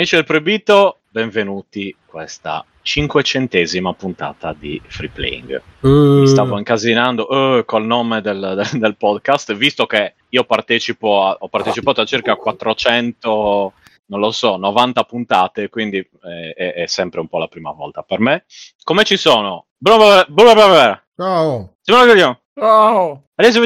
Amici del Proibito, benvenuti a questa 500ª puntata di Free Playing. Mi stavo incasinando col nome del podcast, visto che io ho partecipato a circa 400, non lo so, 90 puntate, quindi è sempre un po' la prima volta per me. Come ci sono? Ciao. Simone Gagliano. Ciao. Adesso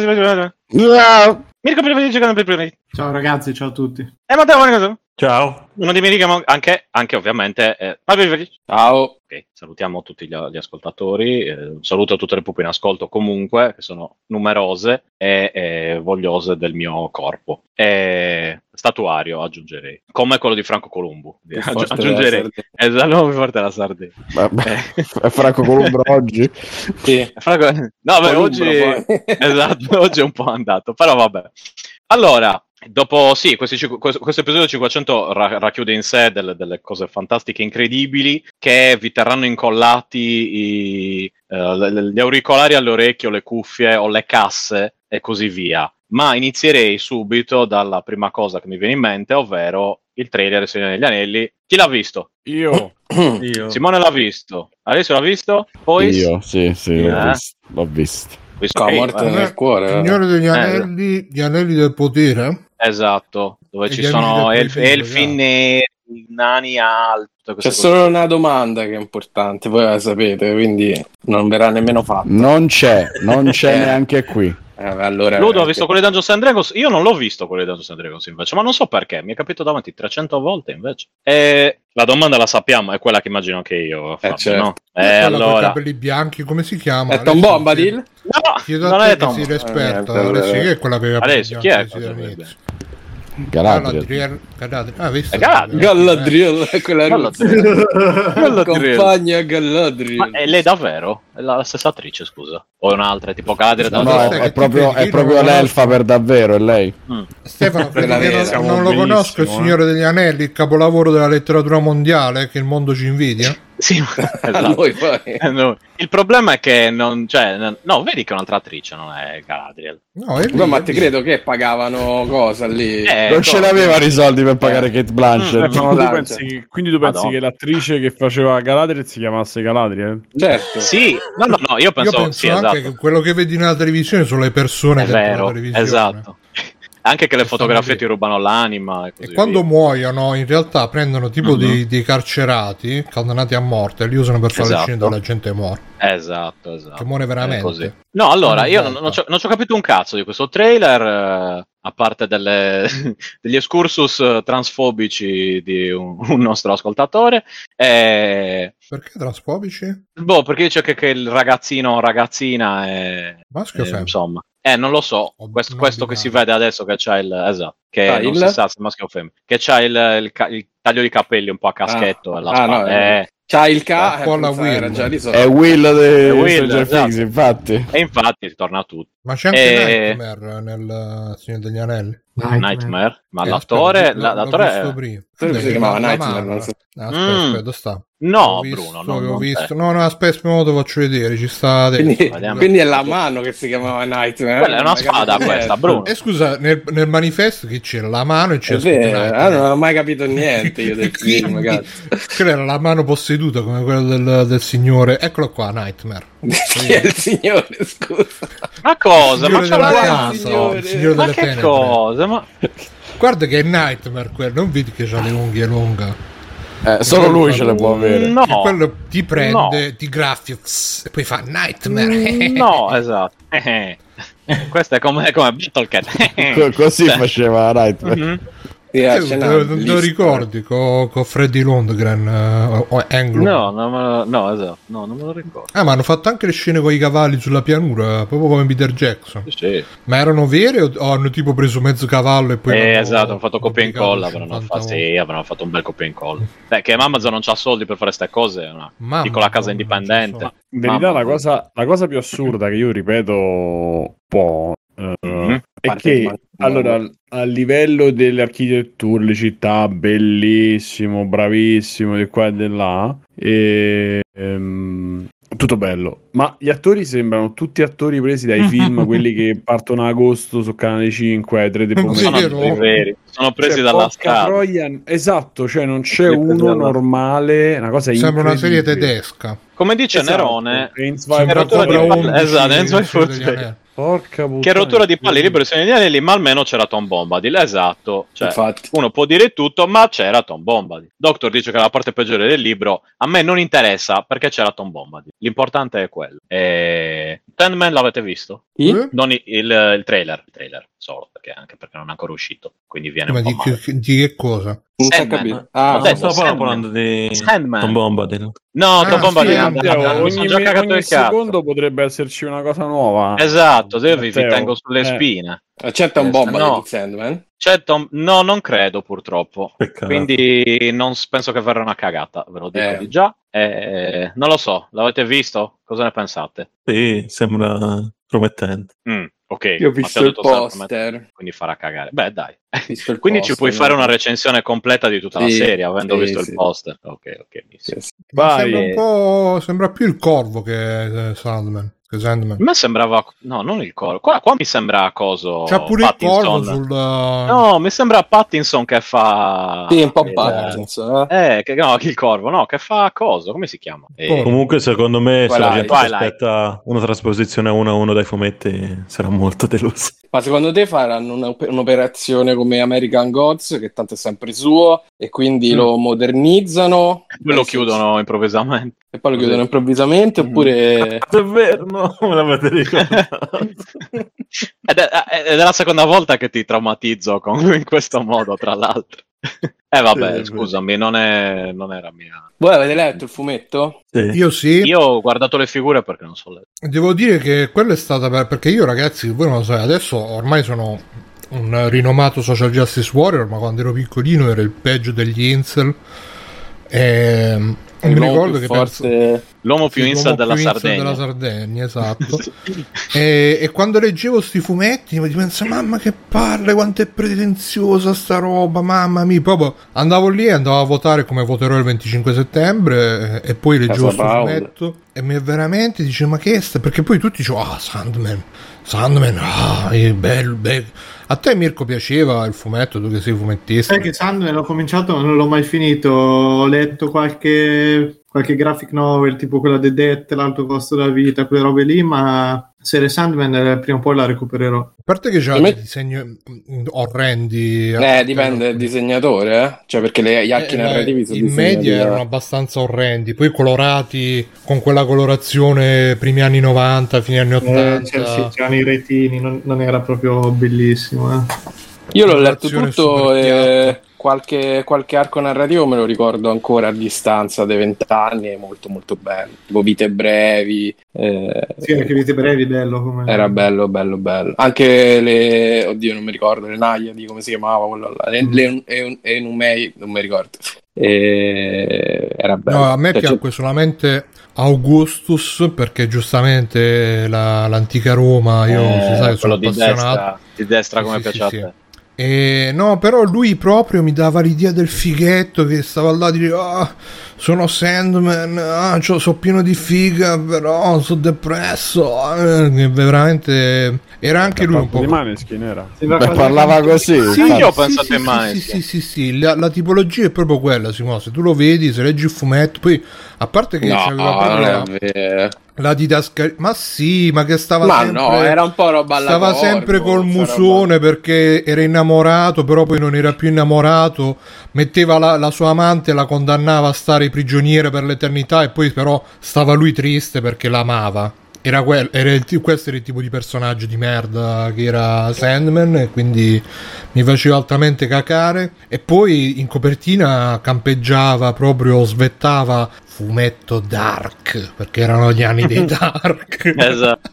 Mirko Pirvedi. Ciao ragazzi, ciao a tutti. Matteo. Ciao. Uno di Mirko, anche ovviamente. Ciao. Ok, salutiamo tutti gli ascoltatori. Saluto tutte le pupe in ascolto comunque, che sono numerose e vogliose del mio corpo. Statuario aggiungerei, come quello di Franco Columbu. Aggiungerei. Esatto, più forte la Sardegna. È Franco Columbu oggi? Sì. No, beh, oggi esatto, oggi è un po' andato, però vabbè. Allora, dopo questo episodio 500 racchiude in sé delle cose fantastiche, incredibili, che vi terranno incollati gli auricolari alle orecchie o le cuffie o le casse e così via. Ma inizierei subito dalla prima cosa che mi viene in mente, ovvero il trailer del Signore degli Anelli. Chi l'ha visto? Io. Simone l'ha visto. Alessio l'ha visto? Poi Io, sì, l'ho visto. Morte nel cuore. Signore degli Anelli, gli Anelli del Potere? Esatto, dove ci gli sono Anelli del elfi neri, nani alti. C'è solo una domanda che è importante, voi la sapete, quindi non verrà nemmeno fatta. Non c'è neanche qui. Allora, Ludo ha visto quelli di Dungeons and Dragons, io non l'ho visto quelli di Dungeons and Dragons invece, ma non so perché, mi è capitato davanti 300 volte invece. E la domanda la sappiamo, è quella che immagino che io Fabio, certo. No? Allora, con i capelli bianchi, come si chiama? È Tom Bombadil? No, non è Tom. Si esperta, Alessio, che è quella che Adesso, chi è? Galadriel. Galadriel, quella compagna Galadriel. Ma è lei davvero? È la stessa attrice, scusa? O è un'altra, è tipo Galadriel? No, è proprio l'elfa per davvero, è lei. Stefano, non lo conosco, il Signore degli Anelli, il capolavoro della letteratura mondiale che il mondo ci invidia? Sì, esatto. Noi poi. No. Il problema è che no, vedi che è un'altra attrice, non è Galadriel. No, ma ti credo che pagavano cosa lì. Non ce l'avevano i soldi per pagare Kate Blanchett. Quindi tu pensi che l'attrice che faceva Galadriel si chiamasse Galadriel? Certo. Sì, no, io penso sì, anche esatto. che quello che vedi nella televisione sono le persone è che vero, la televisione. Esatto. Anche che le fotografie ti rubano l'anima. E quando muoiono, in realtà prendono tipo dei carcerati condannati a morte e li usano per fare le scene dove la gente muore. Esatto. Che muore veramente. Così. No, allora, io non ci ho capito un cazzo di questo trailer, a parte degli excursus transfobici di un nostro ascoltatore. Perché transfobici? Perché dice che il ragazzino o ragazzina è... Maschio o femmina? Insomma. Non lo so, questo che si vede adesso che c'ha non si sa se maschio o femmina, che c'ha il taglio di capelli un po' a caschetto c'ha il è Will di Stranger Things, infatti. E infatti torna a tutto. Ma c'è anche Nightmare nel Signore degli Anelli. Nightmare? Ma l'attore si chiamava Nightmare. Aspetta, sta. No, Bruno, l'ho visto. No, aspetta, me lo faccio vedere. Ci sta quindi è la mano che si chiamava Nightmare. Quella è una spada questa, Bruno. Scusa, nel manifesto che c'era la mano e c'era non ho mai capito niente io del film, quella era la mano posseduta come quella del signore. Eccolo qua, Nightmare. Chi è il signore, scusa? Ma cosa? Ma c'è il signore delle tenebre. Cosa? Ma guarda che è Nightmare quello, non vedi che ha le unghie lunghe. Solo lui ce le può avere. No, quello ti prende, ti graffia e poi fa Nightmare. No, esatto. Questo è come Battlecat. Così faceva Nightmare. Lo ricordi con Freddy Lundgren o Anglo? No, esatto. No, non me lo ricordo. Ma hanno fatto anche le scene con i cavalli sulla pianura, proprio come Peter Jackson. Sì. Ma erano vere o hanno tipo preso mezzo cavallo e poi esatto, hanno fatto copia e incolla, avevano fatto un bel copia e incolla. Che Amazon non c'ha soldi per fare queste cose, è una piccola casa indipendente. In verità la cosa più assurda che io ripeto un po' è che allora a livello delle architetture, le città, bellissimo, bravissimo di qua e di là, Tutto bello, ma gli attori sembrano tutti attori presi dai film, quelli che partono a agosto su Canale 5, 3 di pomeriggio. Sono presi dalla strada. Esatto, cioè non c'è uno normale, una cosa sembra una serie tedesca. Come dice Nerone, porca puttana, che rottura di palle, Libero Signore degli Anelli, ma almeno c'era Tom Bombadil, esatto, cioè, uno può dire tutto, ma c'era Tom Bombadil. Doctor dice che è la parte peggiore del libro, a me non interessa perché c'era Tom Bombadil, l'importante è quello. Sandman l'avete visto? Non il trailer solo, anche perché non è ancora uscito, quindi viene un po' male. Di che cosa? Sandman. Stavo parlando di Tom Bombadil. No, Tom Bombadil ogni secondo potrebbe esserci una cosa nuova. Esatto, vi tengo sulle spine. C'è Tom Bombadil di Sandman? No, non credo purtroppo. Peccato. Quindi non penso che verrà una cagata, ve lo dico di già. Non lo so, l'avete visto? Cosa ne pensate? Sì, sembra promettente. Ok, io ho visto il poster, quindi farà cagare. Beh, dai. Quindi ci puoi fare una recensione completa di tutta la serie avendo visto il poster. Ok, sembra più il Corvo che Sandman. A me sembrava non il Corvo. Qua mi sembra coso. C'ha pure Pattinson. il Corvo No, mi sembra Pattinson che fa. Sì, un po' Pattinson. Il Corvo, no, che fa coso. Come si chiama? Comunque, secondo me, se la gente aspetta una trasposizione 1-1 dai fumetti, sarà molto deluso. Ma secondo te faranno un'operazione come American Gods, che tanto è sempre suo, e quindi lo modernizzano? E poi lo chiudono improvvisamente. Oppure... È vero, no, me l'avete ricordato. Ed è la seconda volta che ti traumatizzo in questo modo, tra l'altro. Vabbè, scusami, non era mia. Voi avete letto il fumetto? Sì. Io sì. Io ho guardato le figure perché non so leggere. Devo dire che quello è stata perché io, ragazzi, voi non lo sapete, adesso ormai sono un rinomato social justice warrior, ma quando ero piccolino ero il peggio degli incel. Mi ricordo che l'uomo più incel della Sardegna, esatto. e quando leggevo sti fumetti mi pensavo, mamma che palle, quanto è pretenziosa sta roba, mamma mia. Proprio andavo lì e andavo a votare come voterò il 25 settembre e poi leggevo sto fumetto e mi veramente dicevo, ma che è sta? Perché poi tutti dicevano, Sandman, è bello. A te, Mirko, piaceva il fumetto, tu che sei fumettista? Che Sandman l'ho cominciato ma non l'ho mai finito, ho letto qualche graphic novel tipo quella di Death, L'alto costo della vita, quelle robe lì, ma serie Sandman prima o poi la recupererò. A parte che c'ha dei disegni orrendi. Dipende dal disegnatore, cioè perché gli archi narrativi sono in media erano abbastanza orrendi, poi colorati con quella colorazione primi anni 90, fine anni 80. C'erano i retini, non era proprio bellissimo. Io l'ho letto tutto e qualche arco narrativo me lo ricordo ancora a distanza dei 20 anni, è molto molto bello, tipo Vite brevi. Sì, anche Vite brevi bello come... Era bello. Anche oddio, non mi ricordo, le Naiadi, come si chiamava quello là, Enumei, non mi ricordo. Era bello. No, a me piacque solamente Augustus, perché giustamente l'antica Roma, io si sa che sono appassionato di destra come piace a te. No, però lui proprio mi dava l'idea del fighetto che stava là a dire sono Sandman, so pieno di figa, però sono depresso. Veramente era anche lui un po' di Maneskin era. Parlava così. Sì, io ho pensato in Maneskin. Sì, la tipologia è proprio quella, Simone, se tu lo vedi, se leggi il fumetto, poi a parte che c'aveva proprio la didascalia, ma sì, ma che stava sempre, era un po' roba alla stava sempre col musone perché era innamorato, però poi non era più innamorato, metteva la sua amante, la condannava a stare prigioniera per l'eternità e poi però stava lui triste perché l'amava. Questo era il tipo di personaggio di merda che era Sandman, e quindi mi faceva altamente cacare. E poi in copertina campeggiava, proprio svettava fumetto dark, perché erano gli anni dei dark. Esatto.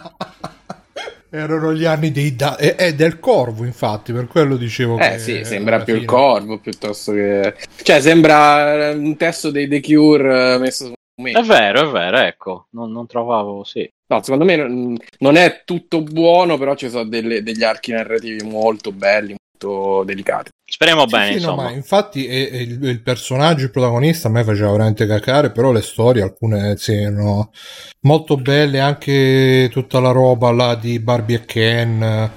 Erano gli anni del Corvo, infatti, per quello dicevo che sì, sembra più il Corvo piuttosto che, cioè sembra un testo dei The Cure messo su. È vero, ecco, non trovavo, sì. No, secondo me non è tutto buono, però ci sono degli archi narrativi molto belli, molto delicati. Speriamo bene, insomma. No, ma infatti il personaggio, il protagonista, a me faceva veramente cacare, però le storie, alcune erano molto belle, anche tutta la roba là di Barbie e Ken.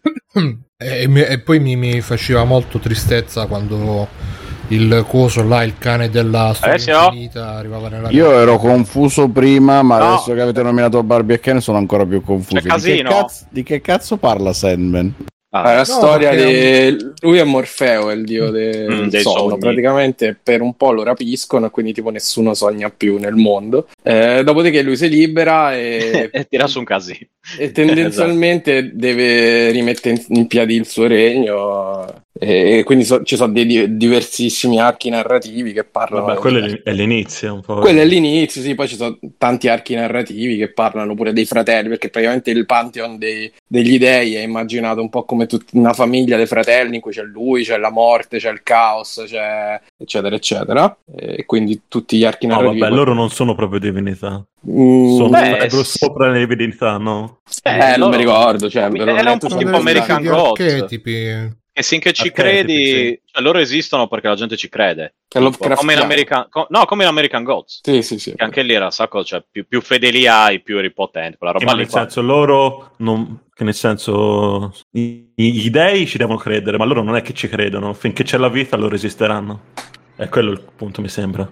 E poi mi faceva molto tristezza quando il coso là, il cane della storia infinita arrivava nella Io ero confuso prima, ma adesso che avete nominato Barbie e Ken sono ancora più confuso. Di che cazzo parla Sandman? La storia di lui è Morfeo, è il dio del sonno. Praticamente per un po' lo rapiscono e quindi tipo nessuno sogna più nel mondo. Dopodiché lui si libera e tira su un casino e tendenzialmente deve rimettere in piedi il suo regno. E quindi ci sono dei diversissimi archi narrativi che parlano. Vabbè, quello è l'inizio un po'. Quello è l'inizio, sì, poi ci sono tanti archi narrativi che parlano pure dei fratelli, perché praticamente il pantheon degli dei è immaginato un po' come una famiglia dei fratelli in cui c'è lui, c'è la morte, c'è il caos, c'è eccetera eccetera, e quindi tutti gli archi narrativi. Vabbè, loro non sono proprio divinità. Sono sopra le divinità, no? Non mi ricordo, cioè, era un po' tipo American Gods. E finché ci credi, cioè, loro esistono perché la gente ci crede. Come in American Gods. Sì. Che anche lì era un sacco, cioè più fedeli hai, più eri potente. Quella roba nel senso, loro non, che nel senso gli dei ci devono credere, ma loro non è che ci credono. Finché c'è la vita loro esisteranno. E quello è il punto, mi sembra.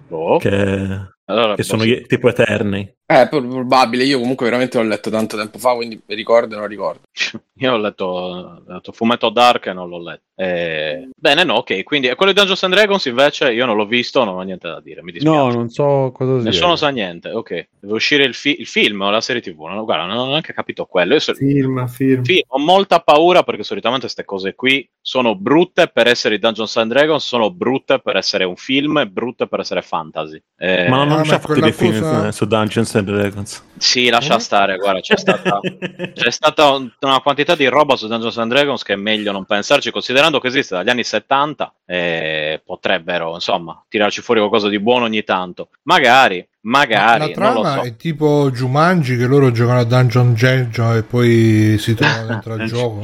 Che sono tipo eterni. Probabile, io comunque veramente l'ho letto tanto tempo fa, quindi ricordo e non ricordo. Io ho letto Fumetto Dark e non l'ho letto. Bene, no, ok, quindi quello di Dungeons and Dragons invece io non l'ho visto, non ho niente da dire, mi dispiace. No, non so cosa sia. Nessuno sa niente, ok. Deve uscire il film o la serie TV, guarda, non ho neanche capito quello. Film. Ho molta paura perché solitamente queste cose qui sono brutte per essere di Dungeons and Dragons, sono brutte per essere un film e brutte per essere fantasy. Ma non ci ha fatto dei film su Dungeons and Dragons? Sì, lascia stare, guarda, c'è stata una quantità di roba su Dungeons and Dragons che è meglio non pensarci, considerando che esiste dagli anni 70, potrebbero, insomma, tirarci fuori qualcosa di buono ogni tanto. Magari, la trama non lo so. È tipo Jumanji, che loro giocano a Dungeon e poi si trovano dentro al gioco.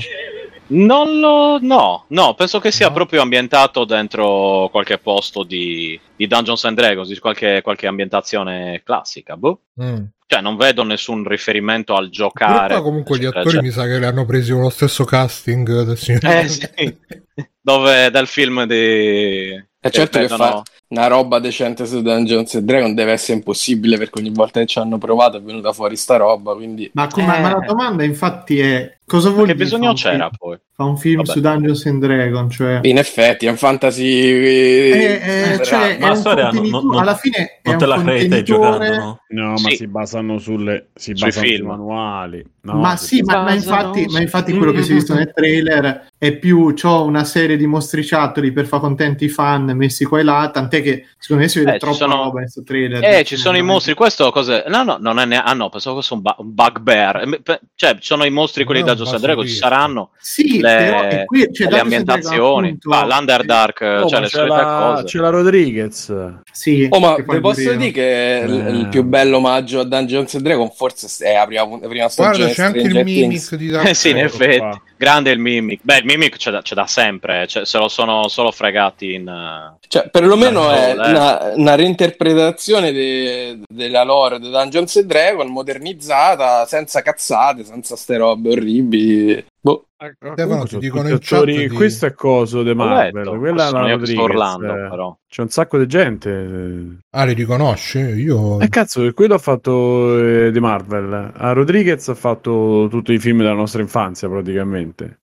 No, penso che sia proprio ambientato dentro qualche posto di Dungeons and Dragons, di qualche ambientazione classica, Cioè, non vedo nessun riferimento al giocare. Però comunque gli attori mi sa che li hanno presi con lo stesso casting del signore. Sì. Dove dal film di... certo che fa una roba decente su Dungeons & Dragons deve essere impossibile, perché ogni volta che ci hanno provato è venuta fuori sta roba, quindi... Ma la domanda infatti è: cosa vuol dire? Che bisogno c'era poi? Fa un film su Dungeons and Dragons, cioè... In effetti è un fantasy... cioè, ma la storia alla fine non te la crei te giocando, no? No, ma si basano sui manuali. No, ma infatti quello che si è visto nel trailer è più una serie di mostriciattoli per far contenti i fan messi qua e là, tant'è che secondo me si vede troppa roba in questo trailer. Ci sono i mostri, questo cos'è? No, non è pensavo fosse un bugbear. Cioè, ci sono i mostri quelli da Dungeons and Dragons, ci saranno qui c'è le ambientazioni, l'Underdark, cioè le solite cose. C'è la Rodriguez. Sì. Ma vi posso dire che il più bello omaggio a Dungeons and Dragons forse è la prima stagione. Guarda, c'è anche il Mimic di Dark sì, in effetti. Grande il Mimic. Beh, il Mimic c'è da sempre, se lo sono solo fregati in... Cioè, perlomeno è una reinterpretazione della lore di Dungeons and Dragons modernizzata, senza cazzate, senza ste robe orribili. Stefano, ti dicono in chat questo è coso de Marvel, quella è la Rodriguez. Orlando, però. C'è un sacco di gente. Li riconosci? Io... cazzo, quello ha fatto di Marvel. Rodriguez ha fatto tutti i film della nostra infanzia praticamente.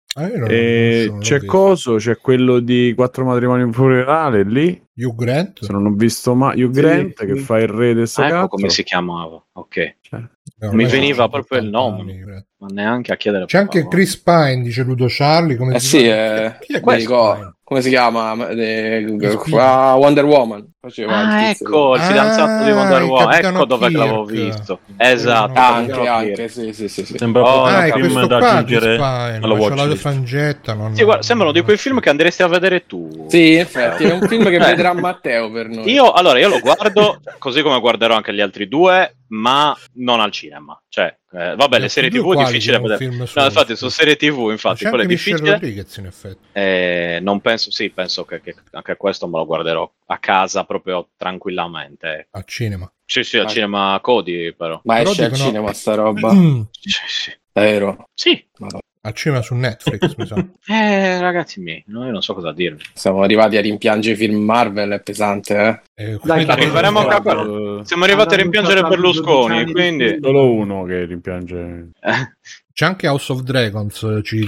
C'è quello di 4 matrimoni funerali lì. Hugh Grant? Se non ho visto mai Hugh Grant che fa il re del ecco come si chiamava. Ok. Mi veniva proprio il nome, ma neanche a chiedere. C'è anche Chris Pine, dice Ludo Charlie. Come chi è questo? Come si chiama? Wonder Woman. Ecco, il fidanzato di Wonder Woman. Ecco dove l'avevo visto. Esatto. Anche sì. Sembra un film da aggiungere alla watchlist. Frangetta, guarda, sembrano di quei film che andresti a vedere tu. Sì, infatti, è un film che vedrà Matteo per noi. Io lo guardo, così come guarderò anche gli altri due, ma non al cinema. Cioè, vabbè, le serie TV è difficile vedere. No, infatti, sono serie TV, infatti, quello è difficile. Rodriguez, in effetti. Non penso, sì, penso che anche questo me lo guarderò a casa proprio tranquillamente. Al cinema. Sì, al cinema Cody, però. Ma esce al cinema sta roba? Sì. Vero? Sì. Al cinema su Netflix, mi sa. Ragazzi miei, io non so cosa dirvi. Siamo arrivati a rimpiangere i film Marvel, è pesante, Dai, arriveremo a quello. Siamo arrivati a rimpiangere Berlusconi, quindi solo uno che rimpiange. C'è anche House of Dragons,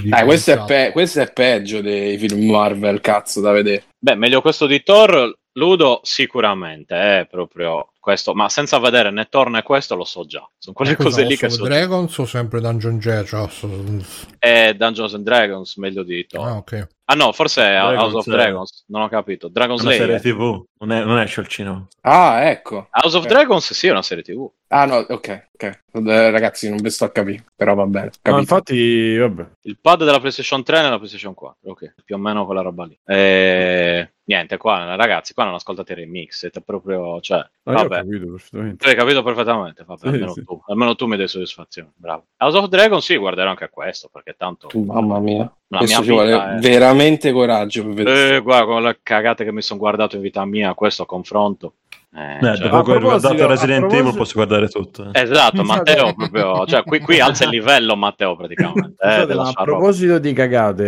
questo è peggio dei film Marvel, cazzo, da vedere. Beh, meglio questo di Thor, Ludo sicuramente, proprio questo, ma senza vedere né Thor né questo lo so già. Sono quelle cose lì che so. Dragons o sempre Dungeon Dragons? Dungeons and Dragons, meglio di Thor. Ah, ok. Ah no, forse è House of Dragons, non ho capito. Dragon Slayer. È una serie TV, non esce al cinema. Ah, ecco. House of Dragons sì, è una serie TV. Ah no, ok. Ragazzi, non vi sto a capire, però va bene. No, infatti, vabbè. Il pad della PlayStation 3 nella PlayStation 4, ok, più o meno quella roba lì. Niente, qua ragazzi, qua non ascoltate i remix, siete proprio, cioè, vabbè. Hai capito perfettamente, vabbè, sì. almeno tu mi dai soddisfazione, bravo. House of Dragon sì, guarderò anche questo, perché tanto... Mamma mia, questo ci vuole veramente coraggio per vedere. Guarda, con le cagate che mi sono guardato in vita mia, questo confronto. Dopo che ho guardato Resident Evil posso guardare tutto. Esatto, Matteo proprio, cioè qui alza il livello Matteo praticamente. Ma a proposito di cagate,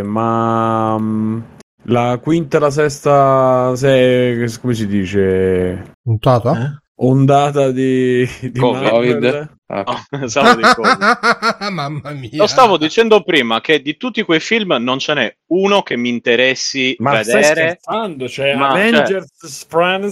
ma la quinta e la sesta, come si dice? Puntata? Ondata di Covid. Stavo di Mamma mia. Lo stavo dicendo prima che di tutti quei film non ce n'è uno che mi interessi ma vedere. Stai scherzando? Cioè, Avengers,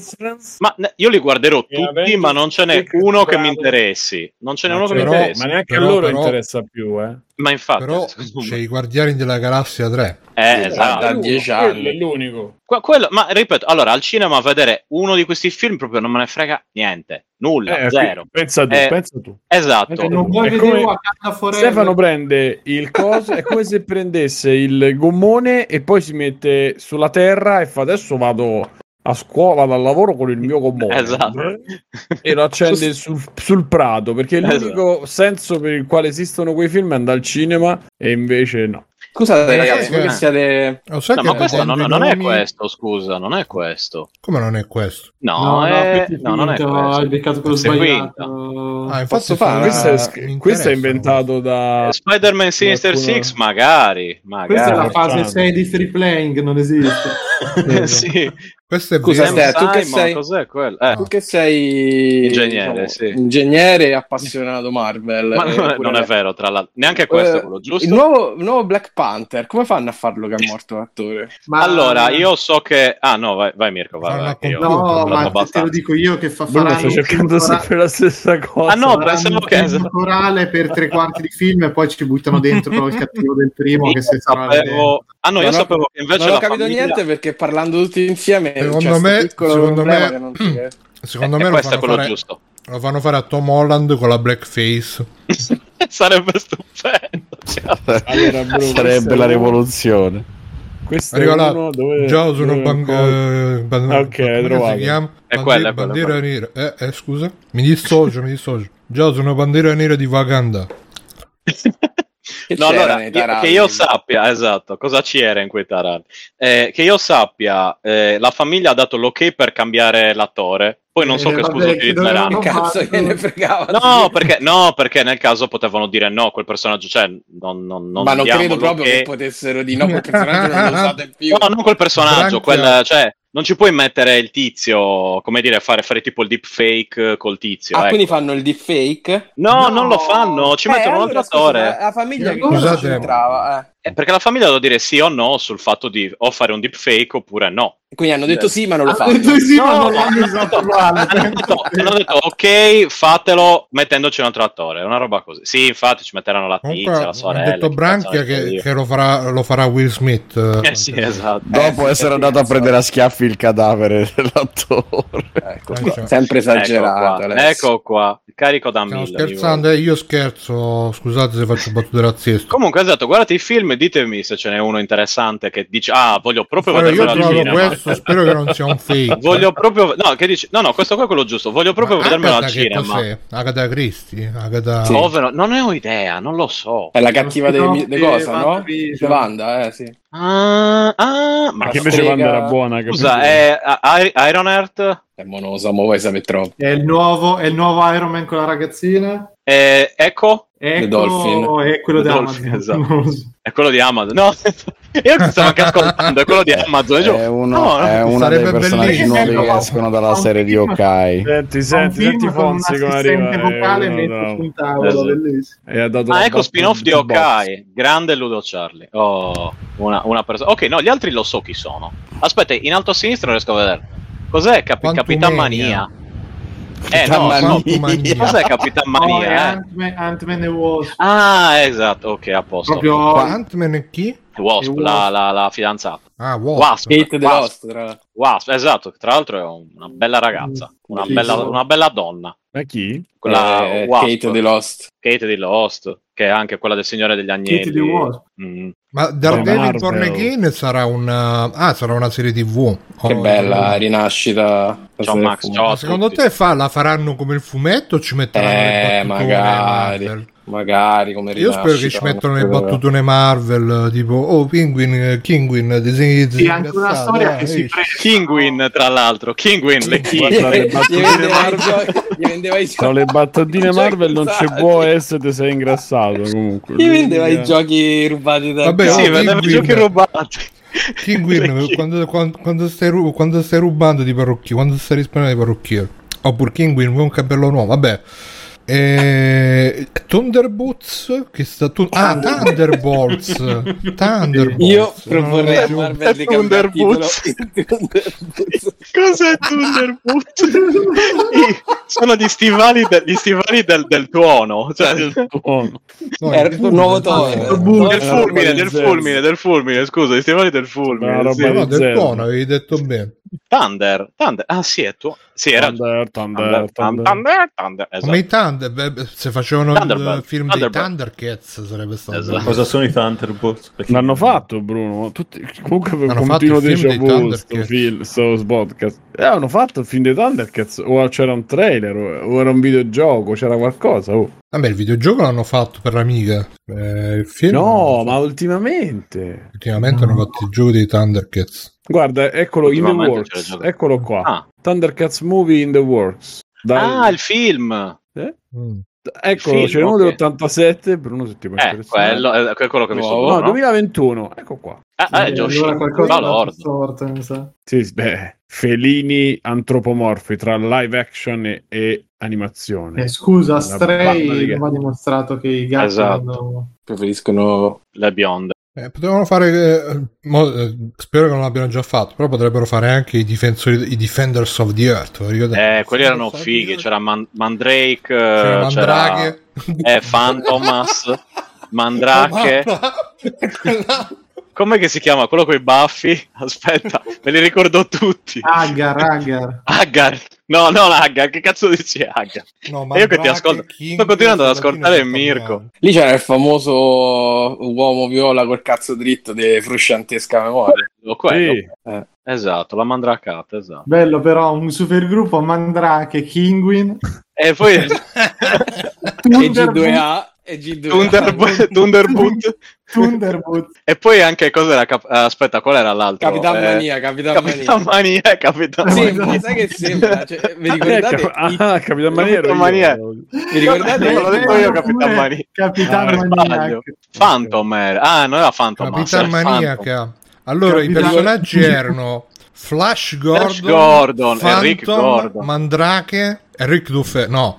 ma io li guarderò tutti, Avengers, ma non ce n'è uno che mi interessi. Non ce n'è uno che mi interessi. Ma neanche a loro interessa più, Ma infatti, però c'è i Guardiani della Galassia 3. Esatto. Da 10 anni. È l'unico. Quello, ma ripeto, allora al cinema vedere uno di questi film proprio non me ne frega niente, nulla, zero. Pensa tu. Esatto. Non vuoi vedere Wakanda Forever? Stefano prende il coso, è come se prendesse il gommone e poi si mette sulla terra e fa adesso vado a scuola dal lavoro con il mio gommone, esatto, e lo accende sul prato, perché l'unico senso per il quale esistono quei film è andare al cinema, e invece no. Scusate ragazzi, voi che siete... ma questo non è questo, scusa, non è questo. Come non è questo? No, non è questo. Hai beccato quello sbagliato. Infatti questo è inventato da Spider-Man Sinister Six, magari. Questa è la fase 6 di free playing, non esiste. Sì. Questo è tu che sei... Cos'è quello? Tu che sei ingegnere, sì. Ingegnere e appassionato Marvel. Ma non è vero, tra l'altro. Neanche questo è quello giusto. Il nuovo Black Panther, come fanno a farlo che è morto l'attore? Allora, io so che... Ah no, vai Mirko, vai. No, ma te lo dico io che faranno... Sto cercando sempre la stessa cosa. Ah no, pensavo che... un corale per 3/4 di film e poi ci buttano dentro il cattivo del primo che se sarà... Ah no, io sapevo che invece non ho capito niente, perché parlando tutti insieme secondo me questo è quello giusto. Lo fanno fare a Tom Holland con la blackface. Sarebbe stupendo. Allora, sarebbe la rivoluzione. Questo arriva è là, già sono ok, trovato. È quella, bandiera nera. Scusa, mi dissocio. Già sono bandiera nera di Wakanda. No, allora, che io sappia, esatto, cosa c'era in quei tarani? Che io sappia, la famiglia ha dato l'ok per cambiare l'attore. Poi non so che scusa utilizzeranno. Che cazzo che ne fregava? Perché nel caso potevano dire no, quel personaggio, cioè non ma non credo proprio che potessero dire no, quel personaggio non lo usate più. No, non quel personaggio, cioè non ci puoi mettere il tizio, come dire, fare tipo il deepfake col tizio. Quindi fanno il deepfake? No, non lo fanno, ci mettono un altro attore. La famiglia che cosa c'entrava? Perché la famiglia deve dire sì o no sul fatto di o fare un deepfake oppure no. Quindi hanno detto sì, ma non lo fanno. Ma non l'hanno usato hanno detto ok, fatelo mettendoci un altro attore, una roba così. Sì, infatti ci metteranno la tizia, la sorella. Ha detto Branchia che lo farà Will Smith. Sì, esatto. Dopo essere andato a prendere a schiaffi il cadavere dell'attore. Sempre esagerato. Ecco qua. carico da Stiamo 1000. scherzando, io scherzo, scusate se faccio battute razziste. Comunque, esatto, guardate i film e ditemi se ce n'è uno interessante che dice voglio proprio Allora, vedermelo io al trovo cinema. questo, spero che non sia un fake. Voglio proprio che dici no, questo qua è quello giusto, voglio proprio vedermelo al Che cinema. cos'è? Agatha Christie? Agatha... Sì. Non ne ho idea, non lo so. È la cattiva di cosa, no? WandaVision. Wanda, sì. Ma che invece Wanda era buona. scusa, è Iron Heart? Monosa, mo vuoi sapere troppo. È il nuovo Iron Man con la ragazzina. Echo? The Dolphin. È quello The di Dolphin, Amazon. esatto. Non lo so. È quello di Amazon. No, io stavo anche ascoltando, è quello di Amazon. È uno dei sarebbe personaggi bellissimo. nuovi che escono dalla serie di Hawkeye. Senti Fonzi come arriva. vocale messo sul tavolo, Esatto. bellissimo. Ecco spin-off di Hawkeye. Grande Ludo Charlie. Oh, una persona. Ok, no, gli altri lo so chi sono. Aspetta, in alto a sinistra non riesco a vedere. Cos'è Capitan Mania? Cos'è Capitan Mania? Ant-Man e Wasp. Ah, esatto, ok, a posto. Proprio Ant-Man e chi? Wasp, la fidanzata. Ah, Wasp. Wasp. Kate the Lost, tra l'altro. Wasp, esatto, tra l'altro è una bella ragazza, una bella donna. Ma chi? Quella Wasp, Kate the Lost. Kate di Lost, che è anche quella del Signore degli Agnelli. Kate di Wasp. Ma Daredevil Marvel. Born Again sarà una serie TV. Che bella rinascita. Ciao Max, ciao a Secondo tutti. te la faranno come il fumetto o ci metteranno le battutone Marvel? Magari come Io spero che ci mettano le battutone Marvel, tipo Penguin, Kinguin, disegni Sì, anche una storia che si prende. Kinguin, tra l'altro, Kinguin, le Gli vendeva i tra le battutine Marvel non ci può essere, sei ingrassato comunque. Gli vendeva i giochi rubati da Vabbè, sì, vendeva i giochi rubati. Kinguin, quando stai rubando di parrucchiere, quando stai risparmiando di parrucchiere, oppure Kinguin con un capello nuovo, vabbè. Thunderboots che sta Thunderbolts. Io proporrei a Marvel di cambiare titolo. Cos'è Thunderboots? Sono gli stivali del tuono, cioè Era un nuovo Thor. Del fulmine, scusa, gli stivali del fulmine. Del tuono, avevi detto bene. Thunder, sì, è tuo. Sì, era Thunder. Come esatto. i Thunder, se facevano il film dei Thunderbird. Thundercats sarebbe stato Esatto. Cosa sono i Thunderbolts? L'hanno fatto, Bruno. Comunque Hanno continuo fatto il film déjà vu dei sto podcast. Hanno fatto il film dei Thundercats, o c'era un trailer, o era un videogioco, c'era qualcosa. Vabbè, il videogioco l'hanno fatto per l'Amiga. Il film No, ma ultimamente hanno fatto il gioco dei Thundercats. guarda, eccolo in the Ultimamente c'è il works, gioco. eccolo qua. Ah. Thundercats movie in the works. Il film. Eccolo, il c'è uno film, ok. dell'87, Bruno, se ti può interessare. Quello è quello che ho visto. No, no? 2021, ecco qua. Già Allora qualcosa uscito. da Lord. storto, mi sa. Sì, Felini antropomorfi tra live action e animazione. Scusa, Una Stray banda di non va dimostrato che i gatti Esatto. hanno... Preferiscono Le bionde. Potevano fare spero che non l'abbiano già fatto, però potrebbero fare anche i Defenders of the Earth. Quelli erano fighi, c'era Mandrake, c'era Mandrake, Phantomas, Mandrake. Com'è che si chiama? Quello con i baffi? Aspetta, me li ricordo tutti. Agar. No, non Agar, che cazzo dici Agar? No, io che ti ascolto. Sto continuando ad ascoltare Mirko. Lì c'era il famoso uomo viola col cazzo dritto di frusciantesca memoria. Quello. Sì. Esatto, la mandracata, esatto. Bello però, un supergruppo Mandrake, Kinguin E poi e G2A e G2A. Thunderbolt. E poi anche cos'era? Aspetta, qual era l'altro? Capitan Mania. Capitan Sai che sembra? Cioè, vi ricordate? Capitan Mania. Vi ricordate? Non l'ho detto io, Capitan Mania. Capitan Mania. Phantom era. Non era Phantom. Capitan Maniaca. Allora, i personaggi erano Flash Gordon, Phantom, Rick Gordon, Mandrake e Rick Duffy. No.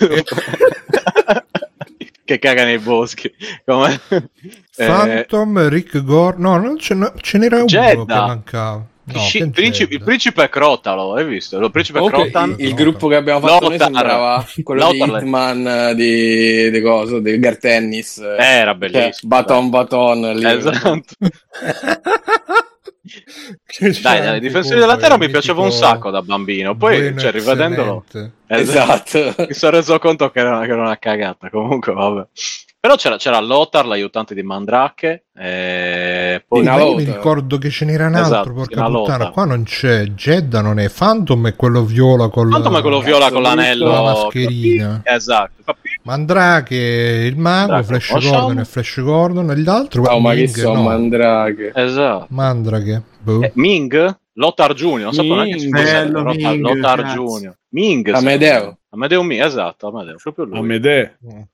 Che caga nei boschi. Come? Phantom, Rick Gordon. No, non ce n'era uno Jeddah. che mancava. No, il principe Crotalo, hai visto? Lo principe Crotan. Il gruppo che abbiamo fatto noi sembrava quello di Lothar. Hitman di coso, di Gar Tennis. Era bellissimo. Baton lì. Esatto. Dai, i difensori della terra mi piaceva un sacco da bambino. Poi, cioè, rivedendolo, esatto, mi sono reso conto che era una cagata. Comunque, vabbè. Però c'era Lothar, l'aiutante di Mandrake. Poi io mi ricordo che ce n'era un altro, porca puttana. Qua non c'è Jeddah, non è Phantom, è quello viola con Phantom è quello viola con l'anello, la mascherina. Esatto. Mandrake, il mago, Flash Gordon e Flash Gordon, e l'altro ma che so, no. Mandrake. Esatto. Mandrake. Ming? Lothar Junior, non sapevo neanche scusa. Lothar Junior. Ming. Amedeo Ming, esatto, Amedeo, proprio lui. Amedeo.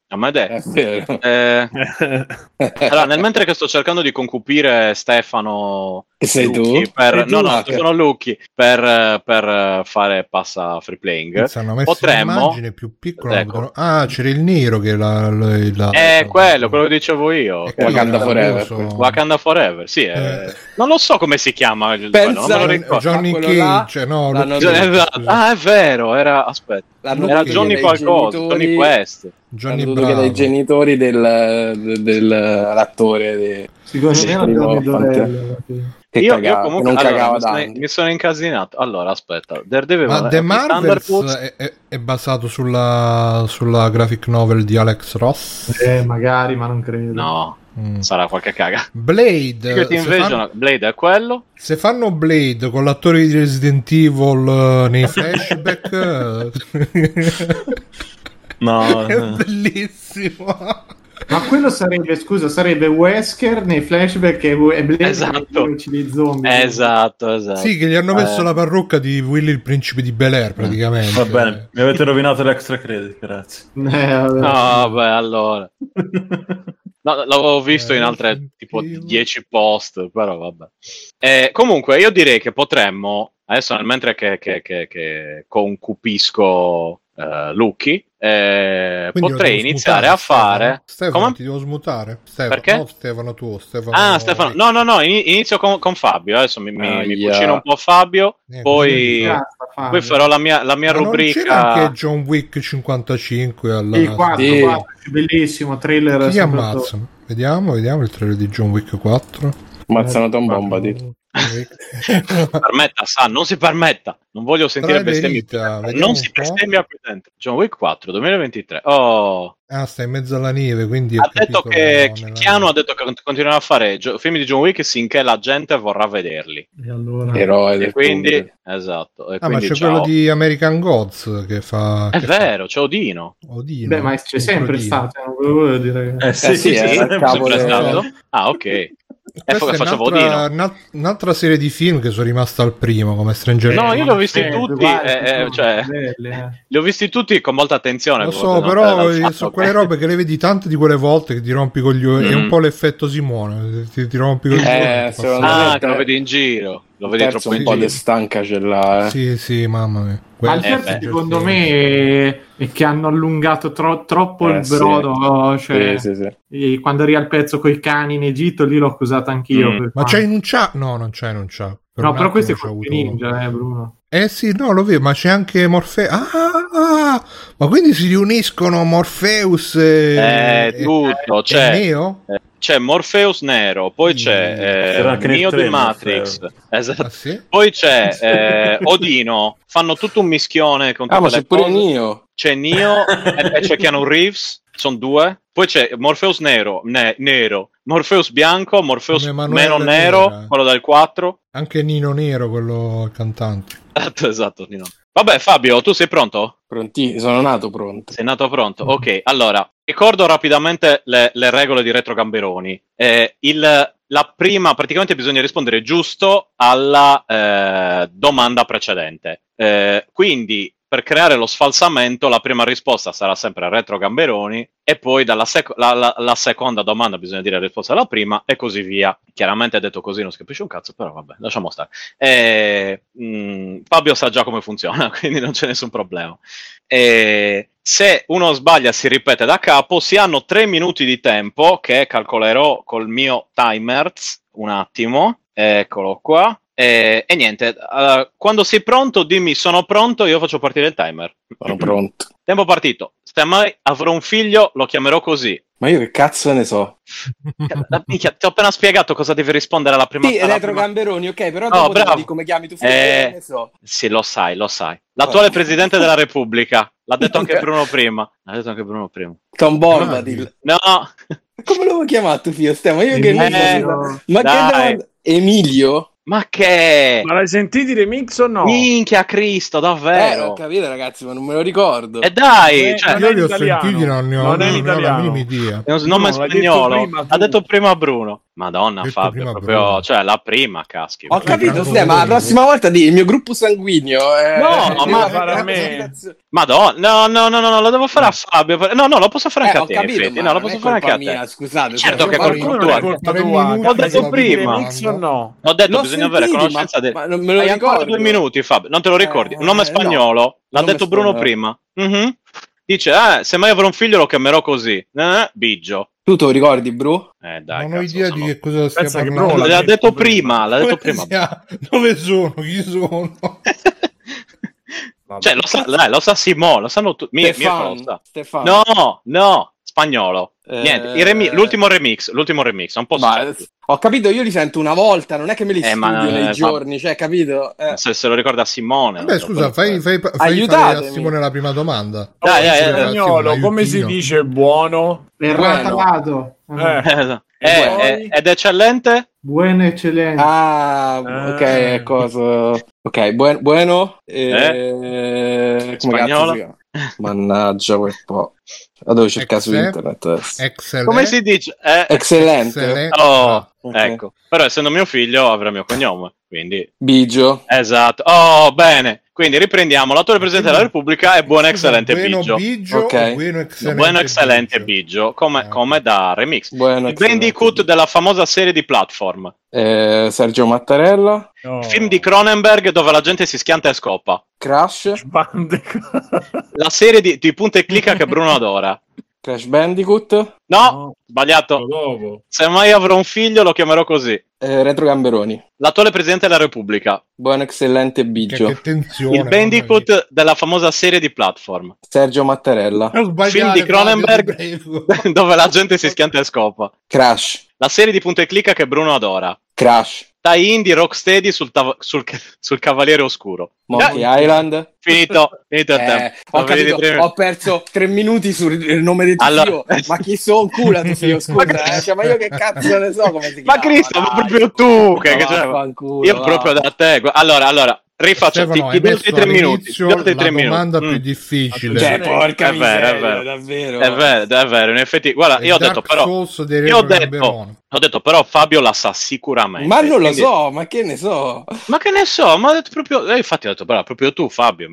Allora, nel mentre che sto cercando di concupire Stefano, che sei Lucchi, tu? Sono Lucchi per fare passa free playing. Potremmo un'immagine più piccola, ecco. C'era il nero che quello che dicevo io, Wakanda Forever. Wakanda Forever, sì, non lo so come si chiama il quello, non me lo ricordo. Johnny Cage, no, è vero, era Johnny qualcosa, Johnny Quest. Johnny Bravo. Dai genitori dell'attore io comunque mi sono incasinato. Allora aspetta, ma The Marvels è basato sulla graphic novel di Alex Ross? Magari, ma non credo. No, sarà qualche caga. Blade Blade è quello. Se fanno Blade con l'attore di Resident Evil nei flashback no, è bellissimo. Ma quello sarebbe Wesker nei flashback e Blade, esatto. i zombie. Esatto. Sì, che gli hanno messo la parrucca di Willy il principe di Bel-Air praticamente. Va bene, mi avete rovinato l'extra credit, grazie. Vabbè, allora. No, l'avevo visto in altre tipo 10 post, però vabbè. Comunque io direi che potremmo, adesso nel mentre che concupisco Lucchi, potrei iniziare a fare. Stefano, ti devo smutare. Perché? No, Stefano. Stefano. No, inizio con Fabio. Adesso mi cucino un po' Fabio, poi farò la mia rubrica. Non c'era anche John Wick 55 il 4, bellissimo trailer. Chi ammazzano? Vediamo il trailer di John Wick 4. Ammazzano Tom Bombadil. Non si permetta, non voglio sentire bestemmie, non si bestemmia qui dentro. John Wick 4 2023. Sta in mezzo alla neve, quindi ha detto che Keanu ha detto che continuerà a fare film di John Wick finché la gente vorrà vederli, e allora eroe del quindi esatto, e quindi ma c'è quello di American Gods che fa vero, c'è Odino. Beh, ma c'è sempre stato, non volevo dire sì, è sempre stato. Ok. Questa è un'altra serie di film che sono rimasta al primo, come Stranger Things. No, io li ho visti tutti, li ho visti tutti con molta attenzione. Lo so, però sono quelle robe che le vedi tante di quelle volte che ti rompi con gli occhi. È un po' l'effetto Simone, ti rompi con gli occhi. Che lo vedi in giro. Lo vedi troppo un po' di stanca ce l'ha. Sì, mamma mia. Ma il terzo secondo me è che hanno allungato troppo il brodo, cioè sì. Quando arriva il pezzo coi cani in Egitto lì l'ho accusato anch'io. Ma c'è in un chat? No, non c'è in un chat. No, però questo è con Ninja, Bruno. Sì, no, lo vedo, ma c'è anche Morpheus. Ma quindi si riuniscono Morpheus e tutto, c'è Neo? C'è Morpheus nero, poi c'è Neo di Matrix, esatto. Sì? Poi c'è Odino, fanno tutto un mischione con tutte ma le c'è pure Neo. C'è Neo e c'è Keanu Reeves, sono due. Poi c'è Morpheus nero, Morpheus bianco, Morpheus meno nero, quello del 4. Anche Nino Nero, quello cantante. Esatto, Nino. Vabbè, Fabio, tu sei pronto? Pronti, sono nato pronto. Sei nato pronto? Ok, allora, ricordo rapidamente le regole di Retro Gamberoni. La prima, praticamente bisogna rispondere giusto alla domanda precedente. Quindi, per creare lo sfalsamento, la prima risposta sarà sempre Retro Gamberoni e poi la seconda domanda bisogna dire la risposta alla prima e così via. Chiaramente detto così non si capisce un cazzo, però vabbè, lasciamo stare. Fabio sa già come funziona, quindi non c'è nessun problema. Se uno sbaglia si ripete da capo, si hanno 3 minuti di tempo che calcolerò col mio timers un attimo, eccolo qua. E niente, quando sei pronto dimmi sono pronto, io faccio partire il timer. Sono pronto. Tempo partito. Semmai avrò un figlio, lo chiamerò così. Ma io che cazzo ne so? Minchia, ti ho appena spiegato cosa devi rispondere alla prima. Sì, Retro Gamberoni, ok, però dopo di come chiami tu figlio, ne so. Sì, lo sai. L'attuale presidente della Repubblica. L'ha detto anche Bruno prima. Tom Bombadil. No. Come lo vuoi chiamare tu figlio? Stiamo io che non so. Ma che domanda? Emilio? Ma che? Ma l'hai sentito i remix o no? Minchia Cristo, davvero? Ho capito ragazzi, ma non me lo ricordo. E dai, cioè, io li ho sentiti, non è in italiano. È un nome spagnolo. Ha detto prima Bruno. Madonna, Fabio, proprio, Bruno. Cioè la prima, caschi. Ho capito, ma la prossima volta il mio gruppo sanguigno. Ma fare a me. Madonna, no, lo devo fare a Fabio. No, lo posso fare anche a te. Capito, no, lo posso fare anche a te. Mia, scusate, certo che è colpa tua. Ho detto prima. No. Ho detto bisogna avere conoscenza del. Ma non me lo Hai ricordo. ancora 2 minuti, Fabio. Non te lo ricordi? Un nome spagnolo. L'ha detto Bruno prima. Dice, se mai avrò un figlio lo chiamerò così. Biggio. Tu te lo ricordi, Bru? Dai, non ho idea di che cosa stia parlando. L'ha detto prima. Dove sono? Chi sono? Cioè, lo sa Simone, lo sanno tutti. Stefano. No, spagnolo. Niente, l'ultimo remix, un po' ho capito, io li sento una volta, non è che me li studio nei giorni, cioè, capito? Se lo ricorda Simone. Beh, scusa, fai a Simone la prima domanda. Spagnolo, come si dice buono? Erratato. Ed eccellente? Buono eccellente. Ok, cosa? Ok, bueno. Come spagnolo? Mannaggia quel po'. La devo cercare su internet adesso. Excellent. Come si dice? Eccellente. Okay. Ecco. Però essendo mio figlio avrà il mio cognome, quindi Bigio. Esatto. Bene. Quindi riprendiamo. L'attuale presidente della Repubblica è buon eccellente Biggio. Ok. Buono eccellente Biggio, come da remix. Il Bandicoot della famosa serie di platform. Sergio Mattarella. Film di Cronenberg dove la gente si schianta e scoppa. Crash. La serie di punta e clicca che Bruno adora. Crash Bandicoot. No, sbagliato. Se mai avrò un figlio lo chiamerò così. Retro Gamberoni. L'attuale presidente della Repubblica. Buon eccellente Biggio. Che tensione, il Bandicoot della famosa serie di platform. Sergio Mattarella. Film di Cronenberg dove la gente si schianta e scopa. Crash. La serie di punta e clicca che Bruno adora. Crash. Tie-in di Rocksteady sul Cavaliere Oscuro. Monkey Island. Finito il tempo. Ho perso 3 minuti sul nome di tuo figlio. Ma chi sono culo tu figlio? Scusa, ma io che cazzo ne so come si chiama? Ma Cristo, ma proprio tu io proprio da te. Allora rifaccio, ti do 3 minuti. La domanda più difficile. Cioè, porca miseria, davvero. È vero, in effetti, guarda, io ho detto però Fabio la sa sicuramente. Ma non lo so, ma che ne so? Ma ho detto proprio, infatti ho detto però proprio tu Fabio,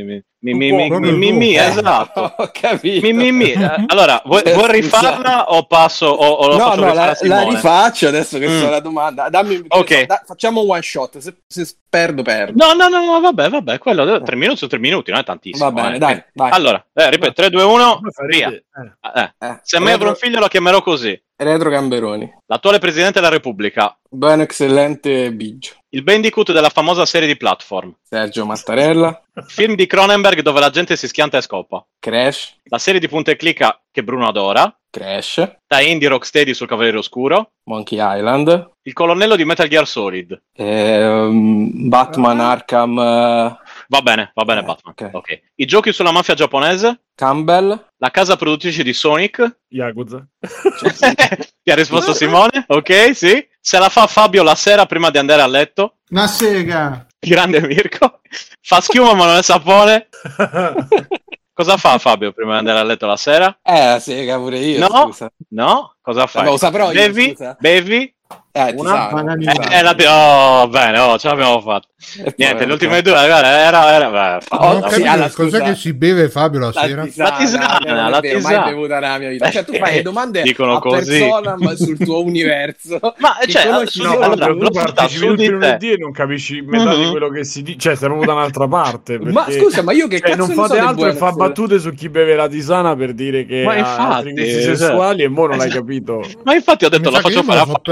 esatto. Ho capito. Allora, vuoi rifarla o passo o lo faccio la rifaccio adesso che so la domanda. Dammi facciamo un one shot, se perdo. No, vabbè, quello 3 minuti su 3 minuti, non è tantissimo. Va bene, dai. Allora, ripeto, 3 2 1, via. Se mai avrò un figlio lo chiamerò così. Retro Gamberoni. L'attuale presidente della Repubblica. Buon eccellente Biggio. Il Bandicoot della famosa serie di platform. Sergio Mattarella. Film di Cronenberg dove la gente si schianta e scopa. Crash. La serie di punta e clicca che Bruno adora. Crash. Tie-in di Rocksteady sul Cavaliere Oscuro. Monkey Island. Il colonnello di Metal Gear Solid. Batman Arkham. Va bene, Batman. Okay. I giochi sulla mafia giapponese. Campbell. La casa produttrice di Sonic. Yakuza. Ti ha risposto Simone? Ok, sì. Se la fa Fabio la sera prima di andare a letto. Una sega. Grande Mirko. Fa schiuma ma non è sapone. Cosa fa Fabio prima di andare a letto la sera? La sega pure io. No, scusa. No, cosa fai? Lo saprò io, bevi? Una bene, ce l'abbiamo fatta. Niente, le ultime due era cos'è che si beve Fabio la sera? La tisana. Mai bevuta nella mia vita. Cioè tu fai le domande dicono a così. persona ma sul tuo universo. Ma cioè, tu partecipi tutti i lunedì e non capisci metà di quello che si dice, cioè sei proprio da un'altra parte. Ma scusa, ma io che cazzo non fate altro che fa battute su chi beve la tisana per dire che ha altri gusti sessuali e mo non l'hai capito. Ma infatti ho detto la faccio fare a Fabio.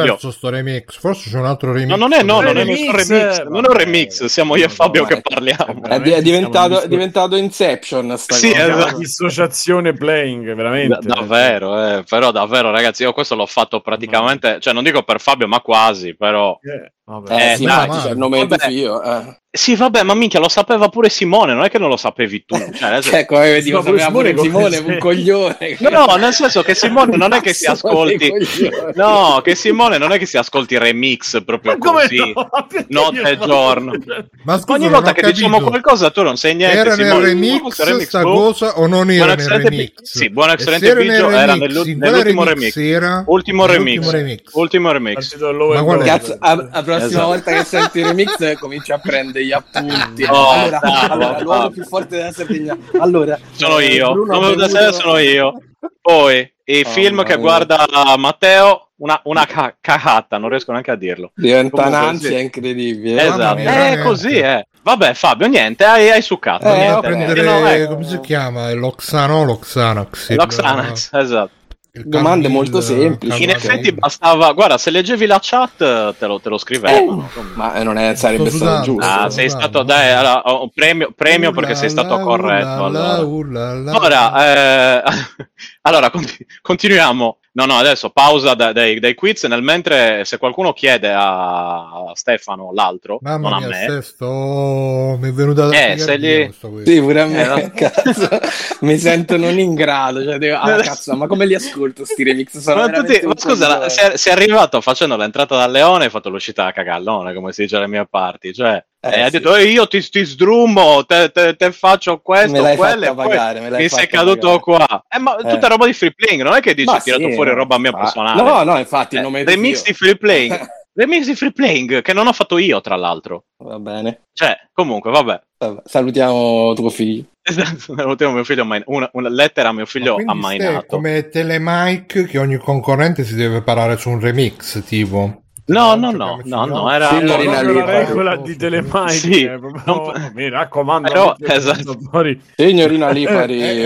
remix. Forse c'è un altro remix. No, non è un remix. Siamo io e Fabio che parliamo. È diventato Inception. Sì, esatto. Dissociazione playing, veramente. Davvero, però davvero, ragazzi, io questo l'ho fatto praticamente, cioè non dico per Fabio, ma quasi, però. Sì, c'è il nome di Fio. Sì, vabbè, ma minchia, lo sapeva pure Simone, non è che non lo sapevi tu. Cioè, come vedi, lo sapeva pure Simone, un coglione. No, nel senso che Simone non è che si ascolti. No, che Simone non è che si ascolti remix proprio così, notte e giorno. Ma scusa, ogni volta che diciamo qualcosa tu non sai niente. Era nel remix sta cosa o non era nel remix? Sì, Buon Excellente Biggio era nell'ultimo remix. Ultimo remix. Ma cazzo, la prossima volta che senti il remix cominci a prendere gli appunti. Allora, l'uomo più forte della Sardegna. Allora, sono io. Sono io. Poi i film che guarda Matteo, una cacata, non riesco neanche a dirlo. Diventa un'ansia incredibile. Esatto. Così. Vabbè, Fabio, niente, hai succato. Come si chiama? L'Oxanax, esatto. Domande molto semplici. In effetti bastava, guarda, se leggevi la chat te lo scrivevano. Ma non sarebbe stato giusto. Sei stato, un premio perché sei stato corretto. Allora, continuiamo. No, adesso pausa dai quiz. Nel mentre, se qualcuno chiede a Stefano, l'altro, non a me. Mi è venuta da Sì, pure a me. Cazzo, mi sento non in grado. Cazzo, ma come li ascolto sti remix? Ma scusa, sei arrivato facendo l'entrata dal leone e hai fatto l'uscita da cagallone, come si dice alle mie parti. Cioè, hai detto io ti sdrumo, te faccio questo, quello, e poi mi sei caduto qua. Ma tutta roba di free playing, non è che dici ho tirato fuori roba mia personale. No, infatti il nome remix di free playing. Remix di free playing che non ho fatto io, tra l'altro. Va bene. Cioè, comunque, vabbè. Salutiamo tuo figlio. Salutiamo mio figlio, una lettera a mio figlio ammainato. Come Telemike, che ogni concorrente si deve parare su un remix, tipo. No, era signorina la regola di Telemike. Sì, mi raccomando. Esatto. Signorina Lipari,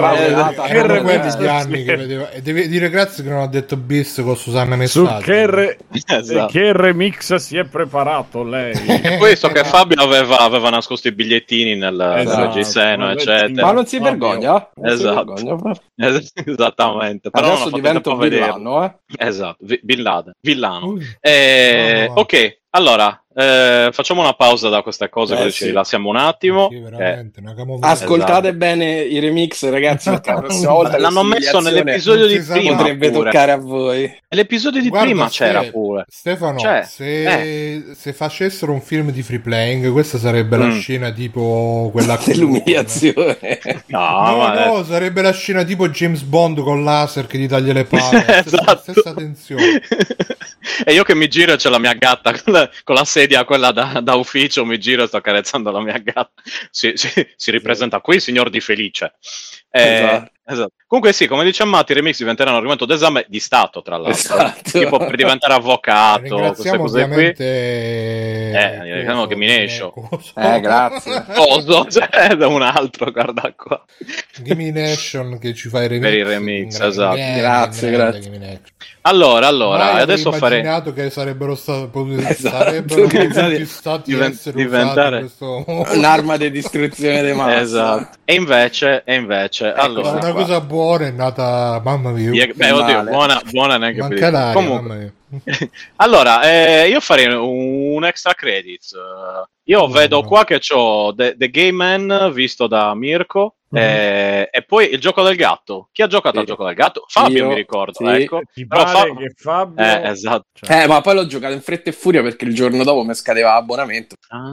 gli anni che vedeva. E devi dire grazie che non ha detto bis con Susanna Messaggio. Che remix si è preparato lei. E poi so che Fabio aveva nascosto i bigliettini nel reggiseno, eccetera. Ma non si vergogna? Esattamente. Però adesso divento villano, Esatto, villano. Ok, allora facciamo una pausa da queste cose, così ci rilassiamo un attimo. Ascoltate bene i remix, ragazzi, perché la prossima volta l'hanno messo nell'episodio di prima. Potrebbe toccare a voi. L'episodio di prima c'era pure. Stefano, se facessero un film di free playing, questa sarebbe la scena tipo quella dell'umiliazione. No, sarebbe la scena tipo James Bond con laser che gli taglia le palle. Stessa tensione. E io che mi giro e c'è la mia gatta con la sedia quella da ufficio, mi giro e sto carezzando la mia gatta. Si ripresenta qui il signor Di Felice. Esatto. Comunque sì, come dice Matti, i remix diventeranno un argomento d'esame di Stato, tra l'altro. Tipo per diventare avvocato, queste cose qui. Ringraziamo Gamination. Grazie. Da un altro, guarda qua. Gamination che ci fa i remix. Per i remix, esatto. Grazie. Allora, adesso farei... immaginato che sarebbero stati diventare un'arma di distruzione dei massa. Esatto. E invece allora una cosa buona è nata, mamma mia. Buona neanche per comunque. Allora, io farei un extra credits. Io vedo qua che c'ho The Game Man visto da Mirko. E poi il gioco del gatto. Chi ha giocato al gioco del gatto? Fabio, mi ricordo. Ecco. Che Fabio... esatto. Ma poi l'ho giocato in fretta e furia perché il giorno dopo mi scadeva l'abbonamento.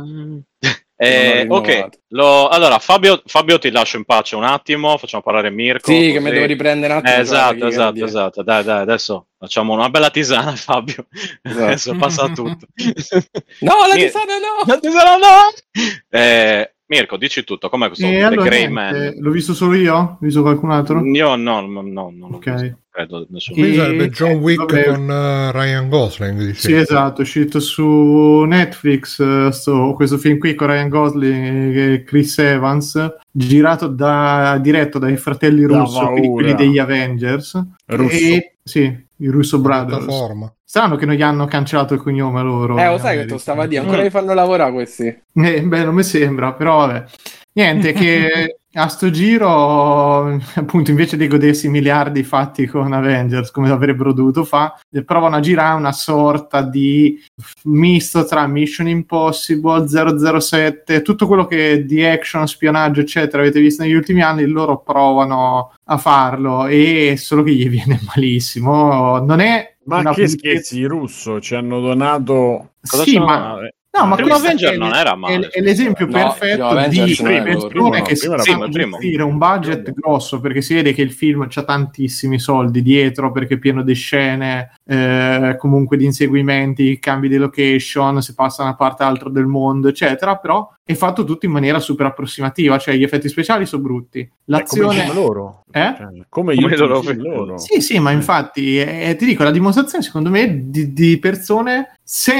Ok, allora Fabio ti lascio in pace un attimo, facciamo parlare Mirko. Sì, che mi devo riprendere un attimo. Esatto. Dai, adesso facciamo una bella tisana, Fabio. Adesso passa tutto. No, la tisana no! La tisana no! Mirko, dici tutto, com'è questo The Grey Man? L'ho visto solo io? L'ho visto qualcun altro? Io no. Ok. Credo nessuno. Qui sarebbe John Wick con Ryan Gosling, dicevo. Sì, esatto, è uscito su Netflix questo film qui con Ryan Gosling e Chris Evans, diretto dai fratelli Russo, quelli degli Avengers. Russo. i Russo Brothers. Strano che non gli hanno cancellato il cognome loro. Lo sai che tu stava a dire, ancora li fanno lavorare questi? Non mi sembra, però vabbè. Niente, che a sto giro, appunto, invece di godersi miliardi fatti con Avengers, come avrebbero dovuto fare, provano a girare una sorta di misto tra Mission Impossible, 007, tutto quello che di action, spionaggio, eccetera, avete visto negli ultimi anni, loro provano a farlo, e solo che gli viene malissimo. Non è... Ma che scherzi, Russo ci hanno donato... Sì, ma... No, ma primo Avenger non era male. È l'esempio perfetto di persone che sanno gestire un budget grosso, perché si vede che il film c'ha tantissimi soldi dietro, perché è pieno di scene, comunque di inseguimenti, cambi di location, si passa da una parte all'altra del mondo, eccetera, però è fatto tutto in maniera super approssimativa, cioè gli effetti speciali sono brutti, l'azione... come loro. Come loro. Sì, ma infatti ti dico, la dimostrazione secondo me di persone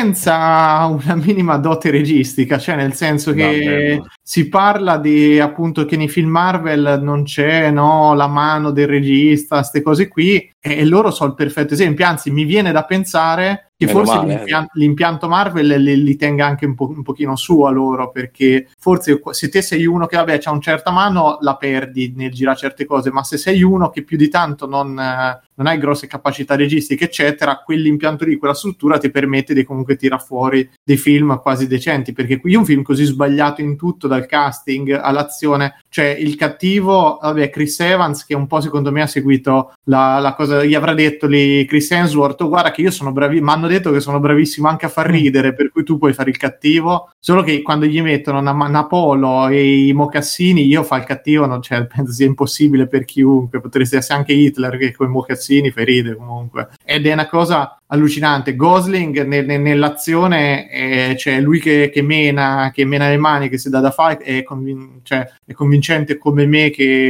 senza una minima dote registica, cioè nel senso che si parla di, appunto, che nei film Marvel non c'è la mano del regista, queste cose qui, e loro sono il perfetto esempio. Anzi, mi viene da pensare che forse l'impianto Marvel li tenga anche un pochino su a loro, perché forse se te sei uno che c'ha una certa mano, la perdi nel girare certe cose, ma se sei uno che più di tanto non hai grosse capacità registiche, eccetera, quell'impianto lì, quella struttura ti permette di comunque tirare fuori dei film quasi decenti, perché qui un film così sbagliato in tutto, dal casting all'azione, cioè il cattivo, Chris Evans, che un po' secondo me ha seguito la cosa, gli avrà detto lì Chris Hemsworth, guarda che io sono bravissimo, ma hanno detto che sono bravissimo anche a far ridere, per cui tu puoi fare il cattivo, solo che quando gli mettono una polo e i mocassini, io fa il cattivo, penso sia impossibile per chiunque, potresti essere anche Hitler che con i mocassini fa ridere comunque, ed è una cosa allucinante. Gosling nell'azione c'è lui che mena le mani, che si dà da fare, è convincente come me,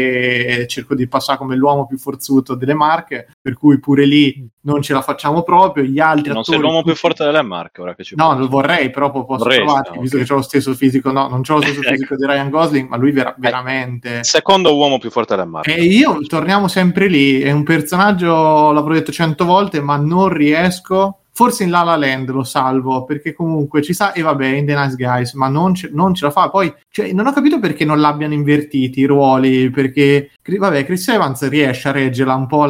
che cerco di passare come l'uomo più forzuto delle Marche, per cui pure lì non ce la facciamo proprio. Gli altri non attori, sei l'uomo più forte delle Marche, ora che ci no, lo vorrei, però posso trovarti, visto che c'ho lo stesso fisico, non c'ho lo stesso fisico di Ryan Gosling, ma lui veramente secondo uomo più forte delle Marche. E io torniamo sempre lì, è un personaggio, l'avrò detto 100 volte, ma non riesco. Forse in La La Land lo salvo, perché comunque ci sta, e vabbè, in The Nice Guys, ma non ce la fa. Poi, non ho capito perché non l'abbiano invertiti i ruoli, perché, Chris Evans riesce a reggere un po'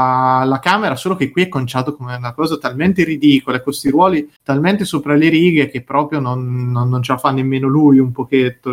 la camera, solo che qui è conciato come una cosa talmente ridicola, con questi ruoli talmente sopra le righe, che proprio non ce la fa nemmeno lui un pochetto,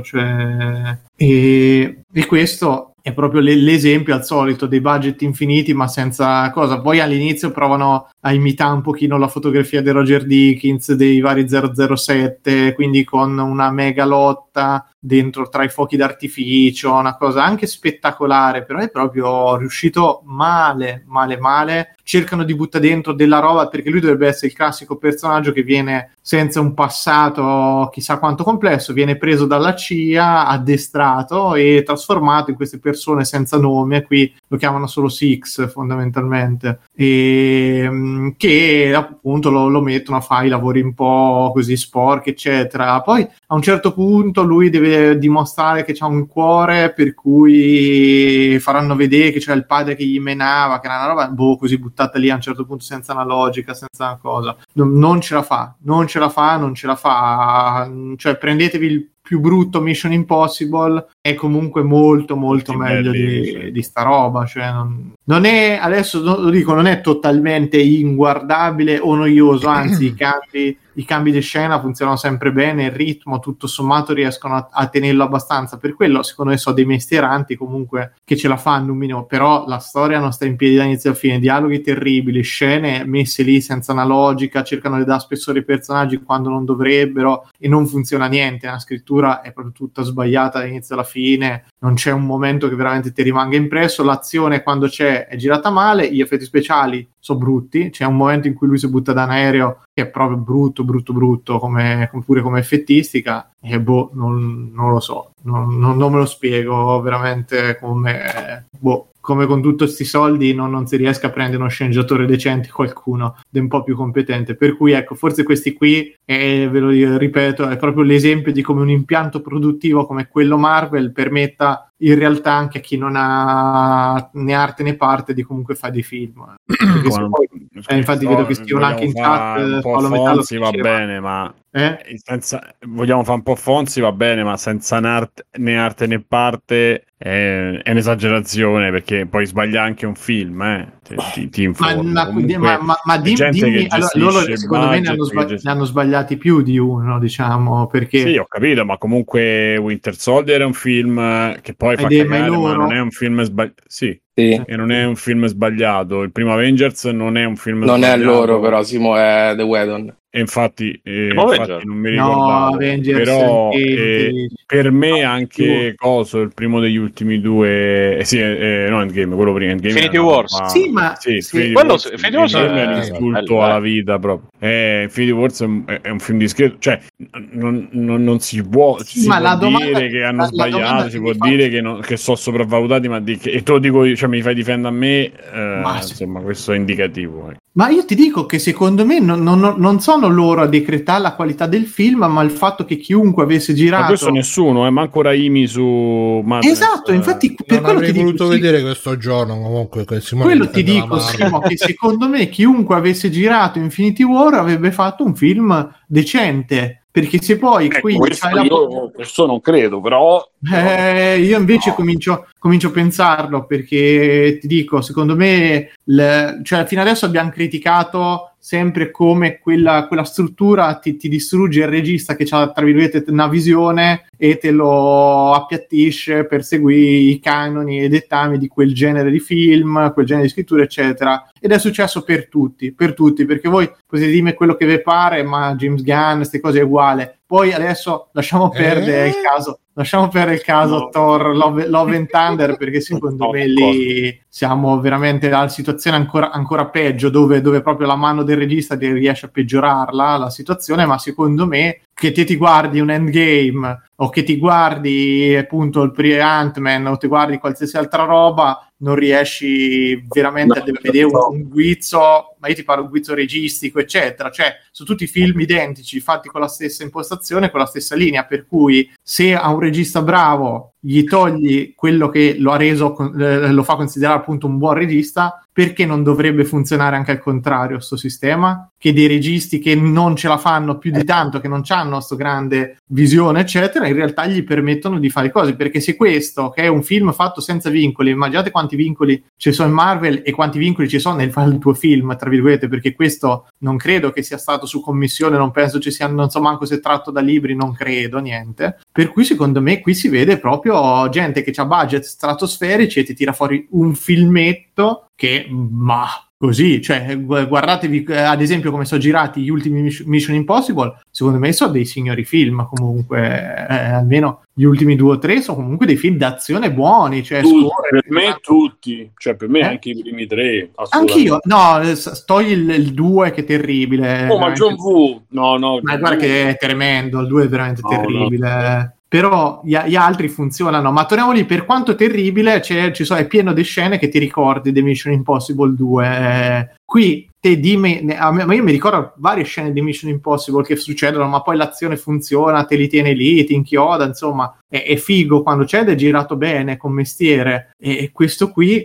e questo è proprio l'esempio al solito dei budget infiniti ma senza cosa. Poi all'inizio provano a imitare un pochino la fotografia di Roger Deakins dei vari 007, quindi con una mega lotta dentro tra i fuochi d'artificio, una cosa anche spettacolare, però è proprio riuscito male. Cercano di buttare dentro della roba, perché lui dovrebbe essere il classico personaggio che viene senza un passato chissà quanto complesso, viene preso dalla CIA, addestrato e trasformato in queste persone senza nome, e qui lo chiamano solo Six fondamentalmente, e che appunto lo mettono a fare i lavori un po' così sporchi, eccetera. Poi a un certo punto lui deve dimostrare che c'ha un cuore, per cui faranno vedere che c'è il padre che gli menava, che era una roba così buttata lì a un certo punto, senza una logica, senza una cosa. Non ce la fa. Cioè, prendetevi il più brutto Mission Impossible, è comunque molto meglio di sta roba, non è, adesso lo dico, non è totalmente inguardabile o noioso, anzi i cambi di scena funzionano sempre bene, il ritmo tutto sommato riescono a tenerlo abbastanza, per quello secondo me sono dei mestieranti comunque che ce la fanno un minimo, però la storia non sta in piedi da inizio a fine, dialoghi terribili, scene messe lì senza una logica, cercano di dare spessore ai personaggi quando non dovrebbero e non funziona niente, la scrittura è proprio tutta sbagliata dall'inizio alla fine, non c'è un momento che veramente ti rimanga impresso, l'azione quando c'è è girata male, gli effetti speciali sono brutti, c'è un momento in cui lui si butta da un aereo che è proprio brutto pure come effettistica, e non lo so, non me lo spiego veramente come con tutti questi soldi non si riesca a prendere uno sceneggiatore decente, qualcuno di un po' più competente, per cui ecco, forse questi qui, ve lo ripeto, è proprio l'esempio di come un impianto produttivo come quello Marvel permetta in realtà anche a chi non ha né arte né parte di comunque fare dei film. Infatti vedo che scrivono anche in chat un po' Fonzi va bene, ma vogliamo fare un po' Fonzi va bene, ma senza né arte né parte è un'esagerazione, perché poi sbaglia anche un film, ti informo. Ma dimmi, allora, loro secondo me ne hanno sbagliati più di uno, diciamo, perché sì, ho capito, ma comunque Winter Soldier è un film che poi fa cagare, ma non è un film sbagliato. Sì. E non è un film sbagliato. Il primo Avengers non è un film sbagliato. Non è loro, però Simo è The Whedon. E infatti non mi ricordavo, però per me anche Coso, il primo degli ultimi due, no, Endgame, quello prima, Endgame Infinity Wars. Infinity Wars è un insulto alla vita proprio. Infinity Wars è un film discreto, cioè non si può, si può dire che hanno sbagliato, si può dire che sono sopravvalutati, ma e te lo dico io, cioè mi fai difendere a me, insomma questo è indicativo. Ma io ti dico che secondo me non sono loro a decretare la qualità del film, ma il fatto che chiunque avesse girato... Ma questo nessuno, manco Raimi su Madness. Esatto, infatti per quello avrei voluto vedere questo giorno comunque. Quello ti dico, Simo, che secondo me chiunque avesse girato Infinity War avrebbe fatto un film decente. Perché se poi qui questo non credo, però io invece comincio a pensarlo, perché ti dico, secondo me cioè fino adesso abbiamo criticato sempre come quella struttura ti distrugge il regista che ha, tra virgolette, una visione e te lo appiattisce per seguire i canoni e i dettami di quel genere di film, quel genere di scrittura, eccetera. Ed è successo per tutti, perché voi potete dirmi quello che vi pare, ma James Gunn, queste cose è uguale. Poi adesso lasciamo perdere il caso Thor Love and Thunder, perché secondo me lì siamo veramente alla situazione ancora peggio, dove proprio la mano del regista riesce a peggiorarla la situazione. Ma secondo me che ti guardi un Endgame o che ti guardi appunto il Ant-Man o ti guardi qualsiasi altra roba, non riesci veramente a vedere un guizzo, ma io ti parlo un guizzo registico, eccetera. Cioè, sono tutti film identici, fatti con la stessa impostazione, con la stessa linea, per cui se a un regista bravo gli togli quello che lo ha reso, lo fa considerare appunto un buon regista, perché non dovrebbe funzionare anche al contrario sto sistema? Che dei registi che non ce la fanno più di tanto, che non hanno sto grande visione, eccetera, in realtà gli permettono di fare cose. Perché se questo, che è un film fatto senza vincoli, immaginate quanti vincoli ci sono in Marvel e quanti vincoli ci sono nel fare il tuo film, tra virgolette, perché questo non credo che sia stato su commissione, non penso ci sia, non so manco se è tratto da libri, non credo, niente. Per cui secondo me qui si vede proprio gente che ha budget stratosferici e ti tira fuori un filmetto che, ma così, cioè guardatevi ad esempio come sono girati gli ultimi Mission Impossible, secondo me sono dei signori film comunque, almeno gli ultimi 2 o 3 sono comunque dei film d'azione buoni, cioè per me tutti, cioè per me anche i primi 3, anch'io, no, togli il 2 che è terribile, ma John Woo, no, ma guarda che è tremendo, il 2 è veramente terribile. Però gli altri funzionano. Ma torniamo lì, per quanto terribile, è pieno di scene che ti ricordi di Mission Impossible 2. Qui te dimmi, ma io mi ricordo varie scene di Mission Impossible che succedono, ma poi l'azione funziona, te li tiene lì, ti inchioda, insomma è figo quando c'è ed è girato bene, con mestiere. E questo qui,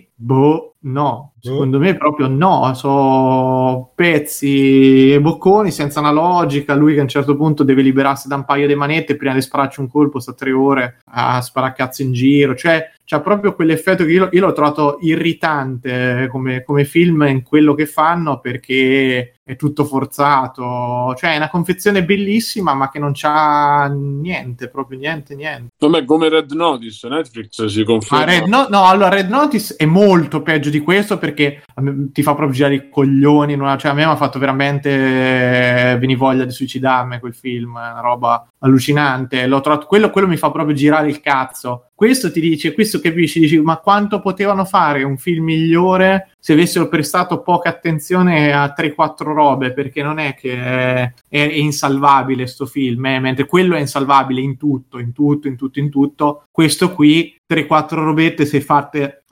no, secondo me proprio no, sono pezzi e bocconi senza una logica. Lui che a un certo punto deve liberarsi da un paio di manette, prima di spararci un colpo sta 3 ore a sparare cazzo in giro, cioè c'ha proprio quell'effetto che io l'ho trovato irritante come film in quello che fanno, perché è tutto forzato, cioè è una confezione bellissima ma che non c'ha niente, proprio niente. Come Red Notice, Netflix si conferma. Allora Red Notice è molto peggio di questo, perché ti fa proprio girare i coglioni, cioè a me mi ha fatto veramente venire voglia di suicidarmi quel film, è una roba allucinante. L'ho trovato, quello mi fa proprio girare il cazzo. Questo ti dice, questo capisci, dici ma quanto potevano fare un film migliore se avessero prestato poca attenzione a 3-4 robe, perché non è che è insalvabile sto film, mentre quello è insalvabile in tutto. Questo qui 3-4 robette, se fatte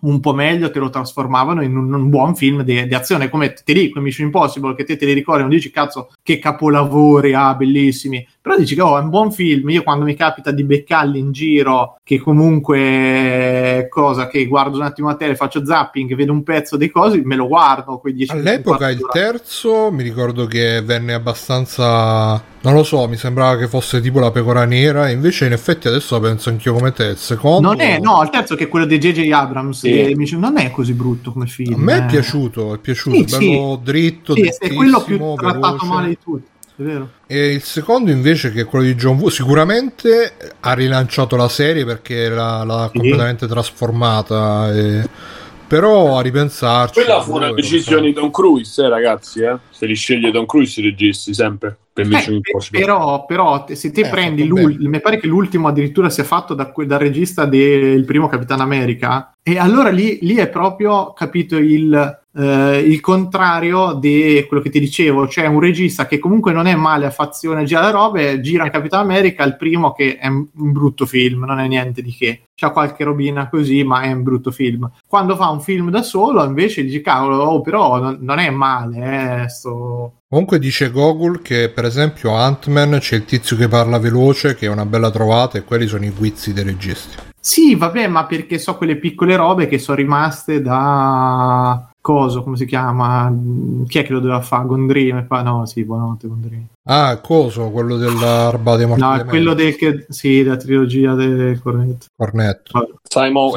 un po' meglio te lo trasformavano in un buon film di azione, come te dico Mission Impossible, che te li ricordi, non dici cazzo che capolavori, bellissimi, però dici che è un buon film. Io quando mi capita di beccarli in giro, che comunque che guardo un attimo a tele, faccio zapping, vedo un pezzo dei cosi, me lo guardo quei 10 all'epoca il terzo mi ricordo che venne abbastanza, non lo so, mi sembrava che fosse tipo La Pecora Nera, invece in effetti adesso penso anch'io come te. Il secondo il terzo, che è quello di J.J. Abrams, non è così brutto come film. A me è piaciuto bello dritto, è quello più trattato male di tutti, è vero. E il secondo invece, che è quello di John Woo, sicuramente ha rilanciato la serie perché l'ha completamente trasformata, però a ripensarci, quella fu una decisione di Tom Cruise, ragazzi, se li sceglie Tom Cruise i registi sempre per però se te prendi mi pare che l'ultimo addirittura sia fatto dal regista del primo Capitan America, e allora lì è proprio, capito, il contrario di quello che ti dicevo, cioè un regista che comunque non è male a fazione, gira le robe, gira in Capitan America, il primo che è un brutto film, non è niente di che, c'ha qualche robina così, ma è un brutto film. Quando fa un film da solo invece dici cavolo, però non è male, Comunque dice Gogol che per esempio Ant-Man c'è il tizio che parla veloce, che è una bella trovata, e quelli sono i guizzi dei registi. Sì, vabbè, ma perché so quelle piccole robe che sono rimaste da come si chiama? Chi è che lo doveva fare? Gondry? Buonanotte Gondry. Quello dell'Arba dei Morti. No, è quello della trilogia del Cornetto. Simon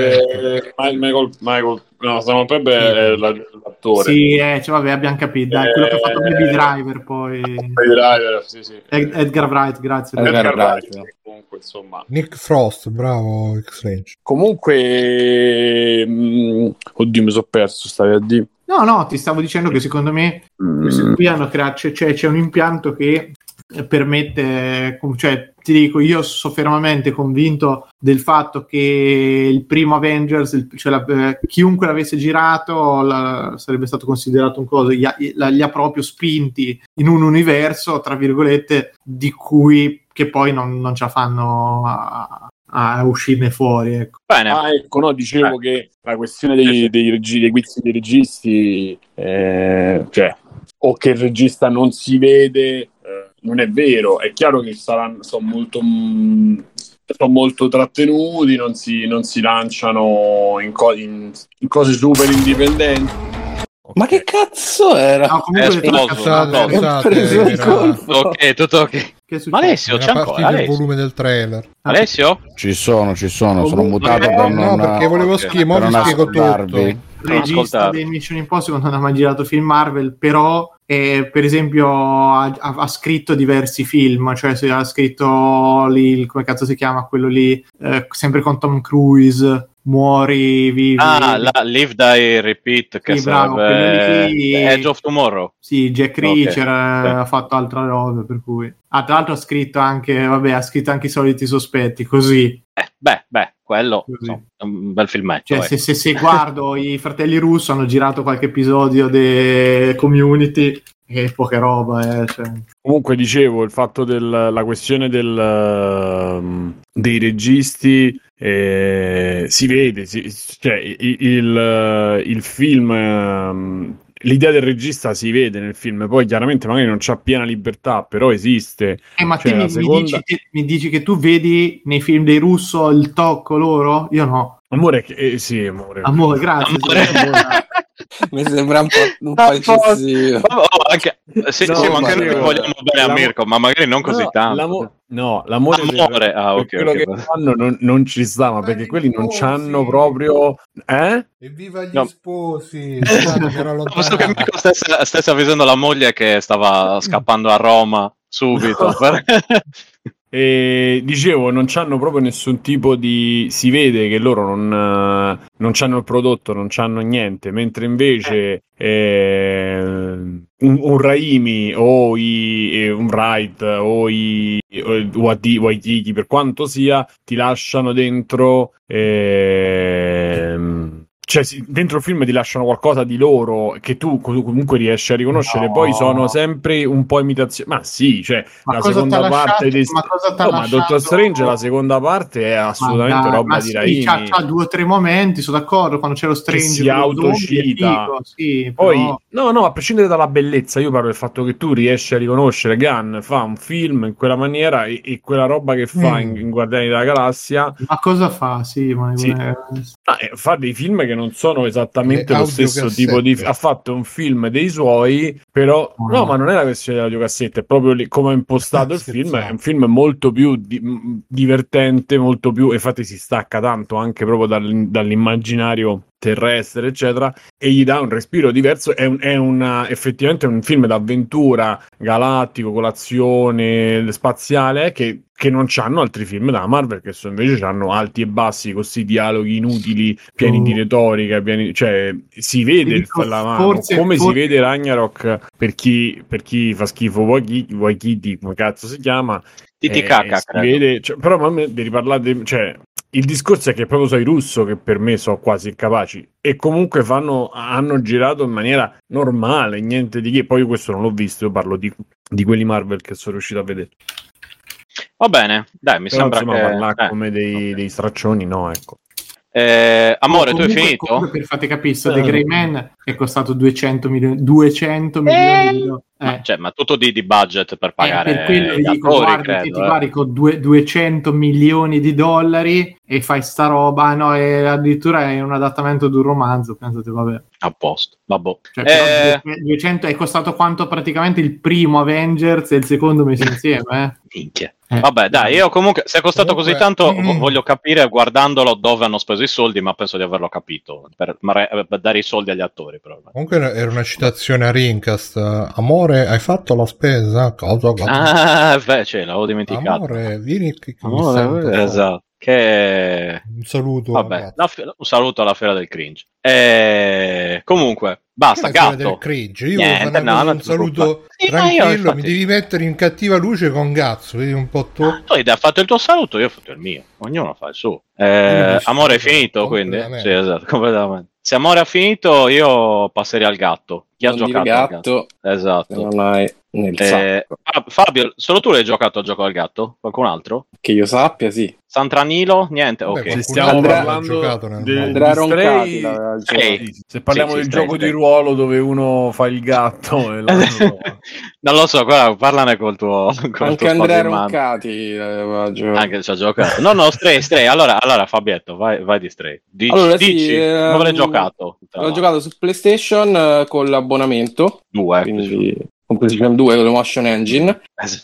Pegg è l'attore. Sì, abbiamo capito. Dai, quello che ha fatto Baby Driver, poi. Baby Driver, sì. Edgar Wright, grazie. Edgar Wright. Comunque, insomma. Nick Frost, bravo, X-Range. Comunque, oddio, mi sono perso, stavi a dire. No, ti stavo dicendo che secondo me questi qui hanno creato, c'è un impianto che permette, cioè ti dico, io sono fermamente convinto del fatto che il primo Avengers, chiunque l'avesse girato sarebbe stato considerato un coso, li ha proprio spinti in un universo, tra virgolette, di cui che poi non ce la fanno a uscirne fuori, ecco. Bene. Dicevo che la questione dei guizzi dei registi, cioè, o che il regista non si vede, non è vero. È chiaro che sono molto trattenuti, non si lanciano in cose super indipendenti. Ma che cazzo era? No, comunque tutto ok. Ma Alessio, c'è ancora il volume del trailer. Alessio? Ci sono mutato perché volevo spiego tutto. Il regista dei Mission Impossible non ha mai girato film Marvel, però per esempio ha scritto diversi film, cioè se ha scritto lì, come cazzo si chiama quello lì, sempre con Tom Cruise, Muori, vivi. Live, Die, Repeat, che sarebbe Edge of Tomorrow. Sì, Jack Reacher ha fatto altre robe, per cui tra l'altro ha scritto anche I Soliti Sospetti, così. Quello è un bel filmetto. Cioè, se guardo i fratelli Russo hanno girato qualche episodio di Community, e poca roba, cioè. Comunque dicevo, il fatto la questione dei registi, si vede, cioè il film, l'idea del regista si vede nel film, poi chiaramente magari non c'ha piena libertà, però esiste. Ma te mi dici che tu vedi nei film dei Russo il tocco loro? Io no. Amore, sì, amore. Amore, grazie. Amore. Mi sembra un po' eccessivo. Magari vogliamo bene a Mirko, ma magari non così tanto. L'amore per quello che fanno non ci sta, ma perché quelli non c'hanno proprio. Evviva gli sposi! Posso che Mirko stesse avvisando la moglie che stava scappando a Roma subito. E dicevo, non c'hanno proprio nessun tipo di. Si vede che loro non c'hanno il prodotto, non c'hanno niente, mentre invece un Raimi o un Wright o Waititi, per quanto sia, ti lasciano dentro cioè, dentro il film ti lasciano qualcosa di loro che tu comunque riesci a riconoscere, poi sono sempre un po' imitazioni. Ma sì, cioè, la seconda parte ma Doctor Strange, la seconda parte è assolutamente roba di Raimi. C'ha 2 o 3 momenti, sono d'accordo, quando c'è lo Strange che si autocita. Sì, poi, no, a prescindere dalla bellezza, io parlo del fatto che tu riesci a riconoscere Gunn fa un film in quella maniera e quella roba che fa in Guardiani della Galassia. Ma cosa fa? Sì. Fa dei film che non sono esattamente lo stesso tipo di... Ha fatto un film dei suoi, però... No, ma non è la questione dell'audiocassetta, è proprio lì, come è impostato il film, è un film molto più divertente, molto più... Infatti si stacca tanto anche proprio dall'immaginario terrestre, eccetera, e gli dà un respiro diverso. È effettivamente un film d'avventura galattico, con l'azione spaziale che non c'hanno altri film da Marvel, che invece hanno alti e bassi, questi dialoghi inutili, pieni di retorica, cioè si vede la mano, si vede Ragnarok per chi fa schifo Waititi, come cazzo si chiama, si vede, cioè, però a me devi parlare cioè il discorso è che proprio so i russo, che per me sono quasi incapaci, e comunque hanno girato in maniera normale, niente di che. Poi io questo non l'ho visto, io parlo di quelli Marvel che sono riuscito a vedere. Va bene, dai, mi sembra insomma, che parlare come dei straccioni, no, ecco. Amore, tu hai finito? Comunque, per fate capire, The Grey Man è costato 200 milioni di dollari. Ma tutto di budget per pagare per quello gli dico, attori, ti pari con 200 milioni di dollari e fai sta roba, no, e addirittura è un adattamento di un romanzo, pensate, vabbè. A posto, vabbè. Cioè, 200 è costato quanto praticamente il primo Avengers e il secondo messo insieme, Minchia. Vabbè, dai, io comunque, se è costato così tanto, voglio capire, guardandolo, dove hanno speso i soldi, ma penso di averlo capito, per dare i soldi agli attori. Però. Comunque era una citazione a Rincast. Amore, hai fatto la spesa? Cosa? L'avevo dimenticato. Amore, vieni qui. Esatto. Un saluto. Vabbè, un saluto alla Fiera del Cringe. Comunque, basta, Gatto. Del cringe. Io un saluto tranquillo, mi devi mettere in cattiva luce con Gazzo, vedi un po' tu. Tu hai fatto il tuo saluto, io ho fatto il mio. Ognuno fa il suo. Amore è finito, quindi? Sì, esatto, completamente. Se Amore ha finito, io passerei al Gatto. Chi ha giocato al Gatto? Esatto. Non hai Fabio, solo tu l'hai giocato al gioco al gatto? Qualcun altro? Che io sappia, sì. Santranilo? Niente, ok. Se stiamo parlando Andrea Roncati, se parliamo del gioco di ruolo dove uno fa il gatto e non lo so, guarda, parlane col tuo anche Andrea Roncati anche ci ha giocato. No, Stray. Allora Fabietto, vai di Stray. Dici, dove l'hai giocato? L'ho giocato su PlayStation con l'abbonamento 2, quindi con PlayStation 2 con la Motion Engine,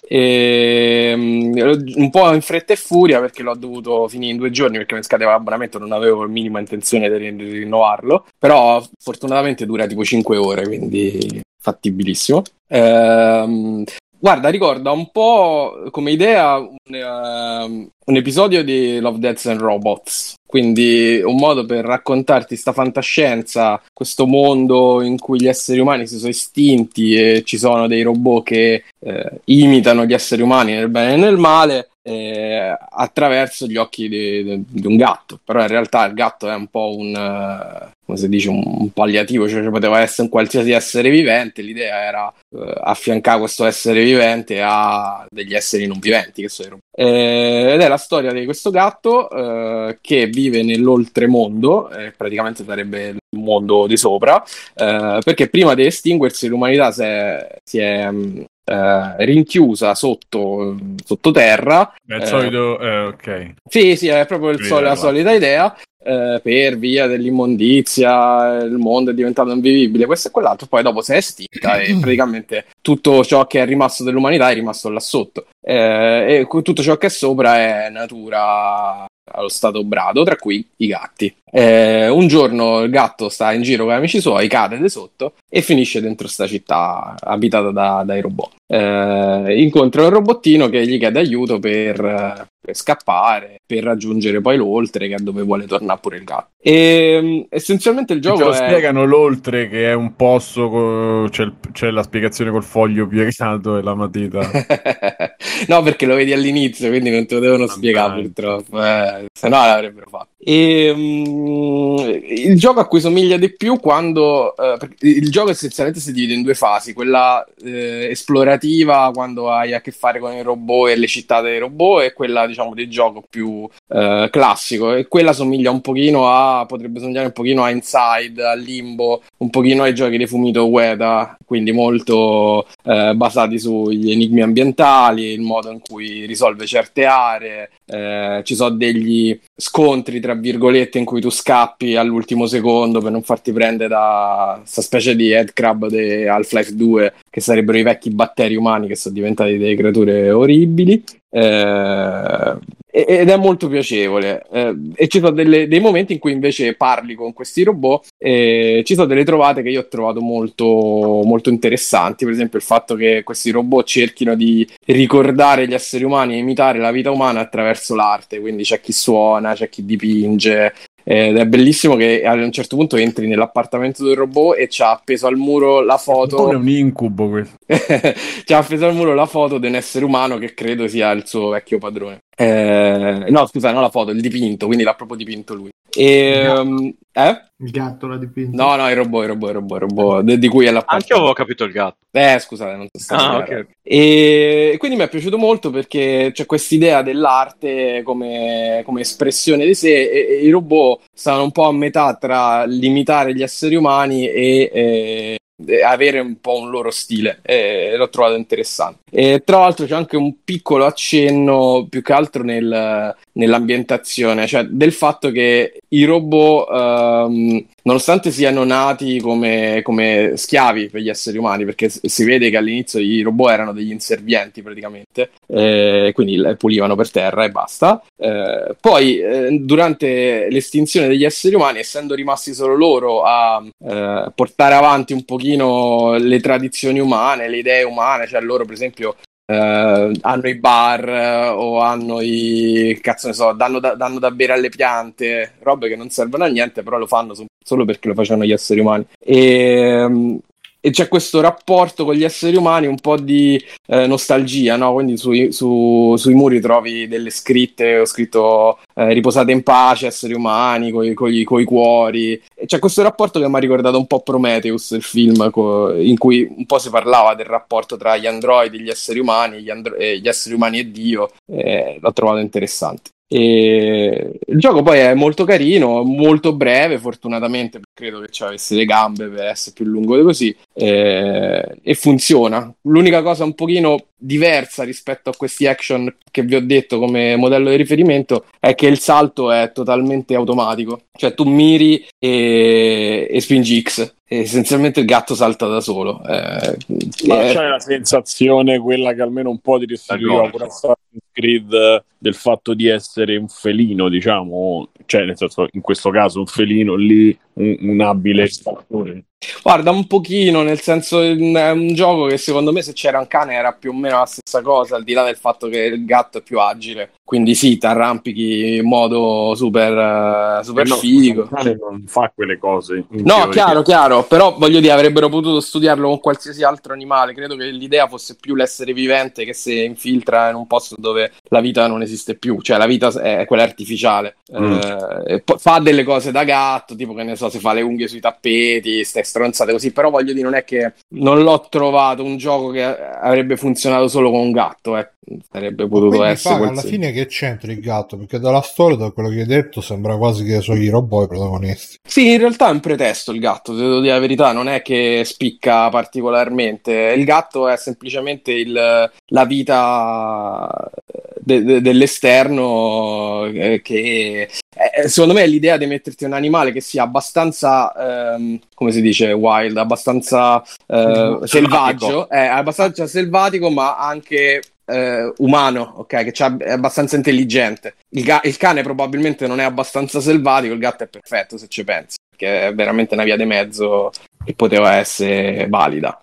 e un po' in fretta e furia perché l'ho dovuto finire in 2 giorni perché mi scadeva l'abbonamento, non avevo la minima intenzione di rinnovarlo, però fortunatamente dura tipo 5 ore, quindi fattibilissimo. Guarda, ricorda un po' come idea un episodio di Love, Death and Robots, quindi un modo per raccontarti sta fantascienza, questo mondo in cui gli esseri umani si sono estinti e ci sono dei robot che imitano gli esseri umani nel bene e nel male, attraverso gli occhi di un gatto. Però in realtà il gatto è un po' come si dice, un palliativo, cioè poteva essere un qualsiasi essere vivente. L'idea era affiancare questo essere vivente a degli esseri non viventi che sono i robot. Ed è la storia di questo gatto che vive nell'oltremondo, praticamente sarebbe il mondo di sopra, perché prima di estinguersi l'umanità si è rinchiusa sottoterra. È il solito, ok. Sì, è proprio la solita idea. Per via dell'immondizia il mondo è diventato invivibile, questo e quell'altro, poi dopo si è estinta e praticamente tutto ciò che è rimasto dell'umanità è rimasto là sotto, e tutto ciò che è sopra è natura allo stato brado, tra cui i gatti. Un giorno il gatto sta in giro con gli amici suoi, cade di sotto e finisce dentro sta città abitata dai robot. Incontra un robottino che gli chiede aiuto per scappare, per raggiungere poi l'oltre, che è dove vuole tornare pure il gatto. E essenzialmente il gioco spiegano l'oltre, che è un posto c'è la spiegazione col foglio piegato e la matita. No, perché lo vedi all'inizio, quindi non te lo devono spiegare purtroppo, se no l'avrebbero fatto. E il gioco a cui somiglia di più quando il gioco essenzialmente si divide in due fasi, quella esplorativa quando hai a che fare con i robot e le città dei robot, e quella diciamo di gioco più classico, e quella somiglia un pochino potrebbe somigliare un pochino a Inside, a Limbo, un pochino ai giochi di Fumito Ueda, quindi molto basati sugli enigmi ambientali, il modo in cui risolve certe aree. Ci sono degli scontri tra virgolette in cui tu scappi all'ultimo secondo per non farti prendere da questa specie di headcrab di Half-Life 2, che sarebbero i vecchi batteri umani che sono diventati delle creature orribili. Ed è molto piacevole, e ci sono dei momenti in cui invece parli con questi robot, e ci sono delle trovate che io ho trovato molto, molto interessanti. Per esempio il fatto che questi robot cerchino di ricordare gli esseri umani e imitare la vita umana attraverso l'arte, quindi c'è chi suona, c'è chi dipinge. Ed è bellissimo che a un certo punto entri nell'appartamento del robot e c'ha appeso al muro la foto. È un incubo questo. C'ha appeso al muro la foto di un essere umano che credo sia il suo vecchio padrone. No, scusa, non la foto, il dipinto, quindi l'ha proprio dipinto lui. Il gatto l'ha dipinto? No, il robot di cui è la parte. Anche io avevo capito il gatto. Scusate, non so stato. Okay. E quindi mi è piaciuto molto perché c'è quest'idea dell'arte come espressione di sé, e i robot stanno un po' a metà tra limitare gli esseri umani e avere un po' un loro stile, l'ho trovato interessante. E tra l'altro c'è anche un piccolo accenno più che altro nell'ambientazione, cioè del fatto che i robot nonostante siano nati come schiavi per gli esseri umani, perché si vede che all'inizio i robot erano degli inservienti praticamente, quindi pulivano per terra e basta. Poi durante l'estinzione degli esseri umani, essendo rimasti solo loro a portare avanti un pochino le tradizioni umane, le idee umane, cioè loro per esempio hanno i bar o hanno danno da bere alle piante, robe che non servono a niente, però lo fanno solo perché lo facevano gli esseri umani. E c'è questo rapporto con gli esseri umani, un po' di nostalgia, no? Quindi sui muri trovi delle scritte, ho scritto riposate in pace esseri umani, coi cuori, e c'è questo rapporto che mi ha ricordato un po' Prometheus, il film in cui un po' si parlava del rapporto tra gli androidi, gli esseri umani, gli esseri umani e Dio. L'ho trovato interessante. E il gioco poi è molto carino, molto breve, fortunatamente credo che ci avesse le gambe per essere più lungo di così, e funziona. L'unica cosa un pochino diversa rispetto a questi action che vi ho detto come modello di riferimento è che il salto è totalmente automatico, cioè tu miri e spingi X e essenzialmente il gatto salta da solo. Ma c'è la sensazione, quella che almeno un po' ti restituiva pure Assassin's Creed, del fatto di essere un felino, diciamo, cioè nel senso, in questo caso un felino, lì un abile fattore. Guarda, un pochino, nel senso è un gioco che secondo me se c'era un cane era più o meno la stessa cosa, al di là del fatto che il gatto è più agile, quindi sì, ti arrampichi in modo super figo. Il cane non fa quelle cose. No, chiaro, però voglio dire, avrebbero potuto studiarlo con qualsiasi altro animale. Credo che l'idea fosse più l'essere vivente che si infiltra in un posto dove la vita non esiste più, cioè la vita è quella artificiale. Fa delle cose da gatto, tipo che ne so, si fa le unghie sui tappeti, ste stronzate così, però voglio dire, non è che non l'ho trovato un gioco che avrebbe funzionato solo con un gatto, sarebbe potuto essere alla fine che c'entra il gatto, perché dalla storia, da quello che hai detto, sembra quasi che sono i robot i protagonisti. Sì, in realtà è un pretesto il gatto, ti devo dire la verità, non è che spicca particolarmente, il gatto è semplicemente la vita dell'esterno, che secondo me è l'idea di metterti un animale che sia abbastanza come si dice, wild, abbastanza selvaggio, abbastanza selvatico, ma anche umano, ok, che è abbastanza intelligente. Il cane probabilmente non è abbastanza selvatico, il gatto è perfetto se ci pensi, perché è veramente una via di mezzo che poteva essere valida.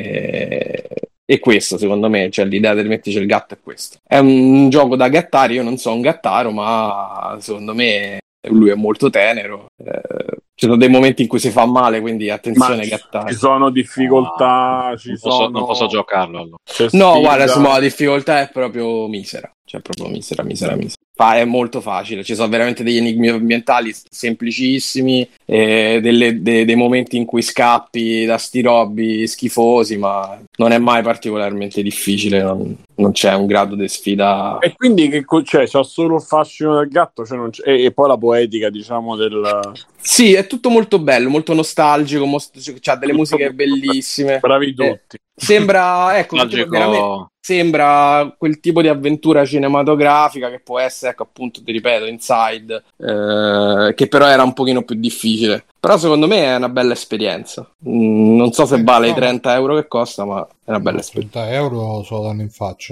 E questo, secondo me, cioè l'idea di metterci il gatto è questo. È un gioco da gattari, io non so un gattaro, ma secondo me lui è molto tenero. Ci sono dei momenti in cui si fa male, quindi attenzione ai gattari. Ci sono difficoltà, non posso giocarlo allora. No, guarda, insomma, la difficoltà è proprio misera. Cioè proprio misera. è molto facile, ci sono veramente degli enigmi ambientali semplicissimi, dei momenti in cui scappi da sti robi schifosi, ma non è mai particolarmente difficile, non c'è un grado di sfida. E quindi c'è solo il fascino del gatto, cioè e poi la poetica, diciamo, del... Sì, è tutto molto bello, molto nostalgico, c'ha delle musiche bellissime. Bravi tutti. Sembra, ecco, sembra quel tipo di avventura cinematografica che può essere, ecco, appunto, ti ripeto, Inside, che però era un pochino più difficile. Però secondo me è una bella esperienza. Non so se vale i 30 euro che costa, ma è una bella esperienza. 30 euro se lo danno in faccia.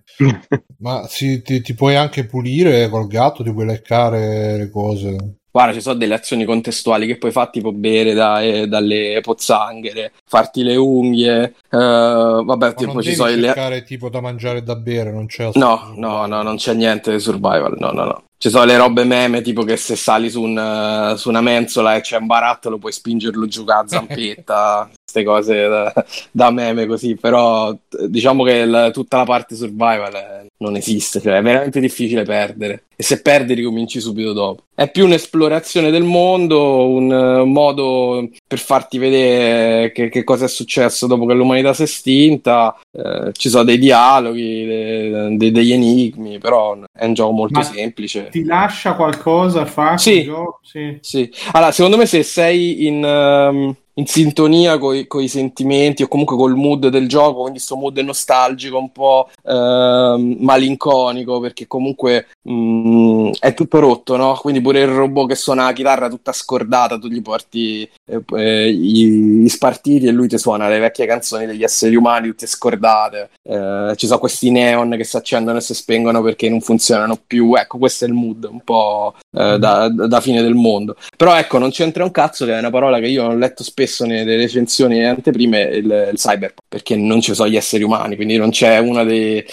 Ma ti puoi anche pulire col gatto, ti puoi leccare le cose. Guarda, ci sono delle azioni contestuali che puoi fare, tipo bere dalle pozzanghere, farti le unghie, vabbè, tipo non ci sono cercare tipo da mangiare e da bere, non c'è No, non c'è niente di survival, no. Ci sono le robe meme, tipo che se sali su una mensola e c'è un barattolo puoi spingerlo giù con la zampetta, queste cose da meme così, però diciamo che tutta la parte survival non esiste, cioè è veramente difficile perdere, e se perdi ricominci subito dopo. È più un'esplorazione del mondo, un modo per farti vedere che cosa è successo dopo che l'umanità si è estinta, ci sono dei dialoghi, degli enigmi, però è un gioco molto semplice. Ti lascia qualcosa a fare? Sì. Allora, secondo me, se sei in sintonia con i sentimenti o comunque col mood del gioco, quindi sto mood nostalgico, un po' malinconico, perché comunque è tutto rotto, no? Quindi pure il robot che suona la chitarra tutta scordata, tu gli porti gli spartiti e lui ti suona le vecchie canzoni degli esseri umani tutte scordate, ci sono questi neon che si accendono e si spengono perché non funzionano più, ecco, questo è il mood un po' da fine del mondo. Però ecco, non c'entra un cazzo, che è una parola che io ho letto spesso nelle recensioni e anteprime, il cyberpunk, perché non ci sono gli esseri umani, quindi non c'è una dei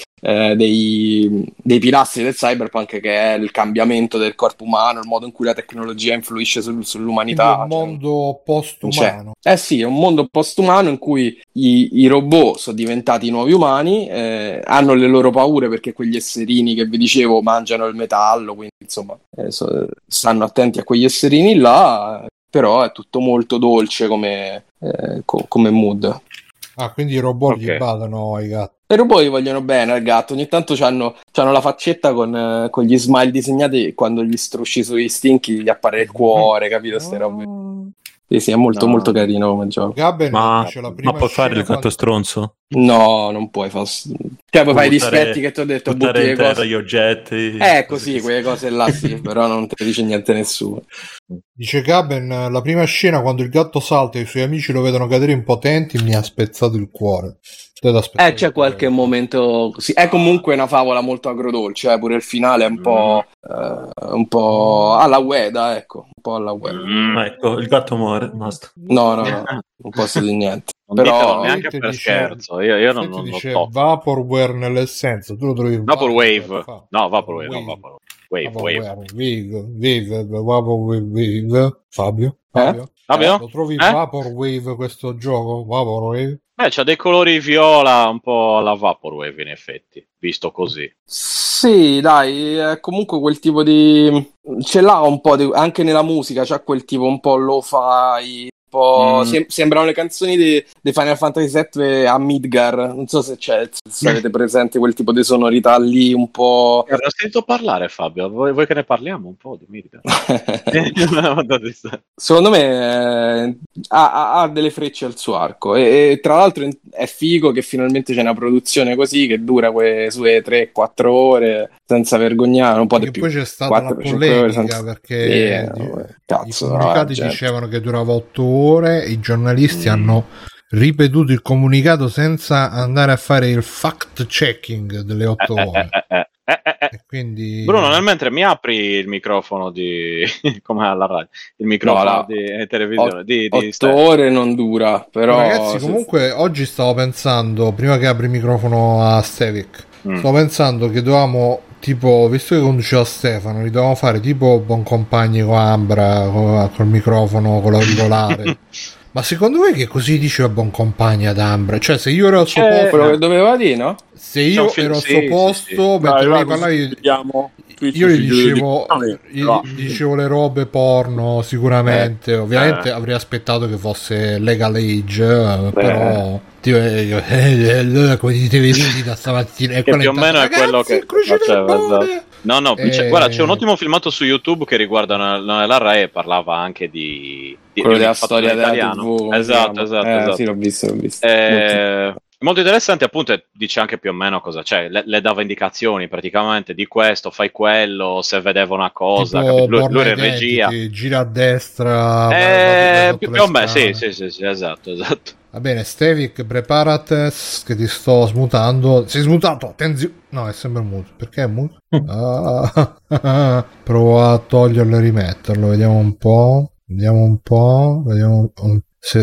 pilastri del cyberpunk, che è il cambiamento del corpo umano, il modo in cui la tecnologia influisce sull'umanità. Quindi un mondo post-umano. Sì, è un mondo post-umano in cui i robot sono diventati i nuovi umani, hanno le loro paure perché quegli esserini che vi dicevo mangiano il metallo, quindi insomma stanno attenti a quegli esserini là, però è tutto molto dolce come mood. Ah, quindi i robot gli badano ai gatti. I robot gli vogliono bene al gatto, ogni tanto c'hanno la faccetta con gli smile disegnati, e quando gli strusci sui stinchi gli appare il cuore, capito? Ste robe. Sì, è molto carino come gioco. Gabben, ma puoi fare il gatto stronzo? No, non puoi fare. Cioè, puoi fare i dispetti che ti ho detto, butti le cose, gli oggetti. Così, quelle cose là, sì, però non ti dice niente nessuno. Dice Gabben, la prima scena quando il gatto salta e i suoi amici lo vedono cadere impotenti mi ha spezzato il cuore. C'è qualche momento così. È comunque una favola molto agrodolce, pure il finale è un po' alla Ueda, ecco, un po' alla Ueda. Ecco, il gatto muore, basta. No, non posso dire niente. Non però neanche per scherzo, io non dice so. Vaporware nell'essenza, tu lo trovi Vaporwave. No, Vaporwave, no, Vaporwave. Fabio? Fabio? Lo trovi Vaporwave questo gioco? Vaporwave? C'ha dei colori viola un po' alla Vaporwave, in effetti, visto così. Sì, dai, è comunque quel tipo di... ce l'ha un po' anche nella musica, c'ha quel tipo un po' lo-fi, un po'... sembrano le canzoni di Final Fantasy VII a Midgar, non so se avete presente quel tipo di sonorità lì, un po'... Ho sentito parlare, Fabio, vuoi che ne parliamo un po' di Midgar? Secondo me ha delle frecce al suo arco, e tra l'altro è figo che finalmente c'è una produzione così che dura quelle sue 3-4 ore senza vergognare, un po' di più. Poi c'è stata una polemica perché i comunicati dicevano che durava 8 ore, i giornalisti hanno ripetuto il comunicato senza andare a fare il fact checking delle 8 ore. E quindi... Bruno, nel mentre mi apri il microfono di come alla radio, il microfono di televisione di 8 ore non dura, però ragazzi, comunque oggi stavo pensando, prima che apri il microfono a Stevic, stavo pensando che dovevamo, tipo, visto che conduceva Stefano, li dovevamo fare tipo Buon Compagni con Ambra, col microfono, con l'auricolare. Ma secondo voi che così diceva Boncompagni ad Ambra? Cioè, se io ero al suo posto, quello che doveva dire, no? Se io ero al suo posto, mentre lei parlava, io gli dicevo le robe porno sicuramente. Ovviamente avrei aspettato che fosse legal age, però come dite vedi da stamattina, che più o meno è quello che faceva. No, guarda, c'è un ottimo filmato su YouTube che riguarda Nella e parlava anche di quello della storia dell'italiano. TV, esatto. Sì, l'ho visto. Molto interessante, appunto, dice anche più o meno cosa, cioè le dava indicazioni praticamente di questo, fai quello, se vedeva una cosa, lui era in regia, gira a destra, più o meno, sì, esatto. Va bene, Stevic, preparate che ti sto smutando. Sei smutato, attenzione. No, è sempre muto. Perché è muto? Provo a toglierlo e rimetterlo, vediamo un po'. Se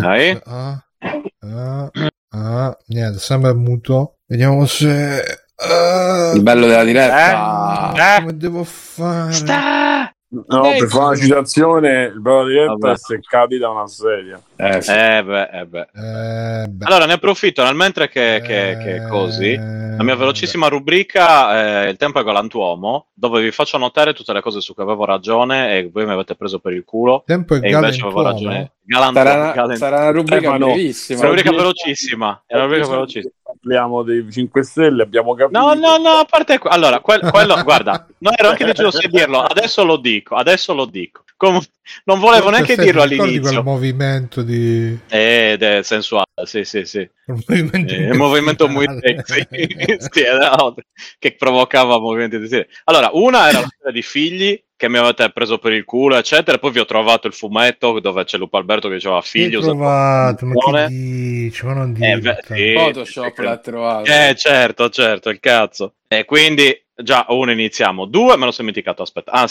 niente, sembra muto. Vediamo se il bello della diretta. Come devo fare? No, per fare una citazione, il bello diretta è seccati da una sedia. Sì. Allora ne approfitto nel mentre che così la mia velocissima rubrica il tempo è galantuomo, dove vi faccio notare tutte le cose su cui avevo ragione e voi mi avete preso per il culo. Tempo è e invece avevo ragione. Sarà una rubrica bellissima. Una rubrica velocissima. Parliamo dei 5 Stelle, abbiamo capito. No, a parte allora, quello, guarda, non ero anche deciso se dirlo, adesso lo dico. Non volevo neanche dirlo all'inizio. Quel movimento di sensuale, sì. Un movimento muy sexy che provocava movimenti di stile. Allora, una era la storia di figli che mi avete preso per il culo, eccetera. Poi vi ho trovato il fumetto dove c'è Lupo Alberto che diceva figlio. Trovato, ma che dici? Ma non dici. Sì, Photoshop l'ha trovato. Certo, il cazzo. E quindi già uno iniziamo. 2 me lo sono dimenticato, aspetta.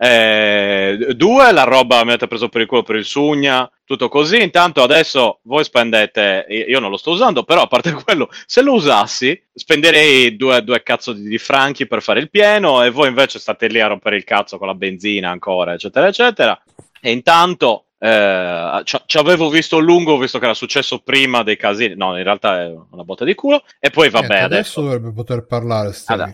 2 la roba mi avete preso per il culo per il Sugna, tutto così. Intanto adesso voi spendete, io non lo sto usando, però a parte quello, se lo usassi spenderei due cazzo di franchi per fare il pieno e voi invece state lì a rompere il cazzo con la benzina ancora, eccetera eccetera. E intanto ci avevo visto lungo, visto che era successo prima dei casini. No, in realtà è una botta di culo. E poi vabbè, adesso dovrebbe poter parlare.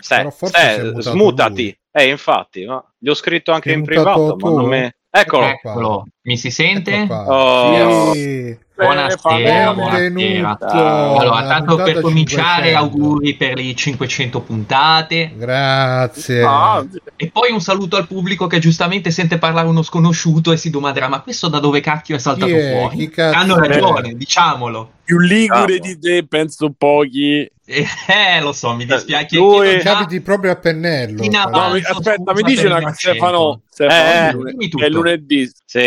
Smutati. Infatti, ma gli ho scritto anche in privato, ma non mi... Eccolo. Mi si sente? Sì. Buonasera. Allora, tanto per cominciare, 500. Auguri per le 500 puntate. Grazie. E poi un saluto al pubblico che giustamente sente parlare uno sconosciuto e si domanderà: ma questo da dove cacchio è saltato fuori? Hanno ragione, diciamolo. Più ligure di te, penso pochi. Lo so, mi dispiace. Lui capiti proprio a pennello. Aspetta, mi dice una cosa, Stefano, è lunedì.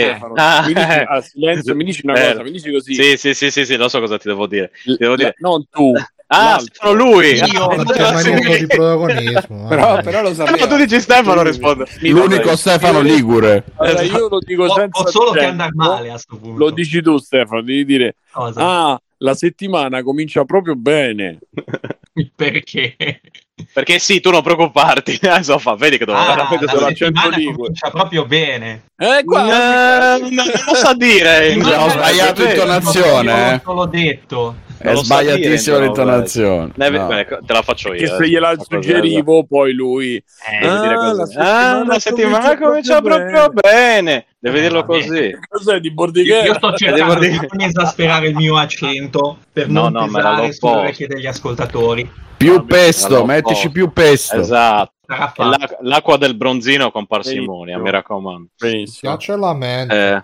Silenzio, mi dici una cosa, mi dici così. Sì, lo so cosa ti devo dire. Non tu. Stefano, lui. Di protagonismo. Però lo sapevo. Tu dici Stefano, risponde. L'unico Stefano Ligure. Allora, io lo dico senza solo che andare male a sto punto. Lo dici tu, Stefano, devi dire la settimana comincia proprio bene. Perché? Perché sì, tu non preoccuparti. Insomma, vedi che la settimana comincia proprio bene. Non lo sa dire. Ho sbagliato intonazione. Non l'ho detto. È sbagliatissima l'intonazione. Te la faccio io. Che se gliela suggerivo, poi lui la settimana comincia proprio bene. Deve dirlo così. Cos'è di Bordighera? Io sto cercando di non esasperare il mio accento per non pesare sulle orecchie degli ascoltatori. Più pesto, mettici più pesto. Esatto. L'acqua del bronzino con parsimonia, mi raccomando. Piace la mente.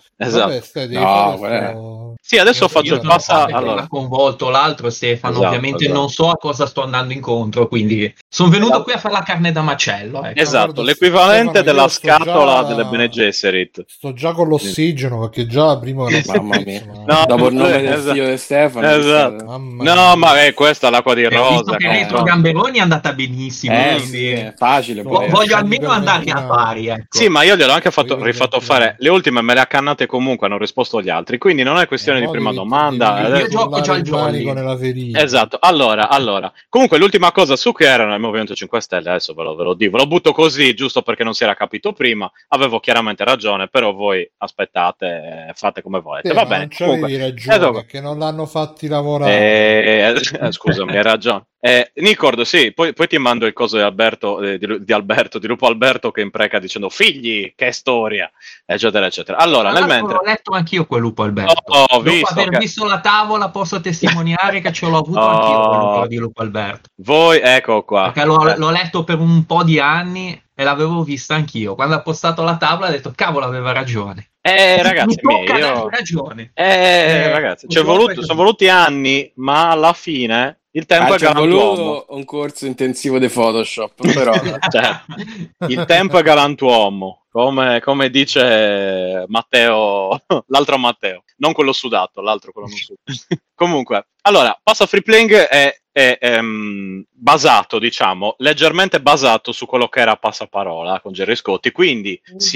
Esatto. Sì, adesso faccio il passa. Allora, convolto l'altro Stefano, ovviamente non so a cosa sto andando incontro, quindi sono venuto qui a fare la carne da macello. Esatto, l'equivalente della scatola delle Bene Gesserit. Sto già con l'ossigeno perché già prima mamma mia. Dopo il nome del figlio di Stefano. Esatto. No, ma questa è l'acqua di rosa. Retro Gamberoni è andata benissimo, quindi facile. Voglio almeno andare a pari, ecco. Sì, ma io gliel'ho anche rifatto fare. Le ultime me le ha cannate comunque, hanno risposto gli altri, quindi non è questione soluzione di prima domanda. Io gioco già al Jolly. Esatto. Allora. Comunque l'ultima cosa su che era nel Movimento 5 Stelle, adesso ve lo dico, ve lo butto così, giusto perché non si era capito prima. Avevo chiaramente ragione, però voi aspettate, fate come volete. Va bene. Non avevi ragione, perché non l'hanno fatti lavorare. Scusami, hai ragione. Nicord, sì, poi ti mando il coso di Alberto, di Lupo Alberto che impreca dicendo figli, che storia, eccetera, eccetera. Allora, nel mentre... L'ho letto anch'io quel Lupo Alberto. Dopo aver visto la tavola posso testimoniare che ce l'ho avuto anch'io quello di Lupo Alberto. Voi, ecco qua. Perché l'ho letto per un po' di anni e l'avevo vista anch'io. Quando ha postato la tavola ho detto, cavolo, aveva ragione. Ragazzi miei, ragione. Ragazzi, sono voluti anni, ma alla fine... Il tempo è galantuomo. Un corso intensivo di Photoshop, però il tempo è galantuomo, come dice Matteo, l'altro Matteo, non quello sudato, l'altro quello non sudato. Comunque, allora, Passa Free Playing è basato, diciamo, leggermente basato su quello che era Passaparola con Gerry Scotti, quindi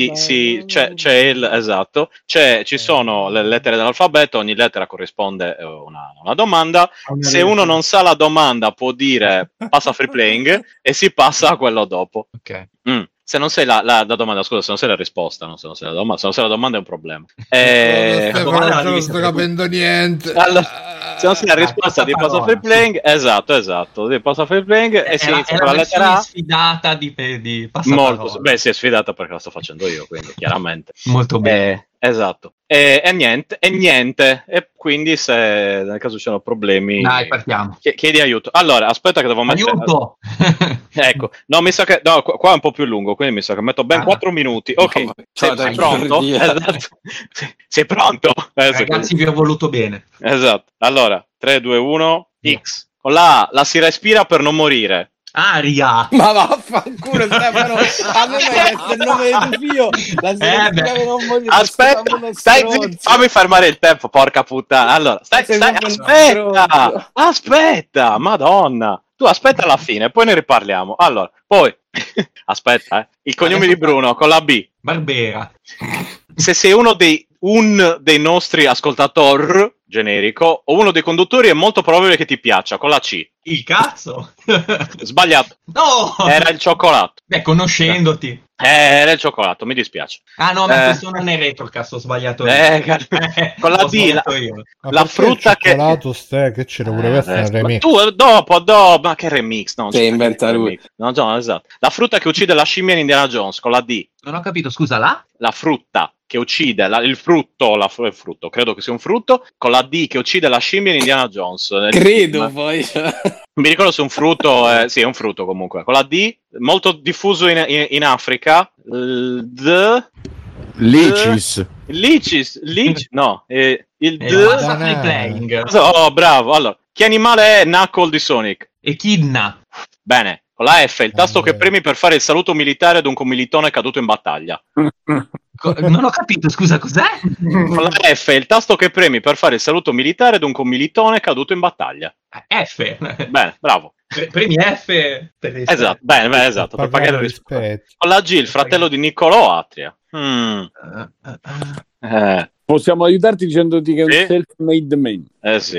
ci sono le lettere dell'alfabeto, ogni lettera corrisponde a una domanda, se uno non sa la domanda può dire Passa Free Playing e si passa a quello dopo. Ok. Se non sei la domanda, scusa, se non sei la risposta, no? Se non sei la domanda è un problema. Non sto capendo niente. Allora, se non sei la risposta di Passa Free Playing, esatto, di Passa Free Playing e si inizia con la lettera A. Sfidata di Passaparola. Beh, si è sfidata perché la sto facendo io, quindi chiaramente. Molto bene. Esatto. E niente. E quindi se nel caso ci sono problemi... Dai, partiamo. Chiedi aiuto. Allora, aspetta che devo mettere... Aiuto! Ecco. No, mi sa che... No, qua è un po' più lungo, quindi mi sa che metto ben 4 minuti. Ok. Sei pronto? Esatto. Sei pronto? Ragazzi, vi ho voluto bene. Esatto. Allora, 3, 2, 1, X. Con la A, la si respira per non morire. Aria! Ma vaffanculo, Stefano! A me mi hai detto il nome del tuo figlio! Aspetta, stai zitto, fammi fermare il tempo, porca puttana. Allora, aspetta, madonna. Tu aspetta alla fine, poi ne riparliamo. Allora, poi, aspetta, il cognome di Bruno, con la B. Barbera. Se sei uno dei nostri ascoltatori generico o uno dei conduttori, è molto probabile che ti piaccia, con la C. Il cazzo? Sbagliato. No! Era il cioccolato. Beh, conoscendoti. Era il cioccolato, mi dispiace. Ah no, ma questo non è retro, cazzo, ho sbagliato con la D, la frutta che... che c'era pure questo remix. Tu dopo, ma che remix? No, che inventa lui. No, esatto. La frutta che uccide la scimmia in Indiana Jones, con la D. Non ho capito, scusa, la frutta che uccide il frutto, credo che sia un frutto, con la D che uccide la scimmia in Indiana Jones. Credo poi. Mi ricordo se un frutto, sì, è un frutto comunque. Con la D, molto diffuso in Africa. Licis. No, il Passa Free Playing. Oh, bravo. Allora, che animale è Knuckle di Sonic? Echidna. Bene. Con la F, il tasto che premi per fare il saluto militare ad un commilitone caduto in battaglia. Non ho capito, scusa, cos'è? Con la F, il tasto che premi per fare il saluto militare ad un commilitone caduto in battaglia. F. Bene, bravo. Premi F per esatto, bene, esatto, per pagare il rispetto. Con la G, il fratello di Niccolò Atria. Possiamo aiutarti dicendoti che è un self-made man. Sì.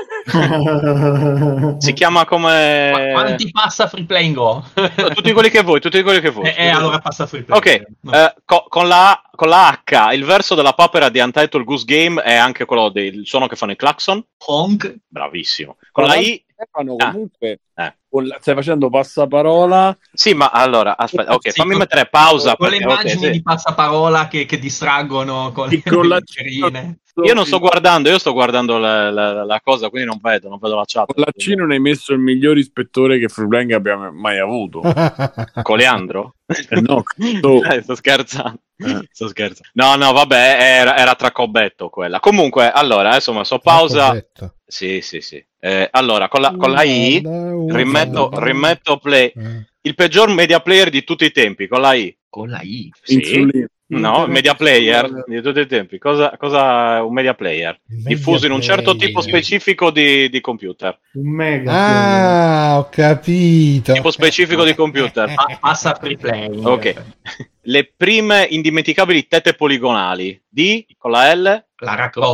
Si chiama come... Quanti Passa Free Playing ho? tutti quelli che vuoi. Allora Passa Free Playing. Ok, con la H, il verso della papera di Untitled Goose Game è anche quello del suono che fanno i clacson. Honk. Bravissimo. Con la I... comunque stai facendo Passaparola. Sì, ma allora aspetta, ok, fammi mettere pausa con le immagini di Passaparola che distraggono con le cerine. Io non sto guardando, io sto guardando la cosa, quindi non vedo la chat. Con la C non hai messo il miglior ispettore che Free Playing abbia mai avuto. Coleandro? No, sto scherzando. No, vabbè, era Tracobetto quella. Comunque, allora, adesso ho messo pausa. Sì. Allora, con la I rimetto play. Il peggior media player di tutti i tempi, con la I. Con la I? Sì. No, media player di tutti i tempi. Cosa è un media player? Diffuso in un certo tipo specifico di computer. Un mega. Ho capito. Tipo specifico di computer. Passa Free Playing. Ok. Le prime indimenticabili tette poligonali con la L? Lara Croft.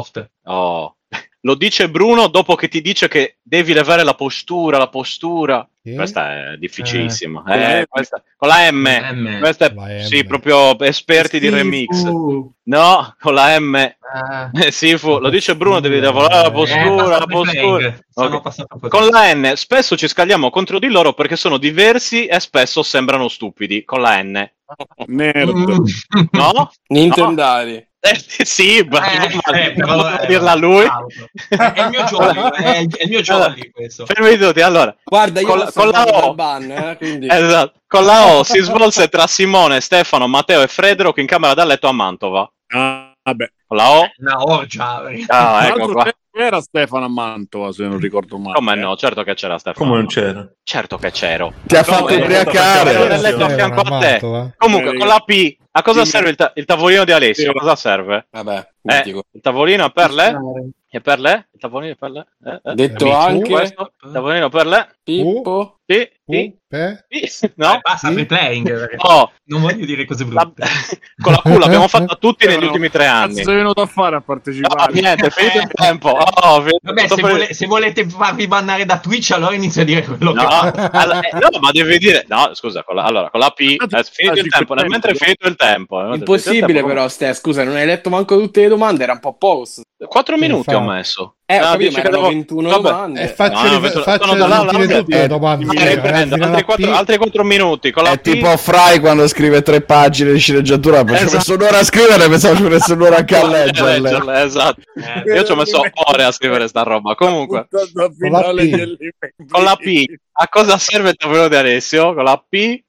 Oh. Lo dice Bruno dopo che ti dice che devi levare la postura. Questa è difficilissima. Questa, con la M. Questa è, la M. Sì, proprio esperti di remix. No, con la M. Sifu, lo dice Bruno, devi lavorare la postura. Okay. Con la N spesso ci scagliamo contro di loro perché sono diversi e spesso sembrano stupidi. Con la N. Nerd. No? Nintendari. No? Sì, però dirla lui. È il mio Jolly, è il mio Jolly questo. Fermi tutti, allora. Guarda, io con la O, ban, quindi... esatto. Con la O si svolse tra Simone, Stefano, Matteo e Federico in camera da letto a Mantova. Vabbè. Con la O? Una orgia. Ecco qua. Era Stefano a Mantova, se non ricordo male. Come no? Certo che c'era Stefano. Come non c'era? Certo che c'ero. Ti ha fatto ubriacare. Nel letto a fianco a te. Comunque, con la P, a cosa serve il tavolino di Alessio? A cosa serve? Vabbè, il tavolino è per le? E per le? Il tavolino è per le? Detto anche questo? Il tavolino per le? Pippo. No? Basta replaying. Non voglio dire cose brutte. Con la Q l'abbiamo fatta tutti negli ultimi 3 anni. Cosa sei venuto a fare a partecipare? Niente, è finito il tempo. Vabbè, se volete farvi bannare da Twitch, allora inizia a dire quello che no, ma devi dire. No, scusa, con la P è finito il tempo. Mentre è finito il tempo. Impossibile, però, Ste, scusa, non hai letto manco tutte le domande, era un po' poco. 4 minuti ho messo. Capito, ma erano 21 domande. Faccio tutte le domande. Altri 4 minuti. Con la è tipo Fry quando scrive 3 pagine di sceneggiatura. Ci ho messo un'ora a scrivere, pensavo ci avesse un'ora anche a leggerle. Esatto. Io ci ho messo ore a scrivere sta roba. Comunque, con la P, a cosa serve il tavolino di Alessio? Con la P,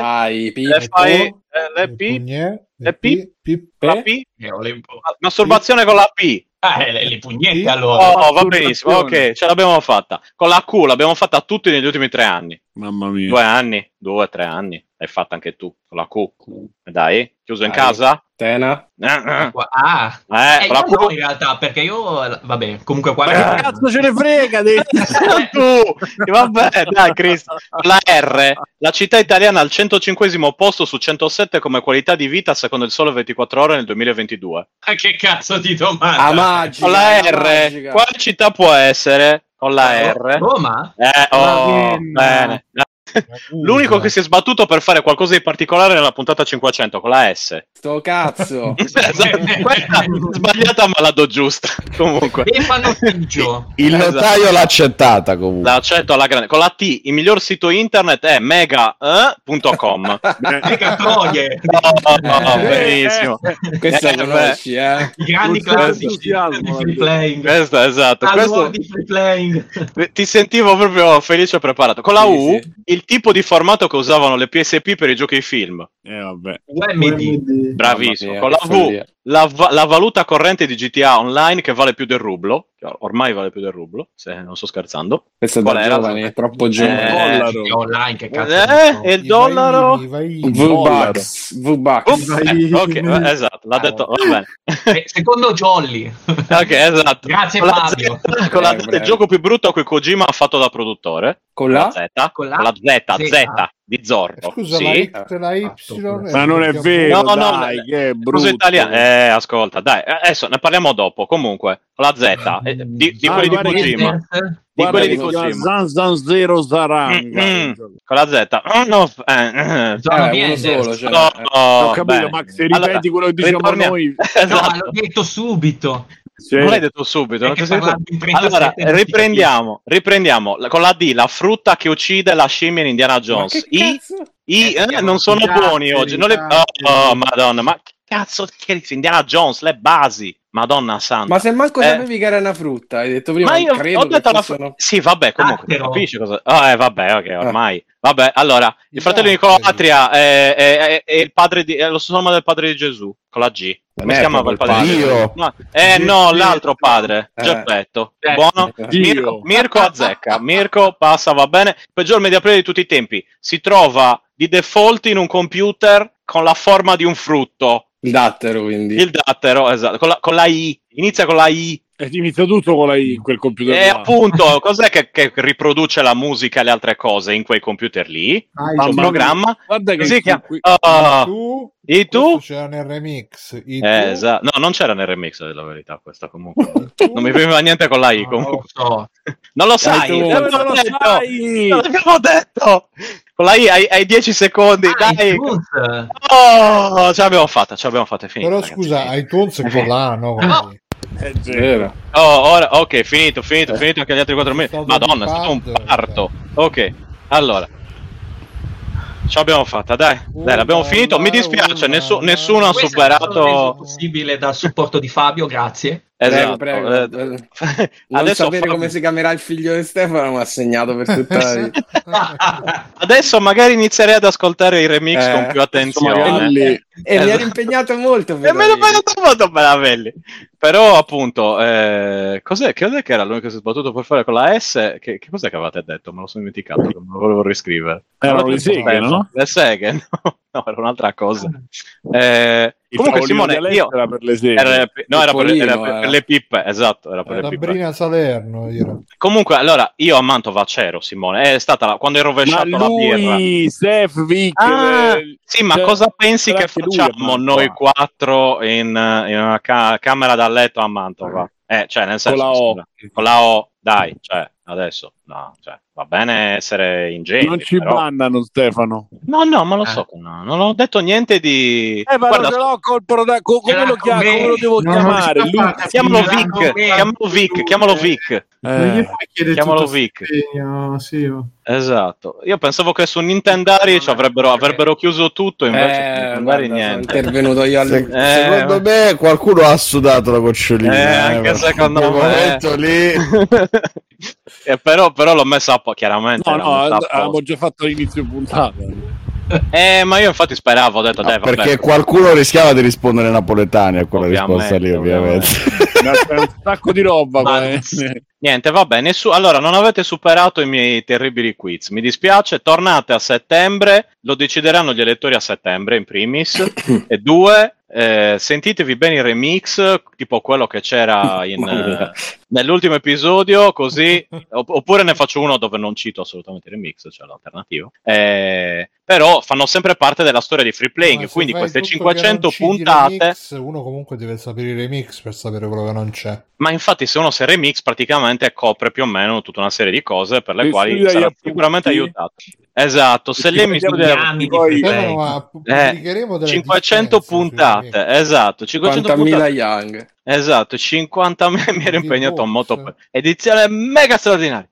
masturbazione con la P. Le pugnette allora. Va benissimo, ok, ce l'abbiamo fatta. Con la Q l'abbiamo fatta tutti negli ultimi 3 anni. Mamma mia. 2 anni, 2-3 anni. L'hai fatta anche tu con la Q. Dai, chiuso in casa? Tena. Con la Q no, in realtà, perché io vabbè, comunque qua che cazzo ce ne frega tu. Vabbè, dai, Cristo. La R, la città italiana al 105esimo posto su 107 come qualità di vita secondo il Sole 24 Ore nel 2022. Che cazzo di domanda? Con la R, quale città può essere? Con la R? Roma? Bene. L'unico che si è sbattuto per fare qualcosa di particolare nella puntata 500 con la S. Sto cazzo. Questa sbagliata ma la do giusta. Comunque. Il notaio l'ha accettata comunque. L'accetto alla grande. Con la T, il miglior sito internet è mega.com. Mega troie. Benissimo. Questa conosci, I grandi classici di free playing. Questo, esatto. Questo di free playing. Ti sentivo proprio felice e preparato. Con la U, il tipo di formato che usavano le PSP per i giochi e i film. Vabbè. UMD. Bravissimo. Con la V, la valuta corrente di GTA Online che vale più del rublo. Ormai vale più del rublo, se non sto scherzando. Questo è da giovani, è troppo giovane. Online, che cazzo. E il dollaro? V-Bucks. Ok, esatto, l'ha detto, va bene. Secondo Jolly. Ok, esatto. Grazie Fabio. Con la Z, il gioco più brutto a cui Kojima ha fatto da produttore. Con la Z? Con la Z di Zorro. Scusa, sì. la Y. Ma non è vero, no, dai, che è brutto. Italiano. Ascolta, dai, adesso ne parliamo dopo. Comunque, con la Z di quelli di Kojima. Di quelli di Kojima. Zero Con la Z. uno solo. Ho capito, ma se ripeti quello che diciamo noi. No, l'ho detto subito. Non l'hai detto subito. Allora, riprendiamo. Con la D, la frutta che uccide la scimmia in Indiana Jones. Non sono buoni oggi. Madonna, ma che cazzo che Indiana Jones, le basi. Madonna santa. Ma se manco sapevi che era una frutta, hai detto prima. Ma io ho detto Sì, vabbè, comunque capisci cosa. Vabbè, ok, ormai. Vabbè, allora, il fratello di Nicola Patria è il padre è lo stesso nome del padre di Gesù, con la G. Come si chiamava il padre di Gesù? No, l'altro padre, Geppetto. Buono? Mirko azzecca. Mirko passa, va bene. Peggior media player di tutti i tempi. Si trova di default in un computer con la forma di un frutto. Il dattero, quindi. Il dattero, esatto. Con la I. Inizia con la I. E inizia tutto con quel computer. E appunto, cos'è che riproduce la musica e le altre cose in quei computer lì? C'è un programma. Guarda che E tu? C'era nel remix. Esatto. No, non c'era nel remix, della verità, questa comunque. Non mi prima niente con la I, comunque. Non lo sai. Non l'abbiamo detto. Con la I hai 10 secondi. Dai. Oh, ce l'abbiamo fatta, è finita. Però scusa, iTunes è con la, no? È vero. Ora, ok, finito anche gli altri 4 mesi. Madonna, è stato un parto. Ok, allora. Ce l'abbiamo fatta, dai, l'abbiamo finito. Mi dispiace, nessuno ha superato. Possibile dal supporto di Fabio, grazie. Esatto. Prego. Non adesso sapere come si chiamerà il figlio di Stefano mi ha segnato per tutta la vita. Adesso magari inizierei ad ascoltare i remix con più attenzione. E mi ha rimpegnato molto. E me l'ho impegnato molto belli. Però appunto, cos'è che era l'unico che si è sbattuto per fare con la S? Che cos'è che avevate detto? Me lo sono dimenticato, me lo volevo riscrivere. Erano le seghe, no? Le seghe, no, era un'altra cosa. Comunque Simone, io era per le seghe. Era per le pippe, esatto, era per le pippe. Brina Salerno era. Comunque, allora, io a Mantova c'ero, Simone, è stata quando hai rovesciato la birra. Steph, Vic, sì, ma cosa pensi che facciamo noi 4 in una camera da letto a Mantova? Cioè, nel senso, con la O, dai, cioè, adesso, no, cioè, va bene essere ingegni. Non ci bannano, Stefano. No, ma lo so, non ho detto niente di... ma guarda, ce l'ho come lo chiamo? Come lo devo chiamare? Chiamalo Vic. Chiamalo Vic. Esatto. Io pensavo che su Nintendari avrebbero chiuso tutto, invece niente. Intervenuto io secondo me qualcuno ha sudato la gocciolina. Anche secondo me. Lì. Però l'ho messa chiaramente. No, avevamo già fatto l'inizio puntata. Ma io infatti speravo, ho detto dai, vabbè. Perché qualcuno rischiava di rispondere napoletani a quella risposta lì, ovviamente. Un sacco di roba. Niente, vabbè, allora non avete superato i miei terribili quiz, mi dispiace, tornate a settembre, lo decideranno gli elettori a settembre in primis, e 2, sentitevi bene il remix, tipo quello che c'era nell'ultimo episodio, così, oppure ne faccio uno dove non cito assolutamente il remix, cioè l'alternativo, però fanno sempre parte della storia di Free Playing, quindi queste 500 puntate... Remix, uno comunque deve sapere i remix per sapere quello che non c'è. Ma infatti se uno si remix praticamente copre più o meno tutta una serie di cose per le quali sarà sicuramente aiutato. Esatto, se lei mi studia 500 puntate, esatto, 50.000 Young. Esatto, 50.000 mi ero impegnato a moto edizione mega straordinaria.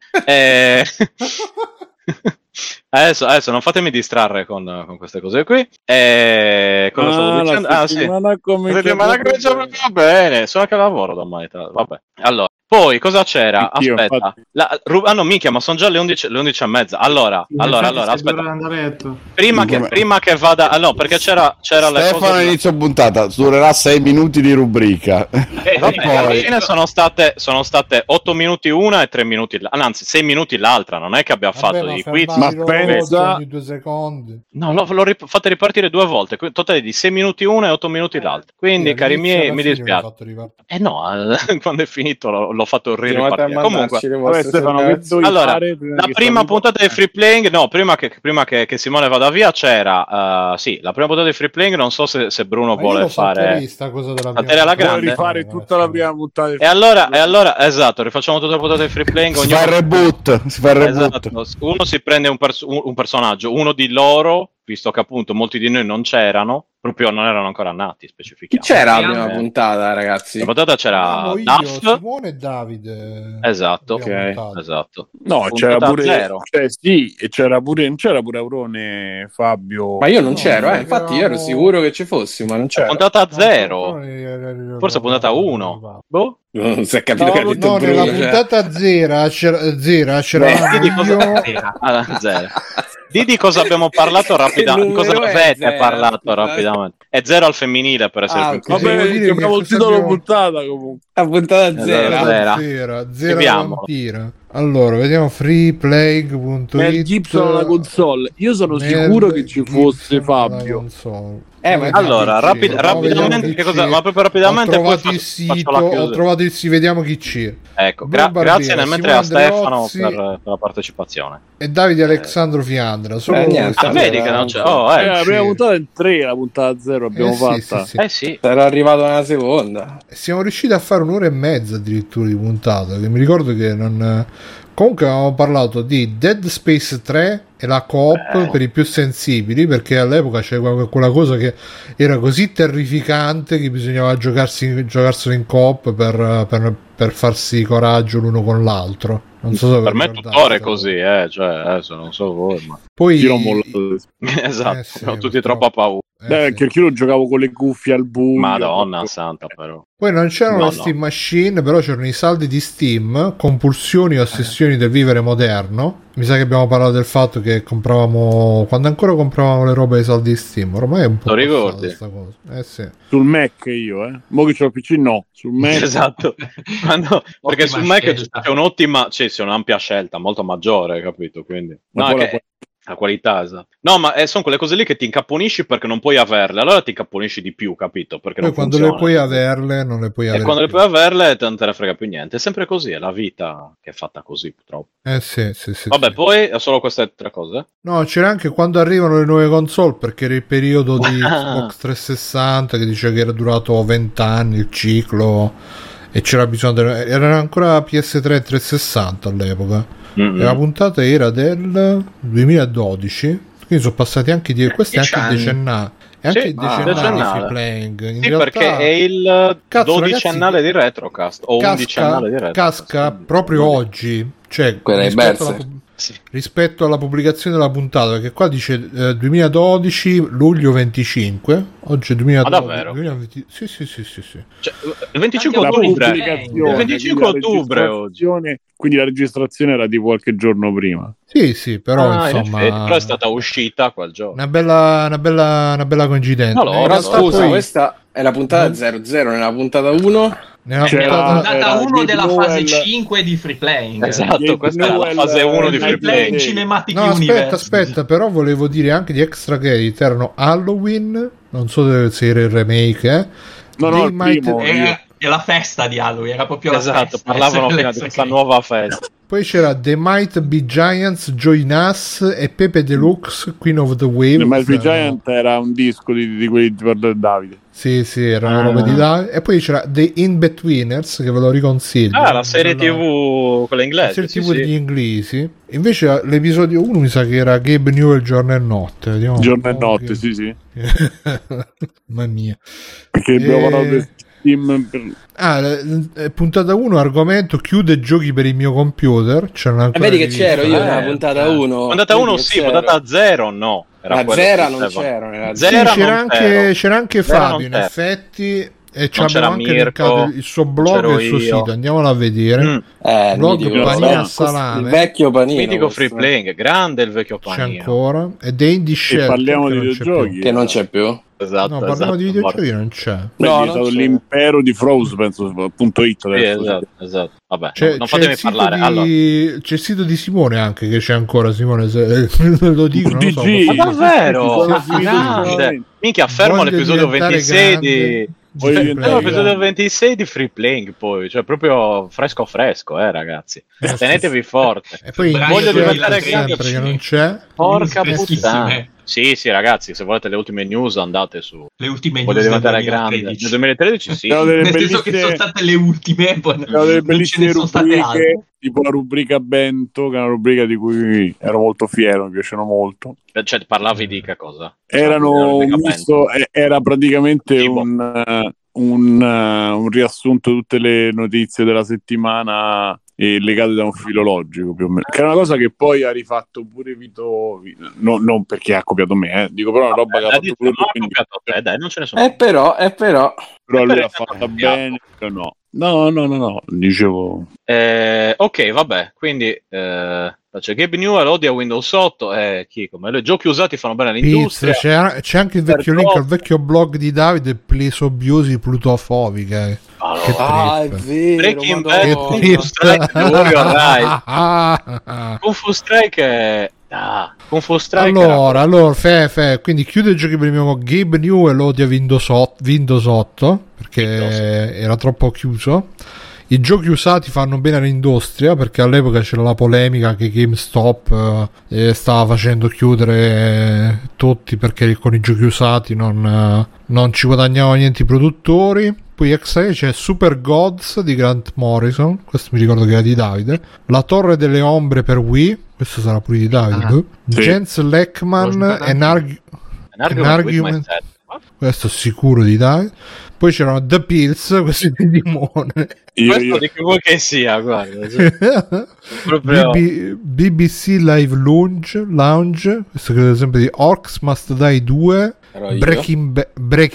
Adesso non fatemi distrarre con queste cose qui. Cosa stavo dicendo? Sì. Va bene, sono che lavoro domani. Vabbè. Allora, poi cosa c'era? Aspetta. No, minchia, ma sono già le 11:30. Allora, aspetta. Prima che vada. No, perché c'era Stefano inizio puntata, durerà 6 minuti di rubrica. Alla fine sono state 8 minuti una e 3 minuti anzi 6 minuti l'altra, non è che abbia fatto dei quiz. Ma pensa di 2 secondi. No, fate ripartire 2 volte, totale di 6 minuti una e 8 minuti l'altra. Quindi, cari miei, mi dispiace. No, quando è finito l'ho fatto ripartire. Comunque, allora, la prima puntata di Free Playing, no, prima che Simone vada via c'era, la prima puntata di Free Playing, non so se Bruno vuole fare la tele alla grande. Rifare tutta la prima puntata. E allora, esatto, rifacciamo tutta la puntata di Free Playing. Si fa il reboot. Esatto, uno si prende un personaggio, uno di loro, visto che appunto molti di noi non c'erano, proprio non erano ancora nati, specifichiamo. Chi c'era la prima puntata, ragazzi? La puntata c'era Simone e Davide. Esatto. Esatto. No, c'era pure Zero. Sì, c'era pure Aurone, Fabio. Ma io non c'ero, infatti io ero sicuro che ci fossi, ma non c'era. Puntata 0. Forse puntata 1. Boh. Non si è capito che ha detto Bruno, nella puntata 0 c'era Zero. Di cosa abbiamo parlato rapidamente? Cosa avete parlato rapidamente? È 0 al femminile, per essere più preciso. Abbiamo il titolo puntata comunque. A puntata 0. Zero. Allora, vediamo freeplague.it. Mel Gibson alla console. Io sono sicuro che ci fosse Fabio. Allora, rapidamente, che cosa? Ma proprio rapidamente ho trovato il sito, vediamo chi c'è. Ecco, grazie nel mentre a Stefano per la partecipazione. E Davide Alessandro Fiandra. Vedi che non c'è. La prima puntata in 3, la puntata 0 abbiamo fatta. Sì. Era arrivato nella seconda. Siamo riusciti a fare 1 ora e mezza addirittura di puntata, che mi ricordo che non... Comunque avevamo parlato di Dead Space 3 e la co-op per i più sensibili, perché all'epoca c'era quella cosa che era così terrificante che bisognava giocarselo in co-op per farsi coraggio l'uno con l'altro. Non so se per me tuttora è così, cioè adesso non so voi, ma poi esatto, sì, tutti troppo a paura. Perché io lo giocavo con le cuffie al buio. Madonna santa, però. Poi non c'erano le Steam Machine, però c'erano i saldi di Steam, compulsioni e ossessioni del vivere moderno. Mi sa che abbiamo parlato del fatto che quando ancora compravamo le robe ai saldi di Steam, ormai è un po' passata questa cosa. Sì. Sul Mac io, mo che c'ho il PC no, sul Mac. Esatto. Perché sul Mac c'è un'ottima, c'è un'ampia scelta, molto maggiore, capito? Quindi la qualità, esatto. No, ma sono quelle cose lì che ti incapponisci perché non puoi averle, allora ti incapponisci di più, capito? Perché poi non quando funziona. le puoi averle, non le puoi avere. E quando le puoi averle, non te ne frega più niente. È sempre così, è la vita che è fatta così, purtroppo. Sì. Vabbè, poi è solo queste 3 cose? No, c'era anche quando arrivano le nuove console, perché era il periodo di Xbox 360 che diceva che era durato 20 anni il ciclo e c'era bisogno era ancora PS3 e 360 all'epoca. E la puntata era del 2012, quindi sono passati anche questi anche il decennale. E anche il decennale di Playing. In sì, realtà, perché è il 12ennale di Retrocast o 11ennale di Retrocast. Casca proprio oggi, cioè rispetto alla pubblicazione della puntata, perché qua dice 2012 luglio 25, oggi è 2012. Sì. Cioè, il 25 ottobre oggi. Quindi la registrazione era di qualche giorno prima. Sì, però insomma però è stata uscita quel giorno. Una bella coincidenza. Allora, scusa, questa è la puntata 00, nella puntata 1 nella puntata 1 della fase 5 di Free Playing. Esatto, questa è la fase 1 di Free Playing. Cinematic Universe. Aspetta, però volevo dire anche di extra credit. Erano Halloween, non so se era il remake, No, il primo. È la festa di Halloween, era proprio esatto, la festa. Parlavano di questa nuova festa. Poi c'era The Might Be Giants, Join Us e Pepe Deluxe, Queen of the Wave. The Might Be Giant era un disco di quelli di Davide. Sì, era una roba di Davide. E poi c'era The In-Betweeners, che ve lo riconsiglio. La serie TV, quella inglese. La serie TV degli inglesi. Invece l'episodio 1 mi sa che era Gabe Newell Giorno e Notte. Vediamo Giorno e Notte, sì. Mamma mia. Perché abbiamo parlato puntata 1 argomento chiude giochi per il mio computer. Vedi che c'ero io nella puntata 1. Puntata 1 sì, puntata 0 no. La 0 non c'era. C'era anche Fabio in effetti. E c'abbiamo anche linkato il suo blog e il suo sito, andiamolo a vedere. Blog Panina Salame, il vecchio Panino, mitico Free Playing, grande il vecchio Panino. C'è ancora ed è Indie Shelter, parliamo di videogiochi che non c'è più. Esatto, parliamo di videogiochi, non c'è. No, è stato l'impero di Froze, penso .it esatto. Vabbè, non fatemi parlare. C'è il sito di Simone anche, che c'è ancora. Simone, se lo dico, non so. Ma davvero? Minchia, fermo l'episodio 26 di l'episodio 26 di Free Playing, poi cioè proprio fresco ragazzi, tenetevi forte. E poi voglio diventare grande perché non c'è. Porca puttana. Sì, ragazzi, se volete le ultime news andate su le ultime voglio news diventare grande nel 2013 sì. Nel senso che sono state le ultime, delle bellissime rubriche, tipo la rubrica Bento, che è una rubrica di cui ero molto fiero, mi piacciono molto. Cioè parlavi di che cosa? Era praticamente un riassunto di tutte le notizie della settimana legate da un filologico, più o meno, che è una cosa che poi ha rifatto pure Vito, non perché ha copiato me, dico, però è una roba che ha fatto pure te, dai, non ce ne sono. Però lui l'ha fatta bene, no. No, dicevo. Ok, vabbè, quindi c'è Gabe Newell odia Windows 8 chi come le giochi usati fanno bene all'industria. C'è anche il vecchio link al vecchio blog di Davide, plesobiosi plutofobiche. È vero, Breaking Bad, Kung Fu Strike, Warrior Rise. Kung Fu Strike Kung Fu Strike allora quindi chiude il giochi primo. Gabe Newell odia Windows 8 perché era troppo chiuso. I giochi usati fanno bene all'industria perché all'epoca c'era la polemica che GameStop stava facendo chiudere tutti perché con i giochi usati non ci guadagnavano niente i produttori. Poi extra c'è Super Gods di Grant Morrison, questo mi ricordo che era di Davide. La Torre delle Ombre per Wii, questo sarà pure di Davide. Sì. Jens Leckman An Argument, questo sicuro di Davide. Poi c'erano The Pills, questo è di Dimone. Questo di che vuoi che sia, guarda. Proprio... BBC Live Lounge, questo credo sempre di Orcs Must Die 2. Breaking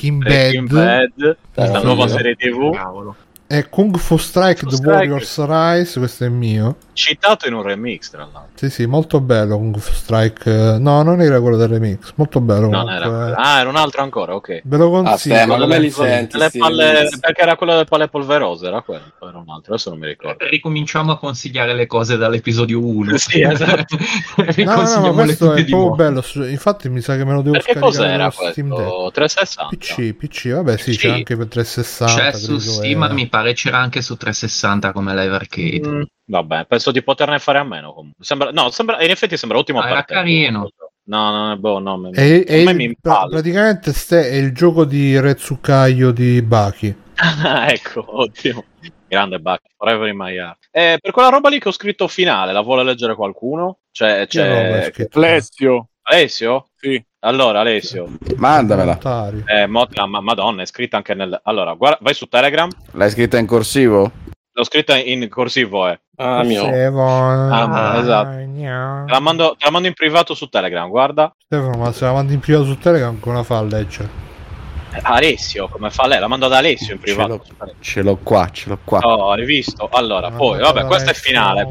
Bad, questa nuova serie TV. Cavolo. E Kung Fu Strike The Warriors Rise, questo è mio. Citato in un remix, tra l'altro. Sì, molto bello Kung Fu Strike. No, non era quello del remix, molto bello. Era un altro ancora, ok. Ve lo consiglio. Ma come li senti? Perché era quello del palle polverose, era quello, era un altro, adesso non mi ricordo. Ricominciamo a consigliare le cose dall'episodio 1. Sì, esatto. no, ma questo è proprio bello. Infatti mi sa che me lo devo perché scaricare. Perché cos'era questo? 360? PC, vabbè, sì, c'è anche per 360. C'è su Steam, mi pare c'era anche su 360 come live arcade. Vabbè, penso di poterne fare a meno comunque. Sembra, in effetti sembra ottimo. Era carino. No, praticamente è il gioco di Re Tsukayo di Baki. Ecco, ottimo. Grande Baki, forever in my heart. Per quella roba lì che ho scritto finale, la vuole leggere qualcuno? C'è Alessio? Sì. Allora, Alessio, mandamela. Madonna, è scritta anche nel... Allora, guarda, vai su Telegram. L'hai scritta in corsivo? L'ho scritta in corsivo, mio. Esatto. Te la mando in privato su Telegram, guarda. Stefano, ma se la mandi in privato su Telegram, come la fa a leggere? Alessio, come fa lei? La mando ad Alessio in privato. Ce l'ho qua. Oh, hai visto? Allora, poi, vabbè, questo è finale.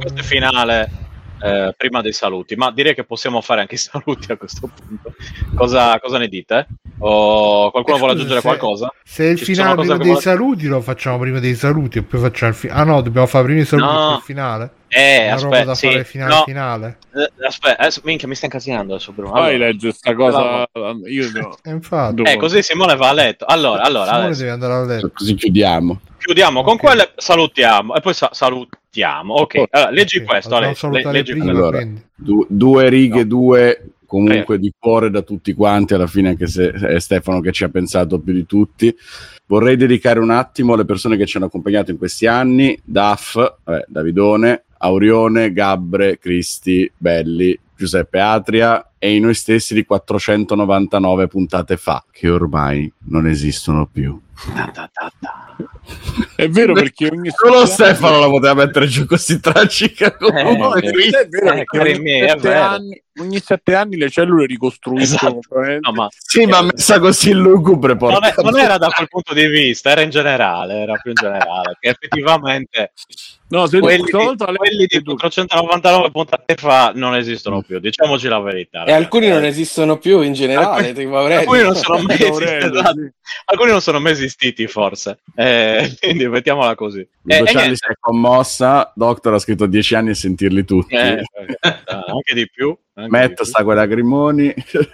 Prima dei saluti, ma direi che possiamo fare anche i saluti a questo punto. Cosa ne dite? O qualcuno vuole aggiungere qualcosa? Se il finale prima dei saluti lo facciamo prima dei saluti e poi facciamo il finale. Ah no, dobbiamo fare prima i saluti e poi il finale? Aspetta, fare finale. Aspetta, minchia, mi sta incasinando adesso, Bruno. Poi leggo sta cosa. Infatti. Così Simone va a letto. Allora Simone deve andare a letto. Così chiudiamo con quelle, salutiamo e poi salutiamo. Ok, allora, leggi questo, Alessio. Allora, due righe, due comunque di cuore da tutti quanti, alla fine, anche se è Stefano che ci ha pensato più di tutti. Vorrei dedicare un attimo alle persone che ci hanno accompagnato in questi anni: Davidone, Aurione, Gabbre, Cristi, Belli, Giuseppe Atria e i noi stessi di 499 puntate fa, che ormai non esistono più. È vero, perché solo Stefano la poteva mettere giù così tragica come è vero, ogni 7 anni le cellule ricostruiscono. Esatto. Ma messa così lugubre, non era da quel punto di vista, era più in generale, che effettivamente quelli di 499 puntate fa non esistono più, diciamoci la verità. E alcuni non esistono più in generale. Alcuni non sono mai esistiti, forse. Quindi mettiamola così. Charlie si è commossa. Doctor ha scritto 10 anni a sentirli tutti. Anche di più. Matt sta con i lacrimoni.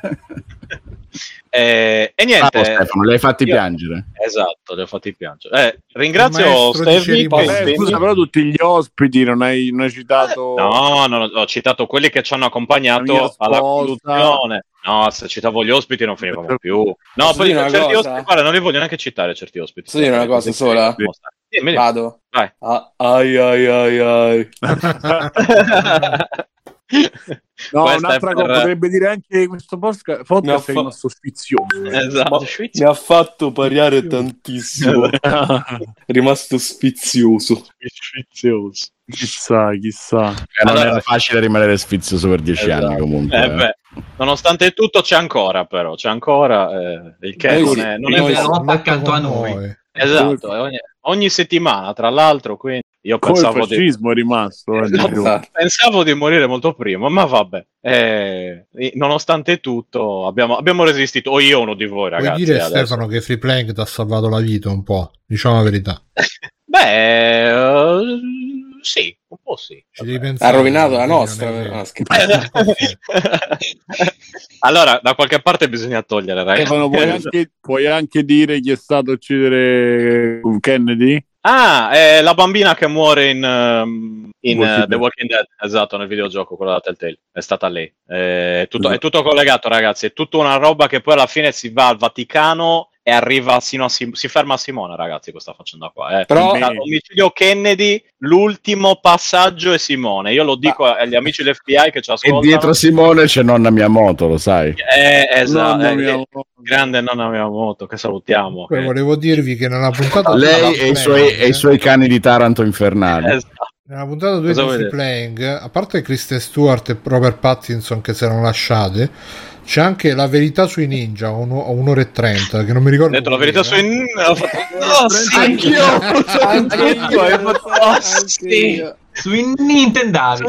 E niente, Stefano, li hai fatti piangere. Esatto, li ho fatti piangere. Ringrazio Stevi. Scusa, però tutti gli ospiti non hai citato. No, ho citato quelli che ci hanno accompagnato alla conduzione. No, se citavo gli ospiti non finivamo più. No, poi certi ospiti, guarda, non li voglio neanche citare certi ospiti. Posso dire una cosa sola? Vado. Vai. Ai. No, un'altra cosa potrebbe dire anche questo podcast è rimasto sfizioso. Esatto. Mi ha fatto pariare tantissimo. È rimasto sfizioso. Chissà. Non era facile rimanere sfizioso per 10 anni comunque. Nonostante tutto c'è ancora il che non è accanto a noi. Esatto, ogni settimana, tra l'altro, quindi io pensavo il fascismo è rimasto. Pensavo di morire molto prima, ma vabbè. Nonostante tutto, abbiamo resistito. O io uno di voi, ragazzi. Vuoi dire, Stefano, che Free Playing ti ha salvato la vita un po'? Diciamo la verità. Beh, sì, un po' sì. Ha rovinato la nostra. Allora, da qualche parte bisogna togliere, ragazzi. Stefano, puoi anche dire chi è stato a uccidere Kennedy? La bambina che muore in The Walking Dead, esatto, nel videogioco, quello da Telltale, è stata lei. È tutto collegato, ragazzi, è tutta una roba che poi alla fine si va al Vaticano e arriva sino a si ferma a Simone, ragazzi, questa faccenda qua. Però l'omicidio Kennedy, l'ultimo passaggio è Simone. Io lo dico agli amici dell'FBI che ci ascoltano. E dietro Simone c'è nonna Miyamoto, lo sai. Esatto, grande nonna Miyamoto, che salutiamo. Poi volevo dirvi che nella puntata lei e i suoi cani di Taranto infernali. Esatto. Nella puntata 2 di Free Playing, a parte Kristen Stewart e Robert Pattinson che si erano lasciate, c'è anche La verità sui ninja, 1 ora e 30, che non mi ricordo. Ho detto La verità sui ninja. Anch'io. Sui Nintendo.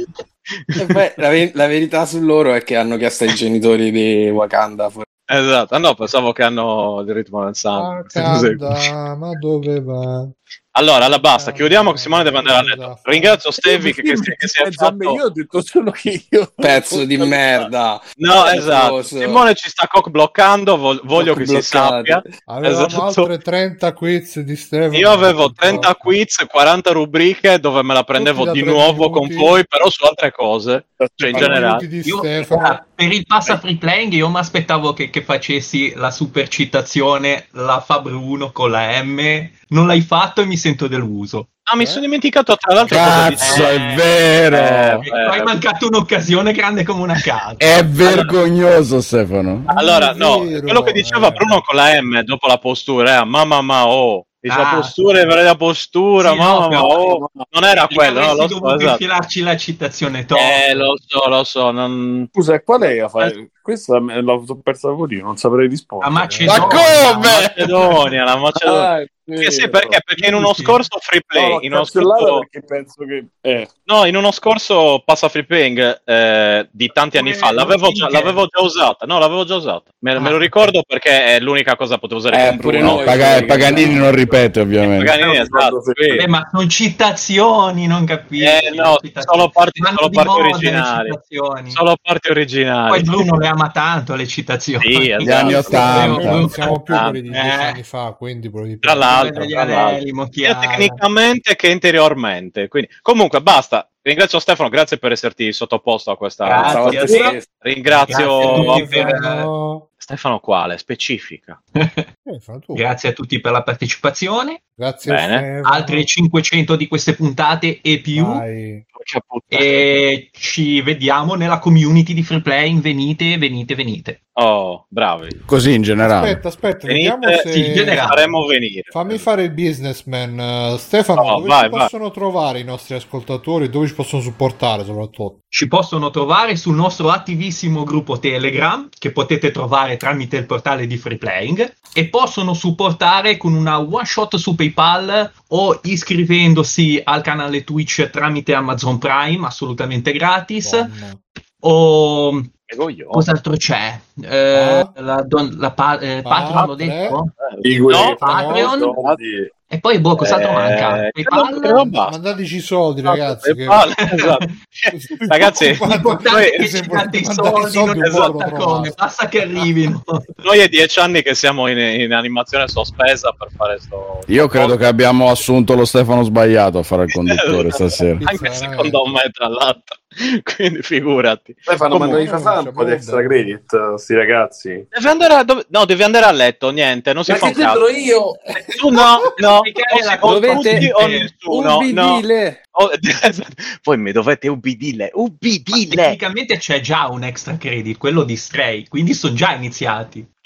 La verità su loro è che hanno chiesto ai genitori di Wakanda. Esatto, no, pensavo che hanno il ritmo del sangue. Ma dove va? Allora, basta, chiudiamo che Simone deve andare a letto. Ringrazio Stevi che si è fatto... Io ho detto solo che io... Pezzo di merda. No, esatto. Simone ci sta bloccando, voglio che si sappia. Avevamo altre 30 quiz di Stefano. Io avevo 30 quiz, 40 rubriche dove me la prendevo di nuovo con voi, però su altre cose. Cioè, in generale. Per il Passa Free Playing io mi aspettavo che facessi la super citazione, la fa Bruno con la M. Non l'hai fatto e mi sento deluso. Mi sono dimenticato tra l'altro. Cazzo, è vero. Hai mancato un'occasione grande come una casa. È vergognoso, Stefano. Allora, no, quello che diceva Bruno con la M dopo la postura, mamma oh. La postura è la postura, sì, non era quello. No, lo so, infilarci la citazione top. Lo so. Scusa, qual è a fare? Questa l'ho persa io, non saprei rispondere. Ma come? La Macedonia. Sì, perché in uno scorso Free Play, in uno scorso perché penso che in uno scorso Passa Free Playing di tanti anni fa l'avevo già usata. No, l'avevo già usata. Me lo ricordo perché è l'unica cosa che potevo usare. Paganini non ripete, ovviamente. Paganini, esatto. Ma sono citazioni, non capisco. No, solo parti originali. Solo parti originali. Poi Bruno le ama tanto le citazioni. Sì, gli anni 80. Non siamo più quelli di 10 anni fa, quindi tra l'altro sia tecnicamente che interiormente. Quindi, comunque, basta. Ringrazio Stefano, grazie per esserti sottoposto a questa. Ringrazio Stefano quale? Specifica. Grazie a tutti per la partecipazione. Grazie. Bene. Altre 500 di queste puntate e più. Vai. E ci vediamo nella community di Free Playing. Venite. Oh, bravi. Così in generale. Aspetta, vediamo se faremo venire. Fammi fare il businessman. Stefano, dove ci possono trovare i nostri ascoltatori? Dove ci possono supportare soprattutto? Ci possono trovare sul nostro attivissimo gruppo Telegram, che potete trovare tramite il portale di Free Playing, e possono supportare con una one shot su PayPal o iscrivendosi al canale Twitch tramite Amazon Prime, assolutamente gratis. O cos'altro c'è? Patreon l'ho detto? No, Patreon. E poi cos'altro manca? PayPal? Mandateci i soldi, ragazzi. Esatto. Ragazzi, l'importante è che ci date i soldi, non importa come, basta che arrivino. Noi è 10 anni che siamo in animazione sospesa per fare sto. Io credo che abbiamo assunto lo Stefano sbagliato a fare il conduttore stasera. Anche secondo me, tra l'altro. Quindi figurati. Stefano, ma devi fare un po' di extra credit, sti ragazzi. Devi andare a letto, niente, non si fa un cazzo. Io. Tu no. Dovete ubbidire. Poi mi dovete ubbidire. Tecnicamente c'è già un extra credit, quello di Stray, quindi sono già iniziati. Cioè?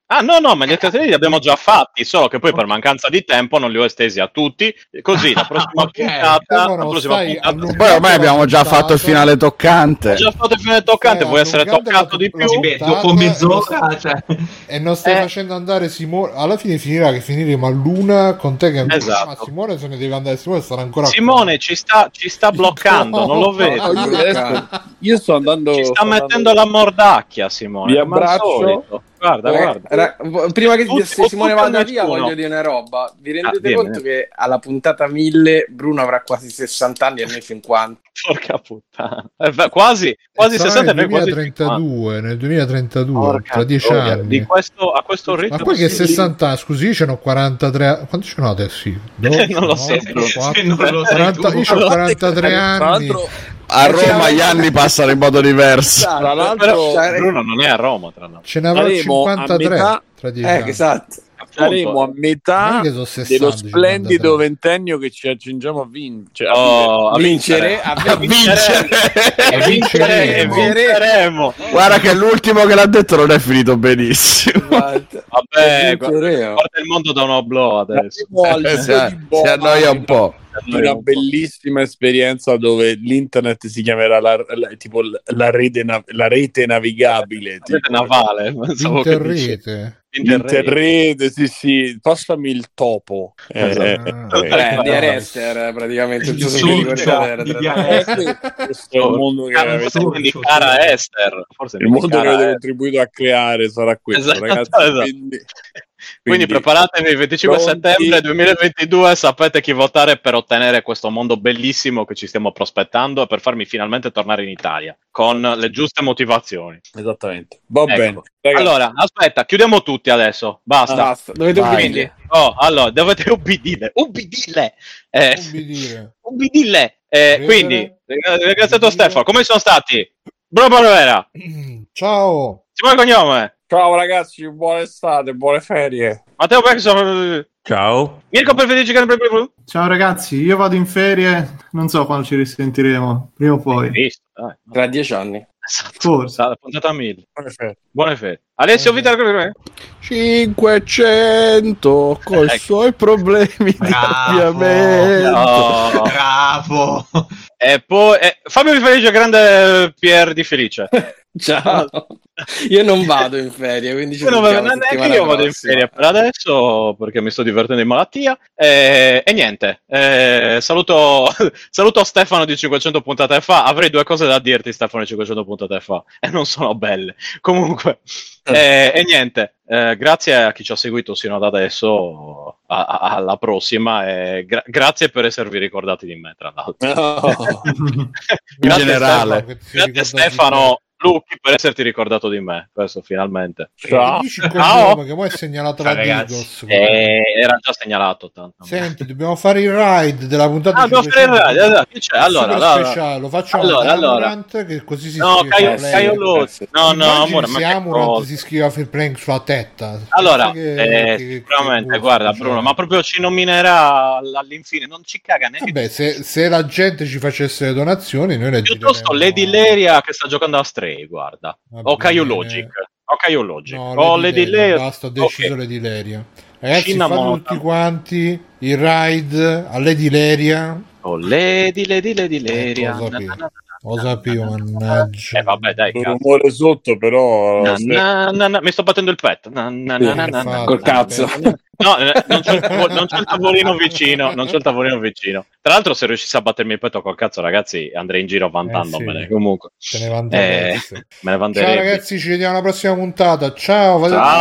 No, ma gli altri li abbiamo già fatti, solo che poi per mancanza di tempo non li ho estesi a tutti. Così la prossima puntata. Poi ormai abbiamo già fatto il finale toccante. Vuoi essere toccato di più? Dopo mezz'ora. E non stai facendo andare Simone. Alla fine finirà che finiremo a luna con te che ma Simone se ne deve andare. Simone sarà ancora Simone ci sta bloccando, non lo vedo. Io sto andando. Ci sta mettendo la mordacchia, Simone. Vi abbraccio. Guarda. Prima che Simone vada via, voglio dire una roba. Vi rendete conto che alla puntata 1000 Bruno avrà quasi 60 anni e noi 50? Porca puttana. Quasi 60 e noi quasi 32, nel 2032, tra 10 anni. A questo ritmo. Ma poi che 60 anni, scusi, io ce n'ho 43. Quanto ce n'ho adesso? Non lo so. Io ho 43 anni. A Roma gli anni passano in modo diverso. Tra l'altro, Bruno non è a Roma, tra l'altro. Ce ne avrò 53 tra 10 anni. Esatto. Saremo a metà dello splendido ventennio che ci accingiamo a vincere. Vinceremo. Guarda che l'ultimo che l'ha detto non è finito benissimo. Vabbè, guarda il mondo da un oblò adesso. Si annoia un po'. Una bellissima esperienza dove l'internet si chiamerà tipo la rete navigabile, la rete navale, Interrete, sì, passami il topo. Di Arester praticamente questo è il mondo che avete cara Esther, forse il mondo che avete contribuito a creare sarà questo, ragazzi. Quindi preparatevi il 25 settembre 2022, sapete chi votare per ottenere questo mondo bellissimo che ci stiamo prospettando e per farmi finalmente tornare in Italia con le giuste motivazioni. Esattamente. Va bene. Ragazzi. Allora, aspetta, chiudiamo tutti adesso. Basta. Dovete ubbidire. Allora, dovete ubbidire. Quindi, grazie a te Stefano. Come sono stati? Buona Ciao. Simone Cognome. Ciao ragazzi, buona estate, buone ferie. Matteo Beckham. Ciao. Mirko preferisci che Ciao ragazzi, io vado in ferie, non so quando ci risentiremo, prima o poi. Tra 10 anni. Esatto. Forse. La puntata 1000. Buone ferie. Alessio Vita 500 con i suoi problemi di avviamento. Bravo. E poi Fabio Mi Felice, grande Pier di Felice. Ciao. Io non vado in ferie, quindi io vado in ferie per adesso perché mi sto divertendo in malattia e niente, saluto Stefano di 500 puntate fa. Avrei due cose da dirti, Stefano, di 500 puntate fa, e non sono belle comunque. E niente, grazie a chi ci ha seguito sino ad adesso, alla prossima, e grazie per esservi ricordati di me, tra l'altro. In generale, grazie Stefano Lucchi per esserti ricordato di me, questo finalmente. Ciao. Che poi è segnalato la Digos. Era già segnalato tanto. Senti, dobbiamo fare il ride della puntata. Dobbiamo fare il ride. Chi c'è? Allora, lo facciamo che così si Caio Lozzi. No, amore, se Amurant si iscrive a Free Prank sulla tetta. Allora, sicuramente, guarda Bruno, ma proprio ci nominerà all'infine, non ci caga neanche. Vabbè, se la gente ci facesse le donazioni, noi le piuttosto Lady Leria che sta giocando a Stray, guarda. O Caio Logic. Lady Leria. Basta, ho deciso Lady Leria. Ragazzi, fate tutti quanti il ride a Lady Leria. Lady Leria. Lo sapevo, mannaggia. Vabbè, dai, un rumore sotto, però mi sto battendo il petto. Col cazzo. No, non c'è il tavolino vicino. Tra l'altro, se riuscissi a battermi il petto col cazzo, ragazzi, andrei in giro vantandomene. Sì. Comunque, te ne vanterei. Me ne vanterei. Ciao ragazzi, ci vediamo alla prossima puntata. Ciao.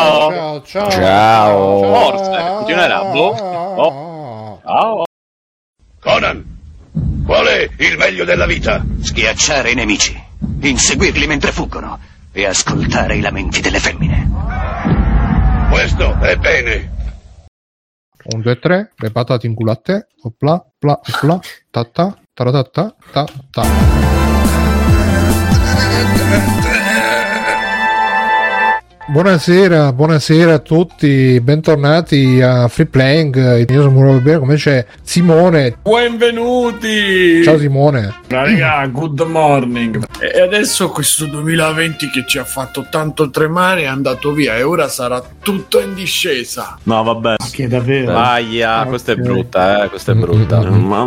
Forse continuerà. Ciao. Conan, qual è il meglio della vita? Schiacciare i nemici, inseguirli mentre fuggono e ascoltare i lamenti delle femmine. Questo è bene. 1, 2, 3, le patate in culo a te. Opla, pla, pla, ta ta, ta ta ta. Buonasera a tutti, bentornati a Free Playing. Io sono Muro Bene, come c'è Simone. Benvenuti! Ciao Simone. Raga, good morning. E adesso questo 2020 che ci ha fatto tanto tremare è andato via e ora sarà tutto in discesa. No, vabbè. Che davvero? Aia, questa è brutta, questa è brutta.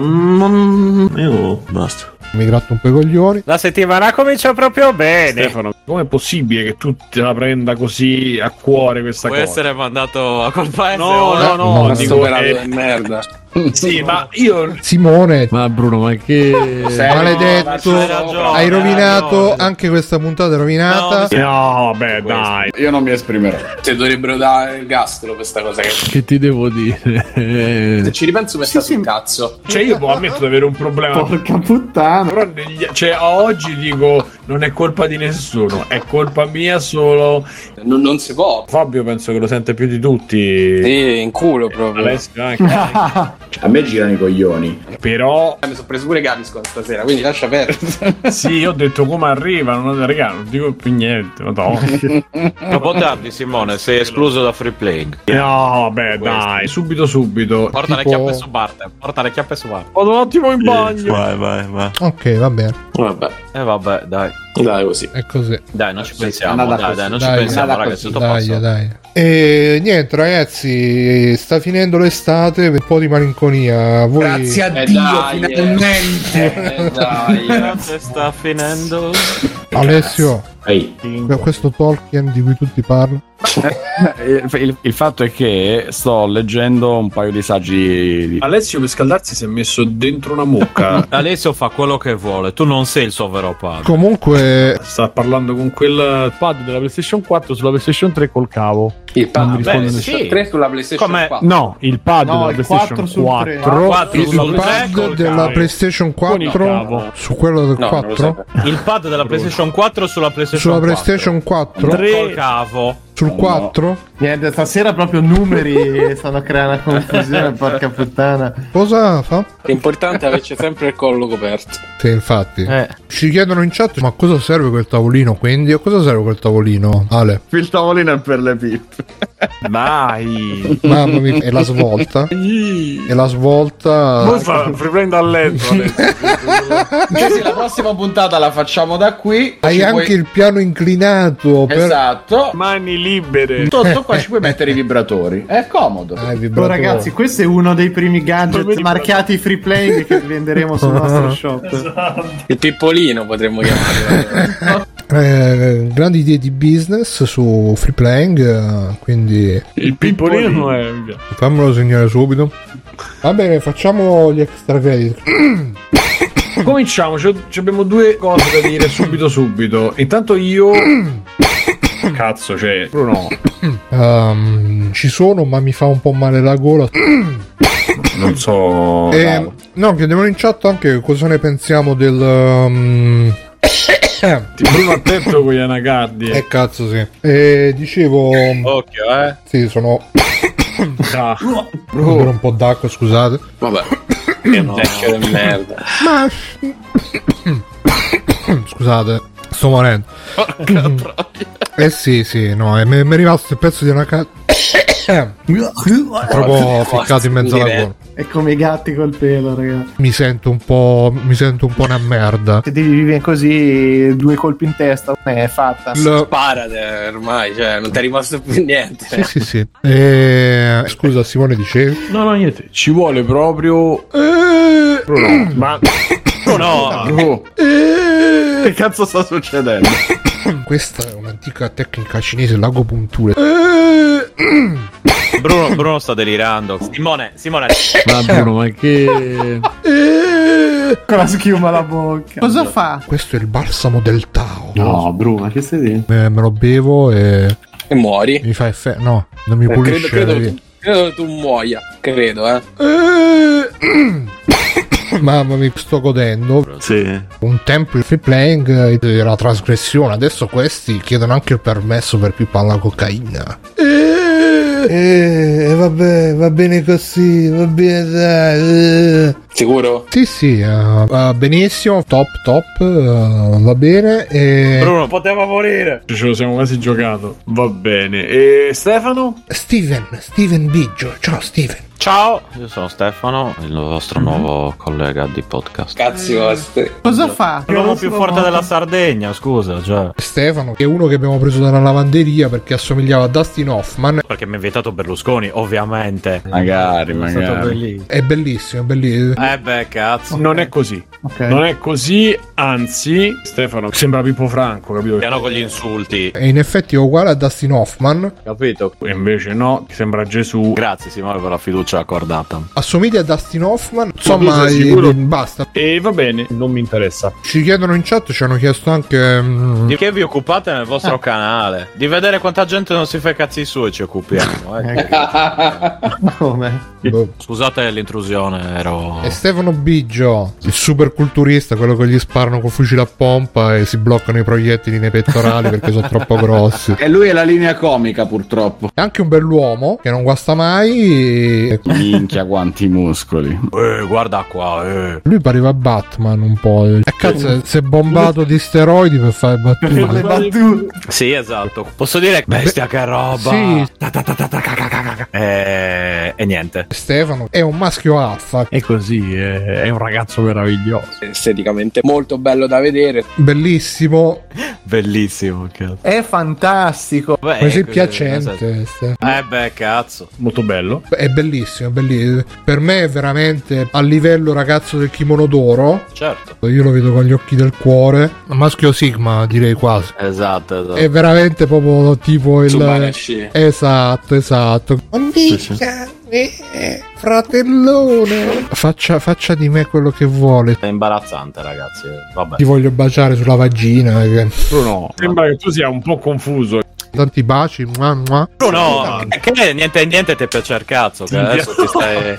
Io basta. Mi gratto un po' i coglioni. La settimana comincia proprio bene. Stefano, com'è possibile che tu te la prenda così a cuore questa cosa? Può essere mandato a colpa No, dico merda. Sì, ma io Simone, ma Bruno, ma che maledetto, hai rovinato anche questa puntata, è rovinata. No, vabbè, dai. Io non mi esprimerò. Ti dovrebbero dare il gastro questa cosa Che ti devo dire? Se ci ripenso mi sta sul cazzo. Cioè io ammetto di avere un problema. Porca puttana. Però a oggi dico non è colpa di nessuno, è colpa mia solo. Non si può. Fabio penso che lo sente più di tutti. Sì, in culo proprio. Alessio anche. A me girano i coglioni. Però mi sono preso pure Gaviscon stasera, quindi lascia perdere. sì, io ho detto come arrivano, raga, non dico più niente. Troppo tardi, Simone, sei escluso da Free Playing. No, vabbè, dai, subito. Porta le chiappe su Bart. Vado un attimo in bagno. Vai. Ok, va bene. Vabbè, dai. Dai, così. È così. Dai, non ci pensiamo. Non ci Dai, pensiamo, ragazzi. Dai. E niente, ragazzi, sta finendo l'estate, un po' di malinconia. Voi... Grazie a Dio, finalmente. Grazie, sta finendo. Alessio, Ehi. questo Tolkien di cui tutti parlano. Il fatto è che sto leggendo un paio di saggi. Alessio per scaldarsi si è messo dentro una mucca. Alessio fa quello che vuole, tu non sei il suo vero padre. Comunque Sta parlando con quel pad della PlayStation 4 sulla PlayStation 3 col cavo. Il pad sì. 3 sulla PlayStation 4. No, il pad No, della il PlayStation 4 4. il pad della PlayStation 4 su quello del 4, Il pad della PlayStation 4 sulla PlayStation sulla 4. PlayStation 4 Col cavo. sul 4. Niente, stasera proprio numeri stanno a creare una confusione, porca puttana. Cosa fa? L'importante è averci sempre il collo coperto. Sì, infatti. Ci chiedono in chat, ma cosa serve quel tavolino, quindi? O cosa serve quel tavolino, Ale? Il tavolino è per le pippe. Dai. Mamma mia, e la svolta? E la svolta... Riprendo a letto. Sì, la prossima puntata la facciamo da qui. Hai anche il piano inclinato per... Esatto. Mani libere. Sotto qua ci puoi mettere i vibratori. È comodo. Oh, ragazzi, questo è uno dei primi gadget marchiati Free Playing che venderemo sul nostro shop. Esatto. Il pippolino potremmo chiamarlo. Grandi idee di business su Free Playing, quindi Il pippolino è... fammelo segnare subito. Va bene, facciamo gli extra credit. Cominciamo, abbiamo due cose da dire subito. Intanto io... Cazzo, cioè... Bruno. Ci sono, ma mi fa un po' male la gola. Non so... No, chiediamo in chat anche cosa ne pensiamo del... Bruno attento con gli anacardi. Cazzo, sì. Dicevo... Occhio, Sì, sono... un po' d'acqua, scusate. Vabbè. Che vecchio di merda. Ma... Scusate, sto morendo. Sì, no, mi è rimasto il pezzo di una proprio ficcato in mezzo alla gola. È come i gatti col pelo, ragazzi. Mi sento un po' una merda. Se devi vivere così, 2 colpi in testa, è fatta. Sparate ormai, cioè non ti è rimasto più niente. Sì. Scusa, Simone, dicevi? No, niente. Ci vuole proprio... Bruno, ma... No. Che cazzo sta succedendo? Questa è un'antica tecnica cinese, l'agopuntura. Bruno sta delirando. Simone. Ma Bruno, ma che... Con la schiuma alla bocca. Cosa fa? Questo è il balsamo del Tao. No, Bruno, che stai dicendo? Me lo bevo e muori. Mi fa effetto. No, non mi pulisce. Credo tu muoia. Credo, Mamma mia, sto godendo. Sì. Un tempo il Free Playing era trasgressione, adesso questi chiedono anche il permesso per pippare la cocaina. Vabbè, va bene così, va bene, dai. Sicuro? Sì, benissimo, top, va bene. Bruno, poteva morire. Ce lo siamo quasi giocato. Va bene. E Stefano? Steven Biggio. Ciao Steven. Ciao, io sono Stefano, il vostro nuovo collega di podcast. Cazzi vostri. Cosa fa? L'uomo più forte della Sardegna, scusa, cioè. Stefano è uno che abbiamo preso dalla lavanderia perché assomigliava a Dustin Hoffman. Perché mi ha invitato Berlusconi, ovviamente. Magari. È bellissimo. Beh, cazzo. Non è così. Okay. Non è così, anzi, Stefano sembra Pippo Franco, capito? Piano con gli insulti. E in effetti è uguale a Dustin Hoffman. Capito? E invece no, sembra Gesù. Grazie Simone per la fiducia accordata. Assomiglia a Dustin Hoffman. Insomma, basta. E va bene, non mi interessa. Ci chiedono in chat, ci hanno chiesto anche di che vi occupate nel vostro canale? Di vedere quanta gente non si fa i cazzi suoi ci occupiamo. Come? Scusate l'intrusione, ero... E Stefano Biggio, il super culturista, quello che gli sparano con fucile a pompa e si bloccano i proiettili nei pettorali perché sono troppo grossi. E lui è la linea comica, purtroppo. È anche un bell'uomo che non guasta mai. Minchia, quanti muscoli. Guarda qua. Lui pareva Batman un po'. E cazzo, si è bombato di steroidi per fare battute. Sì, esatto. Posso dire bestia che roba. Sì. E niente. Stefano è un maschio alfa. È così, è un ragazzo meraviglioso. Esteticamente molto bello da vedere. Bellissimo. Bellissimo, cazzo. È fantastico. Così piacente. Beh, cazzo. Molto bello. È bellissimo. Per me è veramente a livello ragazzo del kimono d'oro. Certo. Io lo vedo con gli occhi del cuore. Maschio Sigma, direi quasi. Esatto. È veramente proprio tipo il... Tsubanashi. Esatto. Fratellone, faccia di me quello che vuole. È imbarazzante, ragazzi. Vabbè. Ti voglio baciare sulla vagina. Bruno, sembra che tu sia un po' confuso. Tanti baci. Bruno, che niente ti piace il cazzo. Che adesso ti stai.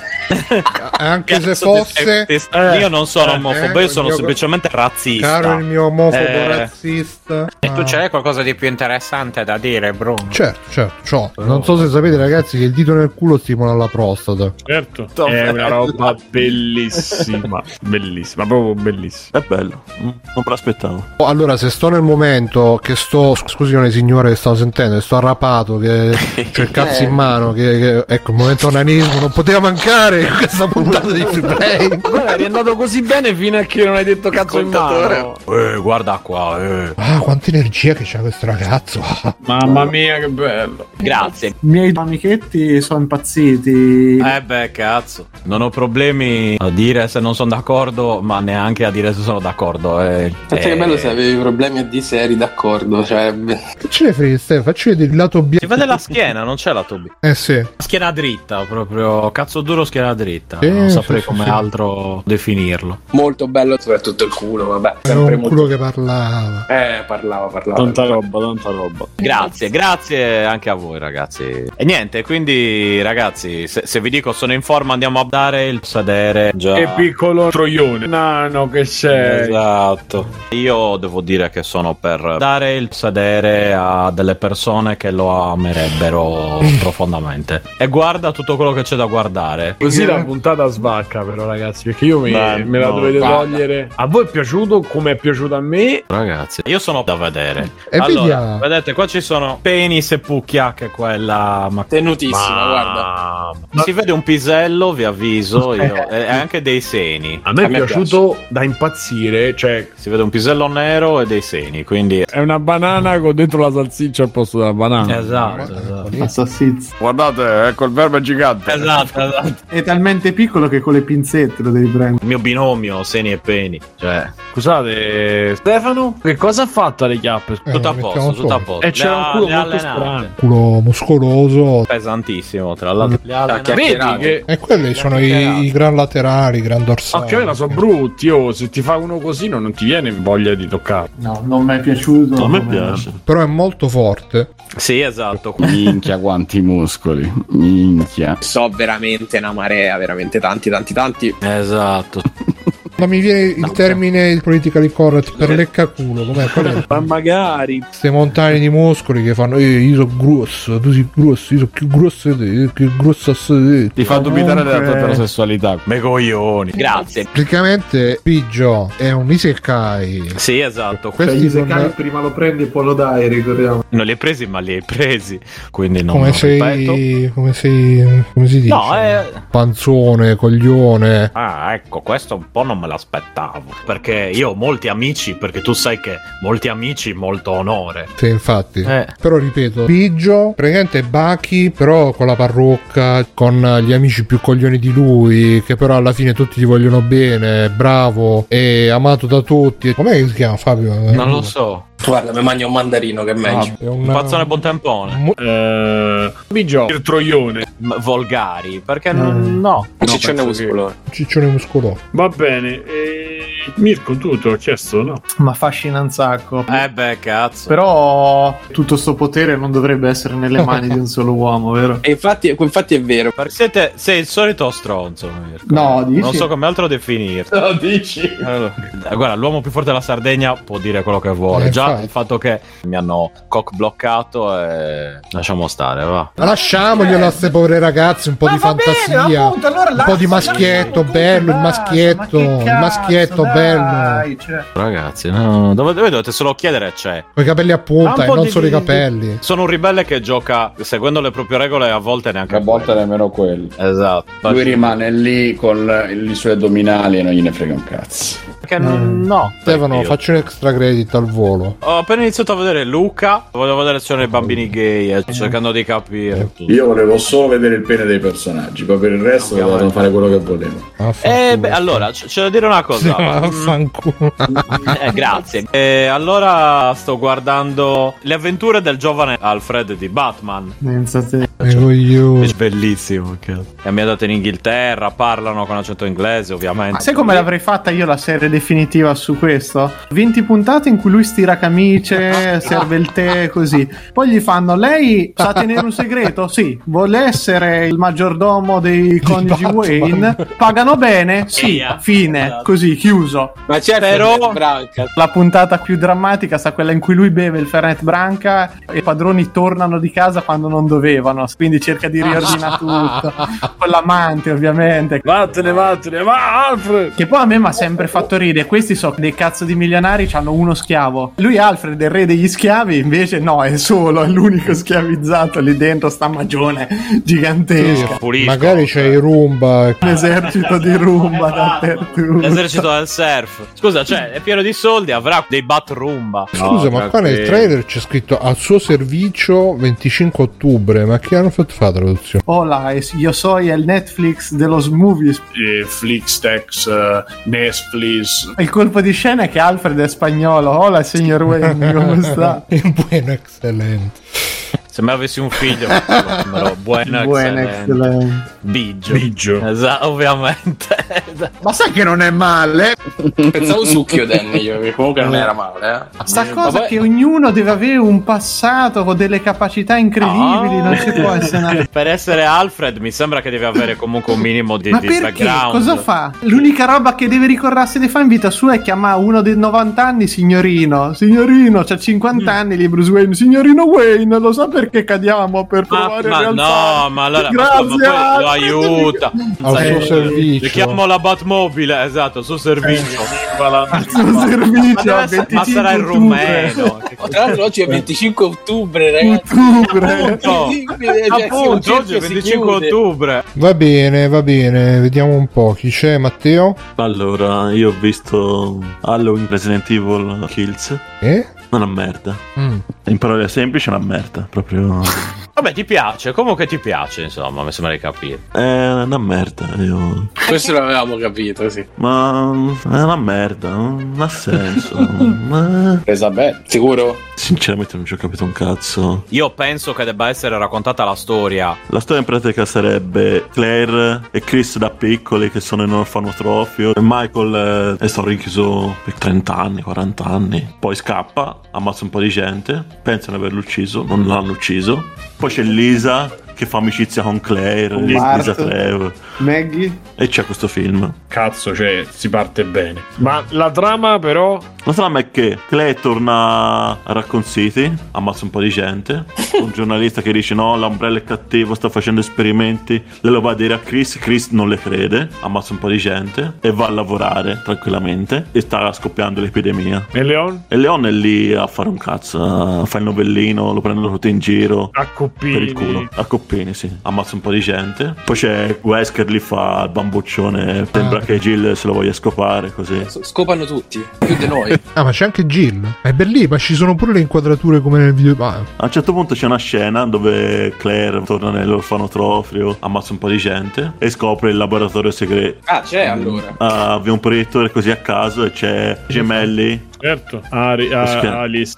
Anche se fosse. Io non sono omofobo, io sono semplicemente razzista. Caro il mio omofobo razzista. E tu c'è qualcosa di più interessante da dire, Bruno? Certo. Non so se sapete, ragazzi, che il dito nel culo stimola la prostata. Certo. È una roba bellissima. Bellissima, proprio bellissima. È bello, non me l'aspettavo. Allora, se sto nel momento che sto. Scusione, signore, che stavo sentendo, sto arrapato, che c'ho il cazzo in mano, che ecco, il momento onanismo non poteva mancare in questa puntata di Free Play. Guarda, è andato così bene fino a che non hai detto cazzo in mano. Guarda qua. Quanta energia che c'ha questo ragazzo. Mamma mia, che bello. Grazie. I miei amichetti sono impazziti. Beh, cazzo. Non ho problemi a dire se non sono d'accordo, ma neanche a dire se sono d'accordo. Che bello se avevi problemi a dire se eri d'accordo. Cioè... Che ce ne frega, Stefano? Facci vedere il lato B. Si vede la schiena, non c'è lato B. Sì. Schiena dritta, proprio cazzo duro, schiena dritta. Non saprei come altro definirlo. Molto bello, soprattutto il culo, vabbè. Era un culo che parlava. Parlava. Tanta roba. Grazie anche a voi, ragazzi. E niente, quindi ragazzi, se vi dico sono in forma, andiamo a dare il sedere. Già. Che piccolo troione. No, che c'è. Esatto. Io devo dire che sono per dare il sedere a delle persone che lo amerebbero profondamente. E guarda tutto quello che c'è da guardare. Così la puntata svacca, però, ragazzi, perché io me la dovete togliere. A voi è piaciuto come è piaciuto a me? Ragazzi, io sono da vedere. E allora, vedete, qua ci sono penis e pucchia, che è quella tenutissima, guarda. Si vede un pisello, vi avviso io, e anche dei seni. A me è piaciuto da impazzire, cioè si vede un pisello nero e dei seni, quindi è una banana con dentro la salsiccia al posto della banana. Esatto. La salsiccia. Guardate, ecco il verbo è gigante. Esatto. È talmente piccolo che con le pinzette lo devi prendere. Il mio binomio, seni e peni. Cioè, scusate, Stefano, che cosa ha fatto alle chiappe? Tutto a posto. E c'era un culo molto strano. Culo muscoloso, pesantissimo, tra l'altro. Vedi che... E quelli sono i gran laterali, i gran dorsali. Che me sono brutti, se ti fa uno così non ti viene voglia di toccare. No, non mi è piaciuto. A me piace. Però è molto forte. Sì, esatto. Minchia, quanti muscoli. Minchia. So veramente una marea, veramente tanti. Esatto. Non mi viene il termine il politically correct per leccaculo, com'è? Ma magari queste montagne di muscoli che fanno io sono grosso, tu sei grosso, io sono più grosso di te, più grosso a te. Ti fa dubitare della tua eterosessualità. Me coglioni. Grazie. Praticamente Biggio è un isekai. Sì, esatto. Cioè, gli isekai prima lo prendi e poi lo dai, ricordiamo. Non li hai presi, ma li hai presi. Quindi non come sei, come si dice? No, panzone, coglione. Ah, ecco, questo un po' non me l'aspettavo. Perché io ho molti amici, perché tu sai che molti amici, molto onore. Sì, infatti. Però ripeto, Biggio praticamente è Baki, però con la parrucca, con gli amici più coglioni di lui, che però alla fine tutti gli vogliono bene, bravo e amato da tutti. Com'è che si chiama, Fabio? Non lo so. Guarda, mi mangio un mandarino che è meglio. Un pazzone buontempone. Biggio, il troione. Volgari, perché no. Ciccione muscoloso. Ciccione muscoloso. Va bene. Mirko, tu te l'ho chiesto, no? Ma affascina un sacco. Beh, cazzo. Però tutto sto potere non dovrebbe essere nelle mani di un solo uomo, vero? E infatti è vero. Perché sei il solito stronzo, Mirko. No, dici? Non so come altro definirti. No, dici? Allora, guarda, l'uomo più forte della Sardegna può dire quello che vuole. Già il fatto che mi hanno cock bloccato e lasciamo stare, va. Ma lasciamoglielo a queste povere ragazze, un po' di fantasia, bene, appunto, allora un po' di maschietto bello, il maschietto bello. Ragazzi, no, dove dovete solo chiedere c'è. Con i capelli a punta e non solo i capelli. Sono un ribelle che gioca seguendo le proprie regole e a volte neanche a volte nemmeno quelli. Esatto. Lui rimane lì con i suoi addominali e non gliene frega un cazzo. Perché no. Stefano, faccio un extra credit al volo. Ho appena iniziato a vedere Luca. Volevo vedere se sono i bambini gay, cercando di capire. Io volevo solo vedere il pene dei personaggi, poi per il resto dovevano fare quello che volevo. Allora c'è da dire una cosa. Grazie. Allora sto guardando le avventure del giovane Alfred di Batman. È bellissimo. È ambientato in Inghilterra, parlano con accento inglese, ovviamente. Ma sai come l'avrei fatta io la serie definitiva su questo? 20 puntate in cui lui stira camicie, serve il tè, così. Poi gli fanno: lei sa tenere un segreto? Sì. Vuole essere il maggiordomo dei coniugi Wayne? Pagano bene? Sì. Fine. Così, chiuso. Ma c'è però Branca. La puntata più drammatica sta quella in cui lui beve il Fernet Branca e i padroni tornano di casa quando non dovevano, quindi cerca di riordinare tutto con l'amante, ovviamente. Vattene, va Alfred. Che poi a me mi ha sempre fatto ridere. Questi sono dei cazzo di milionari, hanno uno schiavo. Lui Alfred è il re degli schiavi, invece no, è l'unico schiavizzato lì dentro sta magione gigantesca. Magari c'è i Roomba, l'esercito di Roomba dappertutto. L'esercito del surf. Scusa, cioè è pieno di soldi, avrà dei bat Roomba. Scusa, ma qua nel trailer c'è scritto al suo servizio 25 ottobre. Ma che hanno fatto fare la traduzione? Hola, io sono il Netflix de los movies. Flixtex, Netflix. Il colpo di scena è che Alfred è spagnolo. Hola, signor Wayne, come sta? Buono, eccellente. Se me avessi un figlio, buono, eccellente. Biggio. Esatto, ovviamente. Ma sai che non è male? Pensavo succhio Danny, io, che comunque non era male. Sta cosa che ognuno deve avere un passato con delle capacità incredibili, non si può essere. Per essere Alfred mi sembra che deve avere comunque un minimo di background. Cosa fa? L'unica roba che deve ricordarsi di fare in vita sua è chiamare uno dei 90 anni signorino, c'ha 50 anni lì Bruce Wayne, signorino Wayne, lo sa perché cadiamo per provare a rialzare. No, ma allora grazie, lo aiuta al suo servizio. Chiamo la Batmobile, esatto, al suo servizio. Al suo servizio, ma sarà il rumeno. Tra l'altro oggi è 25 ottobre, ragazzi. Appunto, oggi è 25 ottobre. Va bene, vediamo un po'. Chi c'è, Matteo? Allora, io ho visto Halloween Resident Evil Kills. Una merda. In parole semplici, una merda. Proprio. Vabbè, ti piace, comunque ti piace, insomma, mi sembra di capire. È una merda, io. Questo l'avevamo capito, sì. Ma è una merda, non ha senso. Presa bene, sicuro? Sinceramente non ci ho capito un cazzo. Io penso che debba essere raccontata la storia. La storia in pratica sarebbe Claire e Chris da piccoli che sono in un orfanotrofio e Michael è stato rinchiuso per 30 anni, 40 anni. Poi scappa, ammazza un po' di gente, pensano di averlo ucciso, non l'hanno ucciso. Poi c'è Lisa che fa amicizia con Claire, Lisa Trevor, Maggie, e c'è questo film. Cazzo, cioè si parte bene. Ma la trama però? La trama è che Claire torna a Raccoon City, ammazza un po' di gente, un giornalista che dice no, l'Umbrella è cattivo, sta facendo esperimenti, lei lo va a dire a Chris non le crede, ammazza un po' di gente e va a lavorare tranquillamente e sta scoppiando l'epidemia. E Leon? E Leon è lì a fare un cazzo, fa il novellino, lo prendono tutti in giro a coppini, per il culo, a coppini, sì, ammazza un po' di gente. Poi c'è Wesker lì, fa il bambuccione, sembra che Jill se lo voglia scopare, così scopano tutti, più di noi. Ma c'è anche Jill, è bellissimo, ma ci sono pure le inquadrature come nel video. A un certo punto c'è una scena dove Claire torna nell'orfanotrofio, ammazza un po' di gente e scopre il laboratorio segreto. C'è allora. Abbiamo un proiettore così a caso e c'è gemelli. Certo, Alice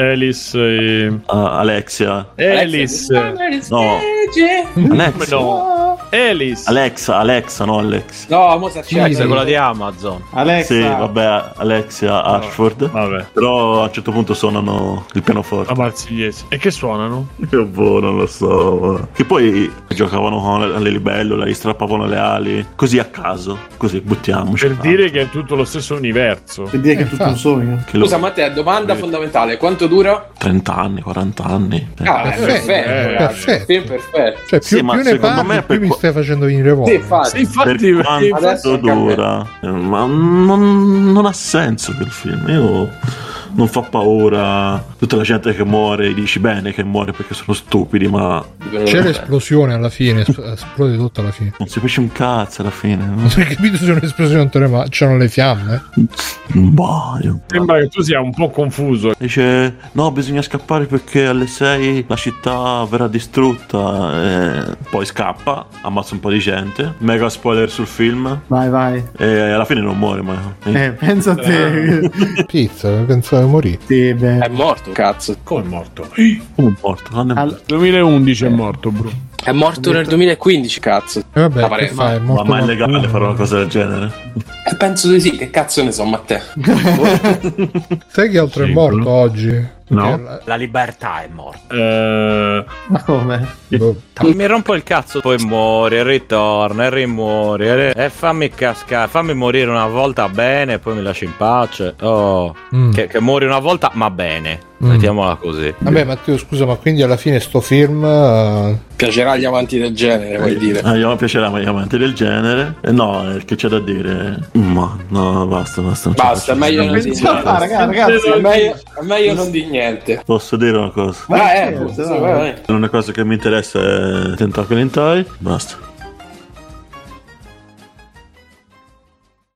e Alexia. Alice. No. Alexa. No. Alice. Alexa, no Alex. No, mo c'è quella di Amazon. Alexa. Sì, vabbè, Alexia Ashford. Vabbè. Però a un certo punto suonano il pianoforte. A Marsigliese. E che suonano? Che boh, non lo so. Che poi giocavano con le libellule, gli strappavano le ali, così a caso, così buttiamoci. Per dire che è tutto lo stesso universo. Per dire che è tutto un sogno. Scusa Matteo, domanda fondamentale, quanto dura? 30 anni, 40 anni. Perfetto. Film perfetto. Cioè, più ne parli, più mi stai facendo venire voglia. Infatti, per quanto dura, ma non ha senso quel film. Io non fa paura tutta la gente che muore, dici bene che muore perché sono stupidi, ma c'è l'esplosione alla fine, esplode tutto alla fine, non si capisce un cazzo alla fine, no? Non hai capito se è un'esplosione, ma c'erano le fiamme. Sembra che tu sia un po' confuso. Dice no, bisogna scappare perché alle 6 la città verrà distrutta, poi scappa, ammazza un po' di gente, mega spoiler sul film, vai, e alla fine non muore mai. Pensa a te. Pizza, pensavo morì. Sì, è morto, cazzo. Come è morto? Come è morto? 2011 è morto, bro. È morto nel 2015, cazzo. Vabbè, che fai? È morto, ma è legale fare una cosa del genere? Penso di sì, che cazzo ne so, Matteo. Sai che altro è morto oggi? No. La libertà è morta. Ma come? Mi rompo il cazzo, poi muore, e ritorna, e rimuore, e fammi cascare, fammi morire una volta bene e poi mi lasci in pace. Che muori una volta ma bene. Mettiamola così. Vabbè, Matteo, scusa, ma quindi alla fine sto film piacerà agli amanti del genere, vuoi dire? Io piacerà agli amanti del genere. No, che c'è da dire? Ma no, basta. Basta, è meglio non dire niente. Ragazzi, è meglio non dire niente. Posso dire una cosa? Vai. L'unica cosa che mi interessa è Tentacoli Hentai. Basta.